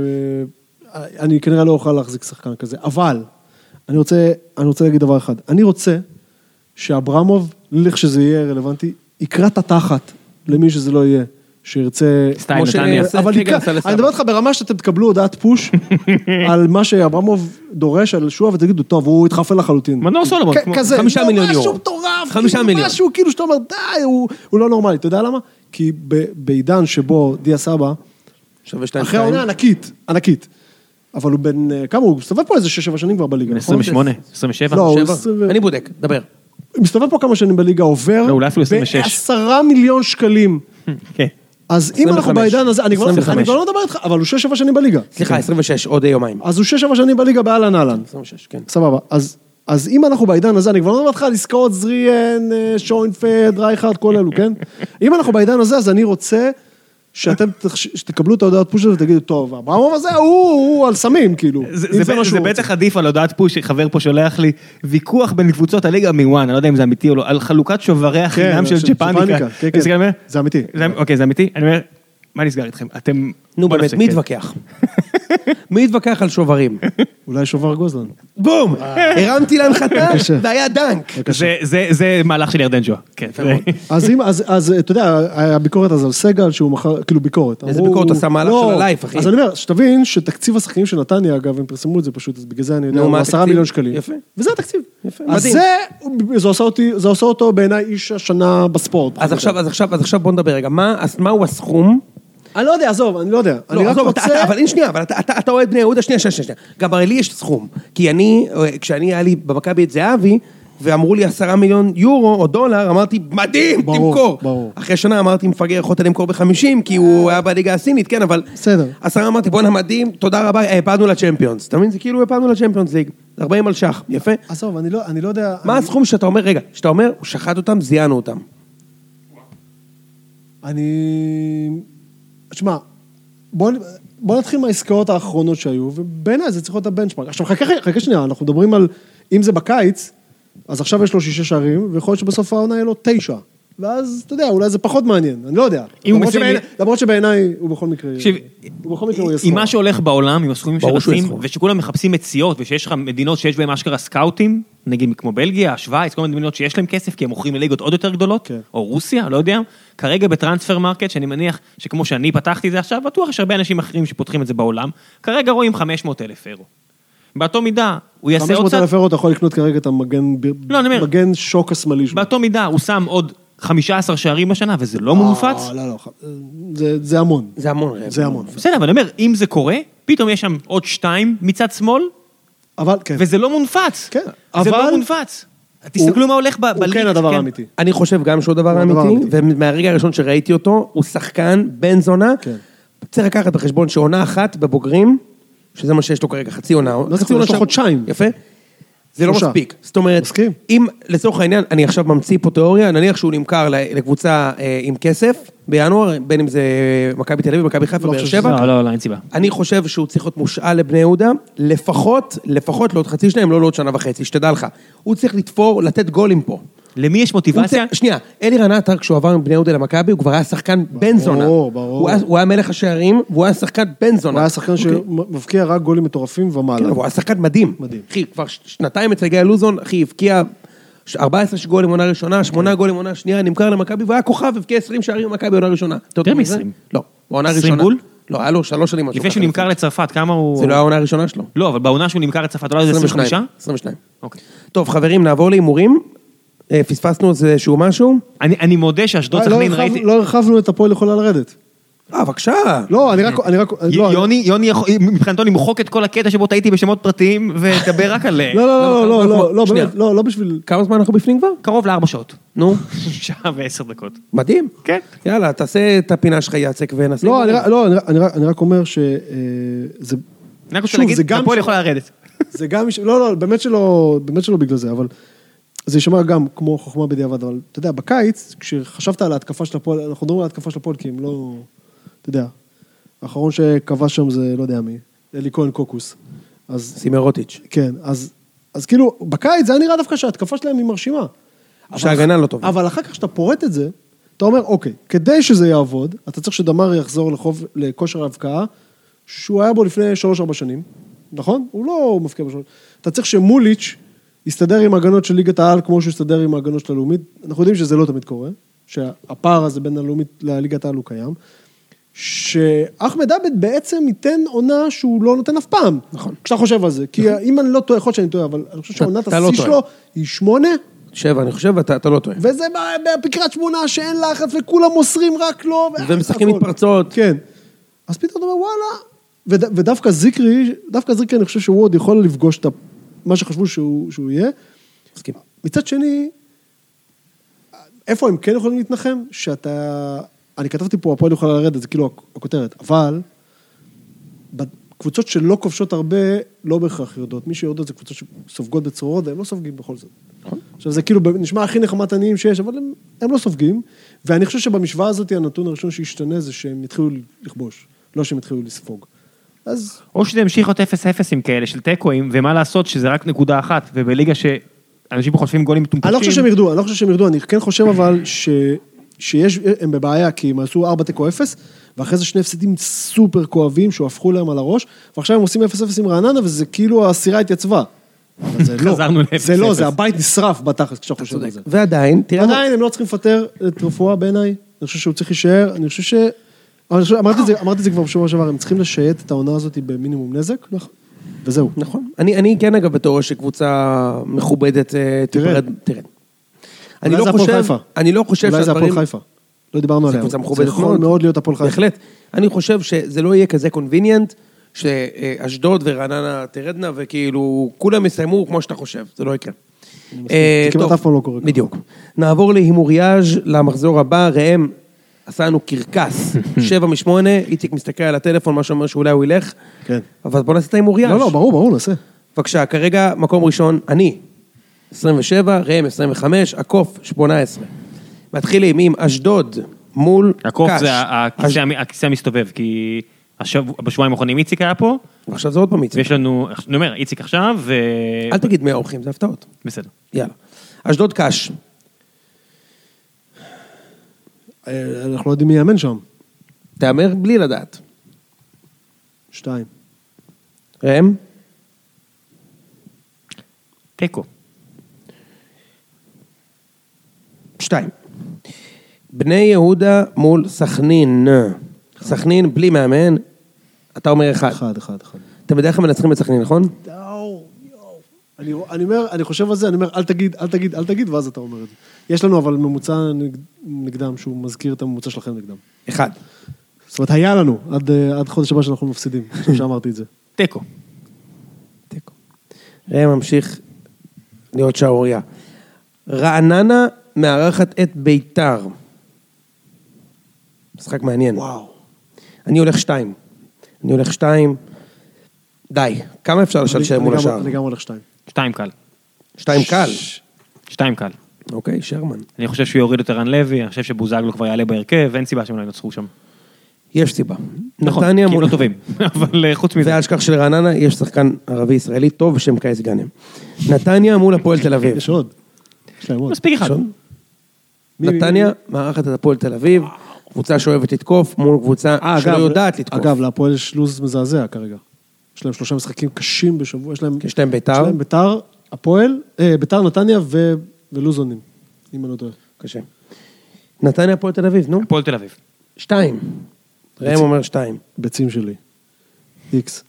Speaker 3: שאני כנראה לא אוכל להחזיק שחקן כזה, אבל אני רוצה, אני רוצה להגיד דבר אחד, אני רוצה שאברמוב, לכשזה יהיה רלוונטי, יקרא את התחת למי שזה לא יהיה. שירצה...
Speaker 1: סטייל נתניה.
Speaker 3: אבל אני מדבר איתך ברמה שאתם תקבלו הודעת פוש על מה שאברמוב דורש על שועה ותגידו, טוב, הוא התחפל לחלוטין.
Speaker 1: מנור סולומון.
Speaker 3: כזה,
Speaker 2: חמישה מיליון יורו.
Speaker 3: משהו מטורף.
Speaker 2: חמישה מיליון.
Speaker 3: משהו כאילו שאתה אומר, די, הוא לא נורמלי. אתה יודע למה? כי בעידן שבו דיה סבא, אחרי העונה ענקית, ענקית. אבל הוא בין, כמה הוא? מסתובב פה איזה שש שבע שנים כבר בליגה.
Speaker 1: עשרים ושמונה, עשרים ושבע.
Speaker 3: לא,
Speaker 2: אני בודק, דבר.
Speaker 3: מסתובב פה כמה שנים בליגה, עובר.
Speaker 1: לא, אולי אפילו עשרים ושש.
Speaker 3: בעשרה מיליון שקלים.
Speaker 1: כן.
Speaker 3: אז אם אנחנו בעידן הזה, אני כבר לא מדבר איתך, אבל הוא שש שבע שנים בליגה.
Speaker 2: סליחה, עשרים ושש, עוד יומיים.
Speaker 3: אז הוא שש שבע שנים בליגה באלן אלן.
Speaker 2: עשרים ושש, כן.
Speaker 3: סבבה. אז אם אנחנו בעידן הזה, אני כבר לא מדבר איתך על עסקאות זריאן, שוינפלד, רייכרד, כל אלו, כן? אם אנחנו בעידן הזה, אז אני רוצה שאתם תקבלו את ההודעת פוש הזה ותגידו, טוב, אברמוב הזה הוא על סמים, כאילו.
Speaker 1: זה בטח עדיף על הודעת פוש, חבר פה שולח לי, ויכוח בין קבוצות הליגה מוואן, אני לא יודע אם זה אמיתי או לא, על חלוקת שוברי החינם של ג'פניקה.
Speaker 3: זה אמיתי.
Speaker 1: אוקיי, זה אמיתי? אני אומר, מה נסגר איתכם? אתם...
Speaker 2: נו באמת, מי יתווכח? מי יתווכח על שוברים?
Speaker 3: אולי שובר גוזלן.
Speaker 2: בום! הרמתי להנחתה, והיה דנק.
Speaker 1: זה מהלך של ירדן שואה.
Speaker 3: אז אם, אז אתה יודע, הביקורת הזו על סגל, שהוא מחר, כאילו ביקורת.
Speaker 2: איזה ביקורת עושה מהלך של הלייף, אחי?
Speaker 3: אז אני אומר, שתבין שתקציב השחקנים של נתניה, אגב, הם פרסמו את זה פשוט, אז בגלל זה אני יודע, הוא עשרה מיליון שקלים.
Speaker 2: יפה.
Speaker 3: וזה התקציב. יפה. אז זה, זה עושה אותו בעיניי איש השנה בספורט.
Speaker 2: אז עכשיו, אז עכשיו, אז עכשיו בוא נדבר רגע, מהו הסכום?
Speaker 3: אני לא יודע, עזוב, אני לא יודע. אני רק רוצה...
Speaker 2: אבל אין שנייה, אבל אתה אוהד בני יהודה, שנייה, שנייה, שנייה. גם הרי לי יש סכום. כי אני, כשאני היה לי במכבי את זהבי, ואמרו לי עשרה מיליון יורו או דולר, אמרתי, מדהים, תמכור. אחרי שנה אמרתי, מפגר, יכולת למכור בחמישים, כי הוא היה בליגה הסינית, כן, אבל...
Speaker 3: בסדר.
Speaker 2: עשרה אמרתי, בוא נמדים, תודה רבה, הפענו לצ'מפיונס. אתה מבין? זה כאילו הפענו לצ'מפיונס ליג. ארבעים על שח, יפה?
Speaker 3: עזוב, אני לא יודע...
Speaker 2: מה הסכום שאתה אומר, רגע, שאתה אומר, הוא שחט אותם, זיינו אותם.
Speaker 3: אני... תשמע, בוא, בוא נתחיל מהעסקאות האחרונות שהיו, ובעיניי זה צריך להיות הבנצ'מרק. עכשיו, חכה, חכה שנייה, אנחנו מדברים על, אם זה בקיץ, אז עכשיו יש לו שישה שערים, ויכול להיות שבסוף העונה יהיה לו תשע. ואז, אתה יודע, אולי זה פחות מעניין, אני לא יודע. למרות, שבעיני, למרות שבעיניי הוא בכל מקרה,
Speaker 1: שיב,
Speaker 3: הוא בכל מקרה הוא יסחור.
Speaker 1: עם מה שהולך בעולם, עם הסכומים שרצים, ושכולם מחפשים מציאות, ושיש לך מדינות שיש בהם אשכרה סקאוטים, נגיד כמו בלגיה, שוויץ, כל מיני מדינות שיש להם כסף, כי הם מוכרים לליגות עוד יותר גדולות, כן. או רוסיה, לא יודע. כרגע בטרנספר מרקט, שאני מניח שכמו שאני פתחתי זה עכשיו, בטוח יש הרבה אנשים אחרים שפותחים את זה בעולם, כרגע רואים חמש מאות אלף אירו. באותו מידה, הוא יעשה עוד צד...
Speaker 3: חמש מאות אלף אירו אתה יכול לקנות כרגע את המגן,
Speaker 1: לא,
Speaker 3: מגן שוק השמאלי שלו.
Speaker 1: באותו מידה, הוא שם עוד חמישה עשר שערים בשנה, וזה לא מונפץ.
Speaker 3: לא, לא, זה, זה המון.
Speaker 2: זה המון.
Speaker 3: זה המון.
Speaker 1: בסדר, אבל אני אומר, אם זה קורה, פתאום יש שם עוד שתיים מצד שמאל,
Speaker 3: אבל, כן.
Speaker 1: וזה לא מונפץ.
Speaker 3: כן,
Speaker 1: זה
Speaker 3: אבל...
Speaker 1: לא מונפץ. תסתכלו מה הולך בליגה.
Speaker 3: הוא כן הדבר האמיתי.
Speaker 2: אני חושב גם שהוא הדבר האמיתי, ומהרגע הראשון שראיתי אותו, הוא שחקן בן זונה. צריך לקחת בחשבון שעונה אחת בבוגרים, שזה מה שיש לו כרגע, חצי עונה.
Speaker 3: חצי עונה של חודשיים.
Speaker 2: יפה. זה לא מספיק. זאת אומרת, אם לצורך העניין, אני עכשיו ממציא פה תיאוריה, נניח שהוא נמכר לקבוצה עם כסף בינואר, בין אם זה מכבי תל אביב, מכבי חיפה, באר שבע.
Speaker 1: לא, לא, לא, אין סיבה.
Speaker 2: אני חושב שהוא צריך להיות מושאל לבני יהודה, לפחות, לפחות לעוד חצי שנה, אם לא לעוד שנה וחצי, שתדע לך. הוא צריך לתפור, לתת גולים פה.
Speaker 1: למי יש מוטיבציה?
Speaker 2: שנייה, אלירן עטר, כשהוא עבר מבני יהודה למכבי, הוא כבר היה שחקן בן זונה.
Speaker 3: ברור, ברור.
Speaker 2: הוא היה מלך השערים, והוא היה שחקן בן זונה.
Speaker 3: הוא היה שחקן שמבקיע רק גולים מטורפים ומעלה.
Speaker 2: הוא היה שחקן מדהים.
Speaker 3: מדהים.
Speaker 2: אחי, כבר שנתיים אצל גיא לוזון, אחי, הבקיע ארבע עשרה גולים עונה ראשונה, שמונה גולים עונה שנייה, נמכר למכבי, והיה כוכב, הבקיע עשרים שערים במכבי עונה ראשונה.
Speaker 1: יותר מ-עשרים.
Speaker 2: לא, בעונה ראשונה.
Speaker 1: עשרים גול?
Speaker 2: לא, היה לו שלוש שנים.
Speaker 1: לפני שהוא נמכר לצרפת, כמה הוא...
Speaker 2: זה לא העונה הראשונה שלו.
Speaker 1: לא, אבל בעונה שהוא נמכר לצרפת, אולי זה עשרים וחמש?
Speaker 2: עשרים ושתיים.
Speaker 1: אוקיי.
Speaker 2: טוב, חברים, נעבור להימורים. פספסנו איזשהו משהו.
Speaker 1: אני מודה שאשדוד סכנין ראיתי...
Speaker 3: לא הרחבנו את הפועל יכולה לרדת.
Speaker 2: אה, בבקשה.
Speaker 3: לא, אני רק... אני רק...
Speaker 1: יוני, יוני, מבחינתו למחוק את כל הקטע שבו טעיתי בשמות פרטיים ודבר רק על...
Speaker 3: לא, לא, לא, לא, לא, באמת, לא, לא בשביל...
Speaker 2: כמה זמן אנחנו בפנים כבר?
Speaker 1: קרוב לארבע שעות.
Speaker 2: נו.
Speaker 1: שעה ועשר דקות.
Speaker 2: מדהים.
Speaker 1: כן.
Speaker 2: יאללה, תעשה את הפינה שלך יעצק ונסים.
Speaker 3: לא, אני רק אומר שזה...
Speaker 1: אני רק רוצה להגיד, הפועל יכול לרדת.
Speaker 3: זה גם... לא, לא, באמת שלא, באמת שלא בגלל זה, אבל... זה יישמע גם כמו חוכמה בדיעבד, אבל אתה יודע, בקיץ, כשחשבת על ההתקפה של הפועל, אנחנו מדברים על ההתקפה של הפועל, כי הם לא... אתה יודע, האחרון שכבש שם זה, לא יודע מי, אלי כהן קוקוס. אז,
Speaker 2: סימרוטיץ'.
Speaker 3: כן, אז, אז כאילו, בקיץ זה היה נראה דווקא שההתקפה שלהם היא מרשימה.
Speaker 2: שההגנה לא טובה.
Speaker 3: אבל אחר כך שאתה פורט את זה, אתה אומר, אוקיי, כדי שזה יעבוד, אתה צריך שדמר יחזור לחוב, לכושר ההבקעה, שהוא היה בו לפני שלוש ארבע שנים, נכון? הוא לא מפקיע בשלוש. אתה צריך שמוליץ' יסתדר עם ההגנות של ליגת העל, כמו שהוא יסתדר עם ההגנות של הלאומית. אנחנו יודעים שזה לא תמיד קורה, שהפער הזה בין הלאומית לליגת העל הוא קיים. שאחמד עבד בעצם ייתן עונה שהוא לא נותן אף פעם.
Speaker 2: נכון.
Speaker 3: כשאתה חושב על זה. כי אם אני לא טועה, יכול להיות שאני טועה, אבל אני חושב שעונת השיא שלו היא שמונה.
Speaker 2: שבע, אני חושב, אתה לא טועה.
Speaker 3: וזה בקריית שמונה שאין לחץ, וכולם מוסרים רק לו.
Speaker 2: ומשחקים מתפרצות.
Speaker 3: כן. אז פתאום אתה אומר, וואלה. ודווקא זיקרי, דווקא זיקרי, אני חושב שהוא עוד יכול לפגוש את מה שחשבו שהוא יהיה. מצד שני, איפה הם כן יכולים להתנחם? שאתה... אני כתבתי פה, הפועל יכולה לרדת, זה כאילו הכותרת, אבל בקבוצות שלא כובשות הרבה, לא בהכרח יודעות. מי שיודעות זה קבוצות שסופגות בצרורות, והם לא סופגים בכל זאת. עכשיו זה כאילו נשמע הכי נחמת עניים שיש, אבל הם, הם לא סופגים, ואני חושב שבמשוואה הזאת הנתון הראשון שישתנה זה שהם יתחילו לכבוש, לא שהם יתחילו לספוג. אז...
Speaker 1: או שזה המשיך להיות אפס אפס עם כאלה של טקואים, ומה לעשות שזה רק נקודה אחת, ובליגה שאנשים פה חושבים גולים מטומטשים.
Speaker 3: אני לא חושב שהם ירדו, אני לא חושב שהם ירדו, אני כן חושב אבל ש... שיש, הם בבעיה, כי הם עשו ארבע תיקו אפס, ואחרי זה שני הפסדים סופר כואבים, שהפכו להם על הראש, ועכשיו הם עושים אפס אפס עם רעננה, וזה כאילו הסירה התייצבה.
Speaker 1: חזרנו ל-אפס אפס.
Speaker 3: זה לא, זה הבית נשרף בתחת, כשאתה חושב על זה.
Speaker 2: ועדיין, תראה...
Speaker 3: עדיין הם לא צריכים לפטר את רפואה בעיניי, אני חושב שהוא צריך להישאר, אני חושב ש... אמרתי את זה, אמרתי את זה כבר בשבוע שעבר, הם צריכים לשייט את העונה הזאת במינימום נזק, וזהו.
Speaker 2: נכון. אני, אני כן אגב בתיאוריה שקבוצה מכובדת תרד. תרד. אני לא חושב, אני לא חושב
Speaker 3: אולי זה הפועל חיפה. לא דיברנו עליה. זה יכול מאוד להיות הפועל חיפה.
Speaker 2: בהחלט. אני חושב שזה לא יהיה כזה קונביניאנט, שאשדוד ורעננה תרדנה, וכאילו כולם יסיימו כמו שאתה חושב. זה לא יקרה.
Speaker 3: זה כמעט אף פעם לא קורה.
Speaker 2: בדיוק. נעבור להימוריאז' למחזור הבא. ראם עשה לנו קרקס, שבע משמונה, איציק מסתכל על הטלפון, מה שאומר שאולי הוא ילך.
Speaker 3: כן.
Speaker 2: אבל בוא נעשה את ההימוריאז'.
Speaker 3: לא, לא, ברור, ברור, נעשה.
Speaker 2: בבקשה, כרגע מקום ראשון, אני. עשרים ושבע, ראם עשרים וחמש, עקוף שמונה עשרה. מתחילים עם אשדוד מול קש.
Speaker 1: עקוף זה הכיסא המסתובב, כי בשבועיים האחרונים איציק היה פה.
Speaker 2: ועכשיו זה עוד פעם איציק.
Speaker 1: ויש לנו, אני אומר, איציק עכשיו ו...
Speaker 2: אל תגיד מי האורחים, זה הפתעות.
Speaker 1: בסדר.
Speaker 2: יאללה. אשדוד קש.
Speaker 3: אנחנו לא יודעים מי יאמן שם.
Speaker 2: תאמר בלי לדעת.
Speaker 3: שתיים.
Speaker 2: ראם?
Speaker 1: תיקו.
Speaker 2: שתיים. בני יהודה מול סכנין. סכנין בלי מאמן. אתה אומר אחד.
Speaker 3: אחד, אחד, אחד.
Speaker 2: אתם בדרך כלל מנצחים את סכנין, נכון?
Speaker 3: אני, אני אומר, אני חושב על זה, אני אומר, אל תגיד, אל תגיד, אל תגיד, ואז אתה אומר את זה. יש לנו אבל ממוצע נגדם, שהוא מזכיר את הממוצע שלכם נגדם.
Speaker 2: אחד.
Speaker 3: זאת אומרת, היה לנו, עד, עד חודש הבא שאנחנו מפסידים, עכשיו שאמרתי את זה.
Speaker 1: תיקו.
Speaker 2: תיקו. ראם ממשיך להיות שערוריה. רעננה מארחת את ביתר. משחק מעניין.
Speaker 3: וואו.
Speaker 2: אני הולך שתיים. אני הולך שתיים. די. כמה אפשר לשלשל מול השאר?
Speaker 3: אני גם הולך שתיים.
Speaker 1: שתיים קל.
Speaker 2: שתיים קל?
Speaker 1: שתיים קל.
Speaker 2: אוקיי, שרמן.
Speaker 1: אני חושב שהוא יוריד את ערן לוי, אני חושב שבוזגלו כבר יעלה בהרכב, ואין סיבה שהם לא ינצחו שם.
Speaker 2: יש סיבה.
Speaker 1: נכון, כי הם לא טובים. אבל חוץ מזה.
Speaker 2: והשכח של רעננה, יש שחקן ערבי ישראלי טוב בשם קייס גאנם. נתניה מול הפועל תל אביב.
Speaker 3: יש עוד. יש להם עוד.
Speaker 1: מספיק אחד.
Speaker 2: נתניה, מארחת את הפועל תל אביב, קבוצה שאוהבת לתקוף, מול קבוצה שלא יודעת לתקוף.
Speaker 3: אגב, להפועל יש לוז מזעזע כרגע. יש להם שלושה משחקים קשים בשבוע, יש להם...
Speaker 2: יש להם ביתר.
Speaker 3: יש להם ביתר, הפועל, ביתר, נתניה ולוזונים, אם אני לא טועה.
Speaker 2: קשה. נתניה, הפועל תל אביב, נו.
Speaker 1: הפועל תל אביב.
Speaker 2: שתיים. ראם אומר שתיים.
Speaker 3: ביצים שלי. איקס.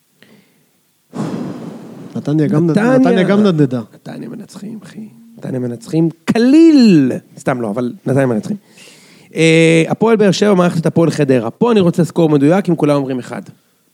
Speaker 3: נתניה גם נדנדה.
Speaker 2: נתניה מנצחים, אחי. נתניה מנצחים קליל. סתם לא, אבל נתניה מנצחים. הפועל באר שבע מערכת את הפועל חדרה. פה אני רוצה סקור מדויק אם כולם אומרים אחד.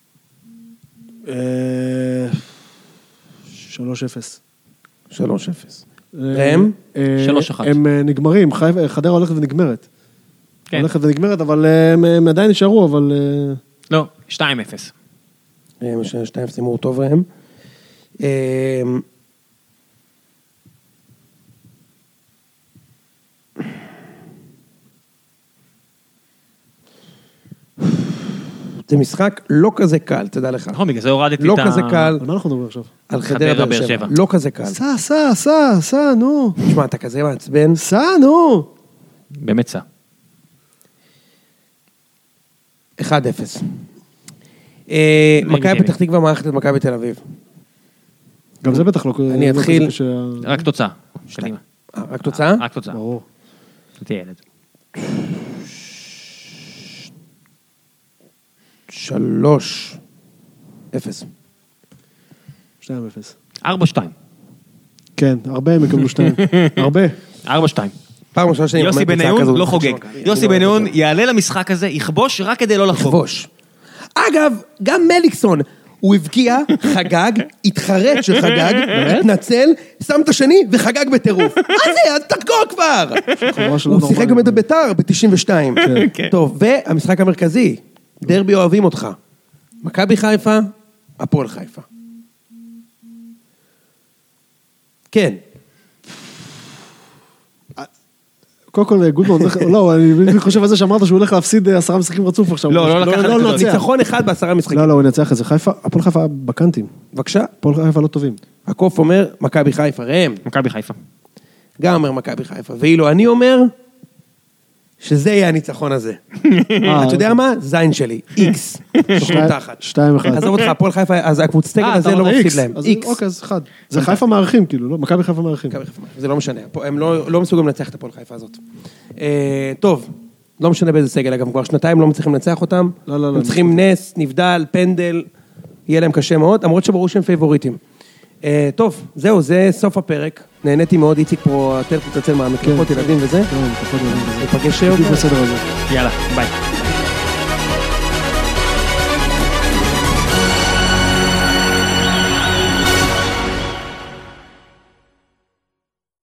Speaker 3: שלוש אפס.
Speaker 2: שלוש אפס. ראם?
Speaker 1: שלוש אחת.
Speaker 3: הם נגמרים, חדרה הולכת ונגמרת. הולכת ונגמרת, אבל הם עדיין נשארו, אבל...
Speaker 1: לא, שתיים אפס.
Speaker 2: ראם, שתיים אפס הימור טוב ראם. זה משחק לא כזה קל, תדע לך.
Speaker 1: נכון, בגלל זה הורדתי את ה...
Speaker 2: לא כזה קל.
Speaker 3: על מה אנחנו מדברים עכשיו?
Speaker 2: על חדרה באר שבע. לא כזה קל.
Speaker 3: סע, סע, סע, סע, נו.
Speaker 2: תשמע, אתה כזה מעצבן.
Speaker 3: סע, נו.
Speaker 1: באמת סע.
Speaker 2: אחד אפס. מכבי פתח תקווה מערכת את מכבי תל אביב.
Speaker 3: גם זה בטח לא...
Speaker 2: אני אתחיל...
Speaker 1: רק תוצאה. קדימה.
Speaker 2: רק תוצאה?
Speaker 1: רק תוצאה.
Speaker 3: ברור.
Speaker 1: תהיה ילד.
Speaker 2: שלוש. אפס.
Speaker 3: שתיים אפס.
Speaker 1: ארבע שתיים.
Speaker 3: כן, הרבה הם יקבלו שתיים. הרבה.
Speaker 1: ארבע שתיים.
Speaker 2: פעם ראשונה שאני...
Speaker 1: יוסי בניון לא חוגג. יוסי בניון יעלה למשחק הזה, יכבוש רק כדי לא לחגוג.
Speaker 2: יכבוש. אגב, גם מליקסון, הוא הבקיע, חגג, התחרט שחגג, התנצל, שם את השני וחגג בטירוף. מה זה? אז תחגוג כבר! הוא שיחק גם את ביתר ב-תשעים ושתיים. טוב, והמשחק המרכזי, דרבי אוהבים אותך. מכבי חיפה, הפועל חיפה. כן.
Speaker 3: קודם כל, גודמן, לא, אני חושב על זה שאמרת שהוא הולך להפסיד עשרה משחקים רצוף עכשיו.
Speaker 1: לא, לא לקחת את זה.
Speaker 2: ניצחון אחד בעשרה משחקים.
Speaker 3: לא, לא, הוא ינצח את זה. חיפה, הפועל חיפה בקנטים.
Speaker 2: בבקשה.
Speaker 3: הפועל חיפה לא טובים.
Speaker 2: הקוף אומר, מכבי חיפה, ראם.
Speaker 1: מכבי חיפה. גם
Speaker 2: אומר מכבי חיפה. ואילו אני אומר, שזה יהיה הניצחון הזה. אתה יודע מה? זין שלי. איקס.
Speaker 3: שתיים אחד.
Speaker 2: עזוב אותך, הפועל חיפה, אז הקבוצת סגל הזה לא מפסיד להם. איקס.
Speaker 3: אוקיי, אז אחד. זה חיפה מערכים, כאילו, מכבי חיפה מערכים.
Speaker 2: זה לא משנה. הם לא מסוגלים לנצח את הפועל חיפה הזאת. טוב, לא משנה באיזה סגל, אגב, כבר שנתיים לא מצליחים לנצח אותם. הם צריכים נס, נבדל, פנדל, יהיה להם קשה מאוד, למרות שברור שהם פייבוריטים. טוב, זהו, זה סוף הפרק. נהניתי מאוד, איציק פה, הטלפון תצל מהמקלחות, ילדים וזה. נפגש עוד.
Speaker 1: יאללה, ביי.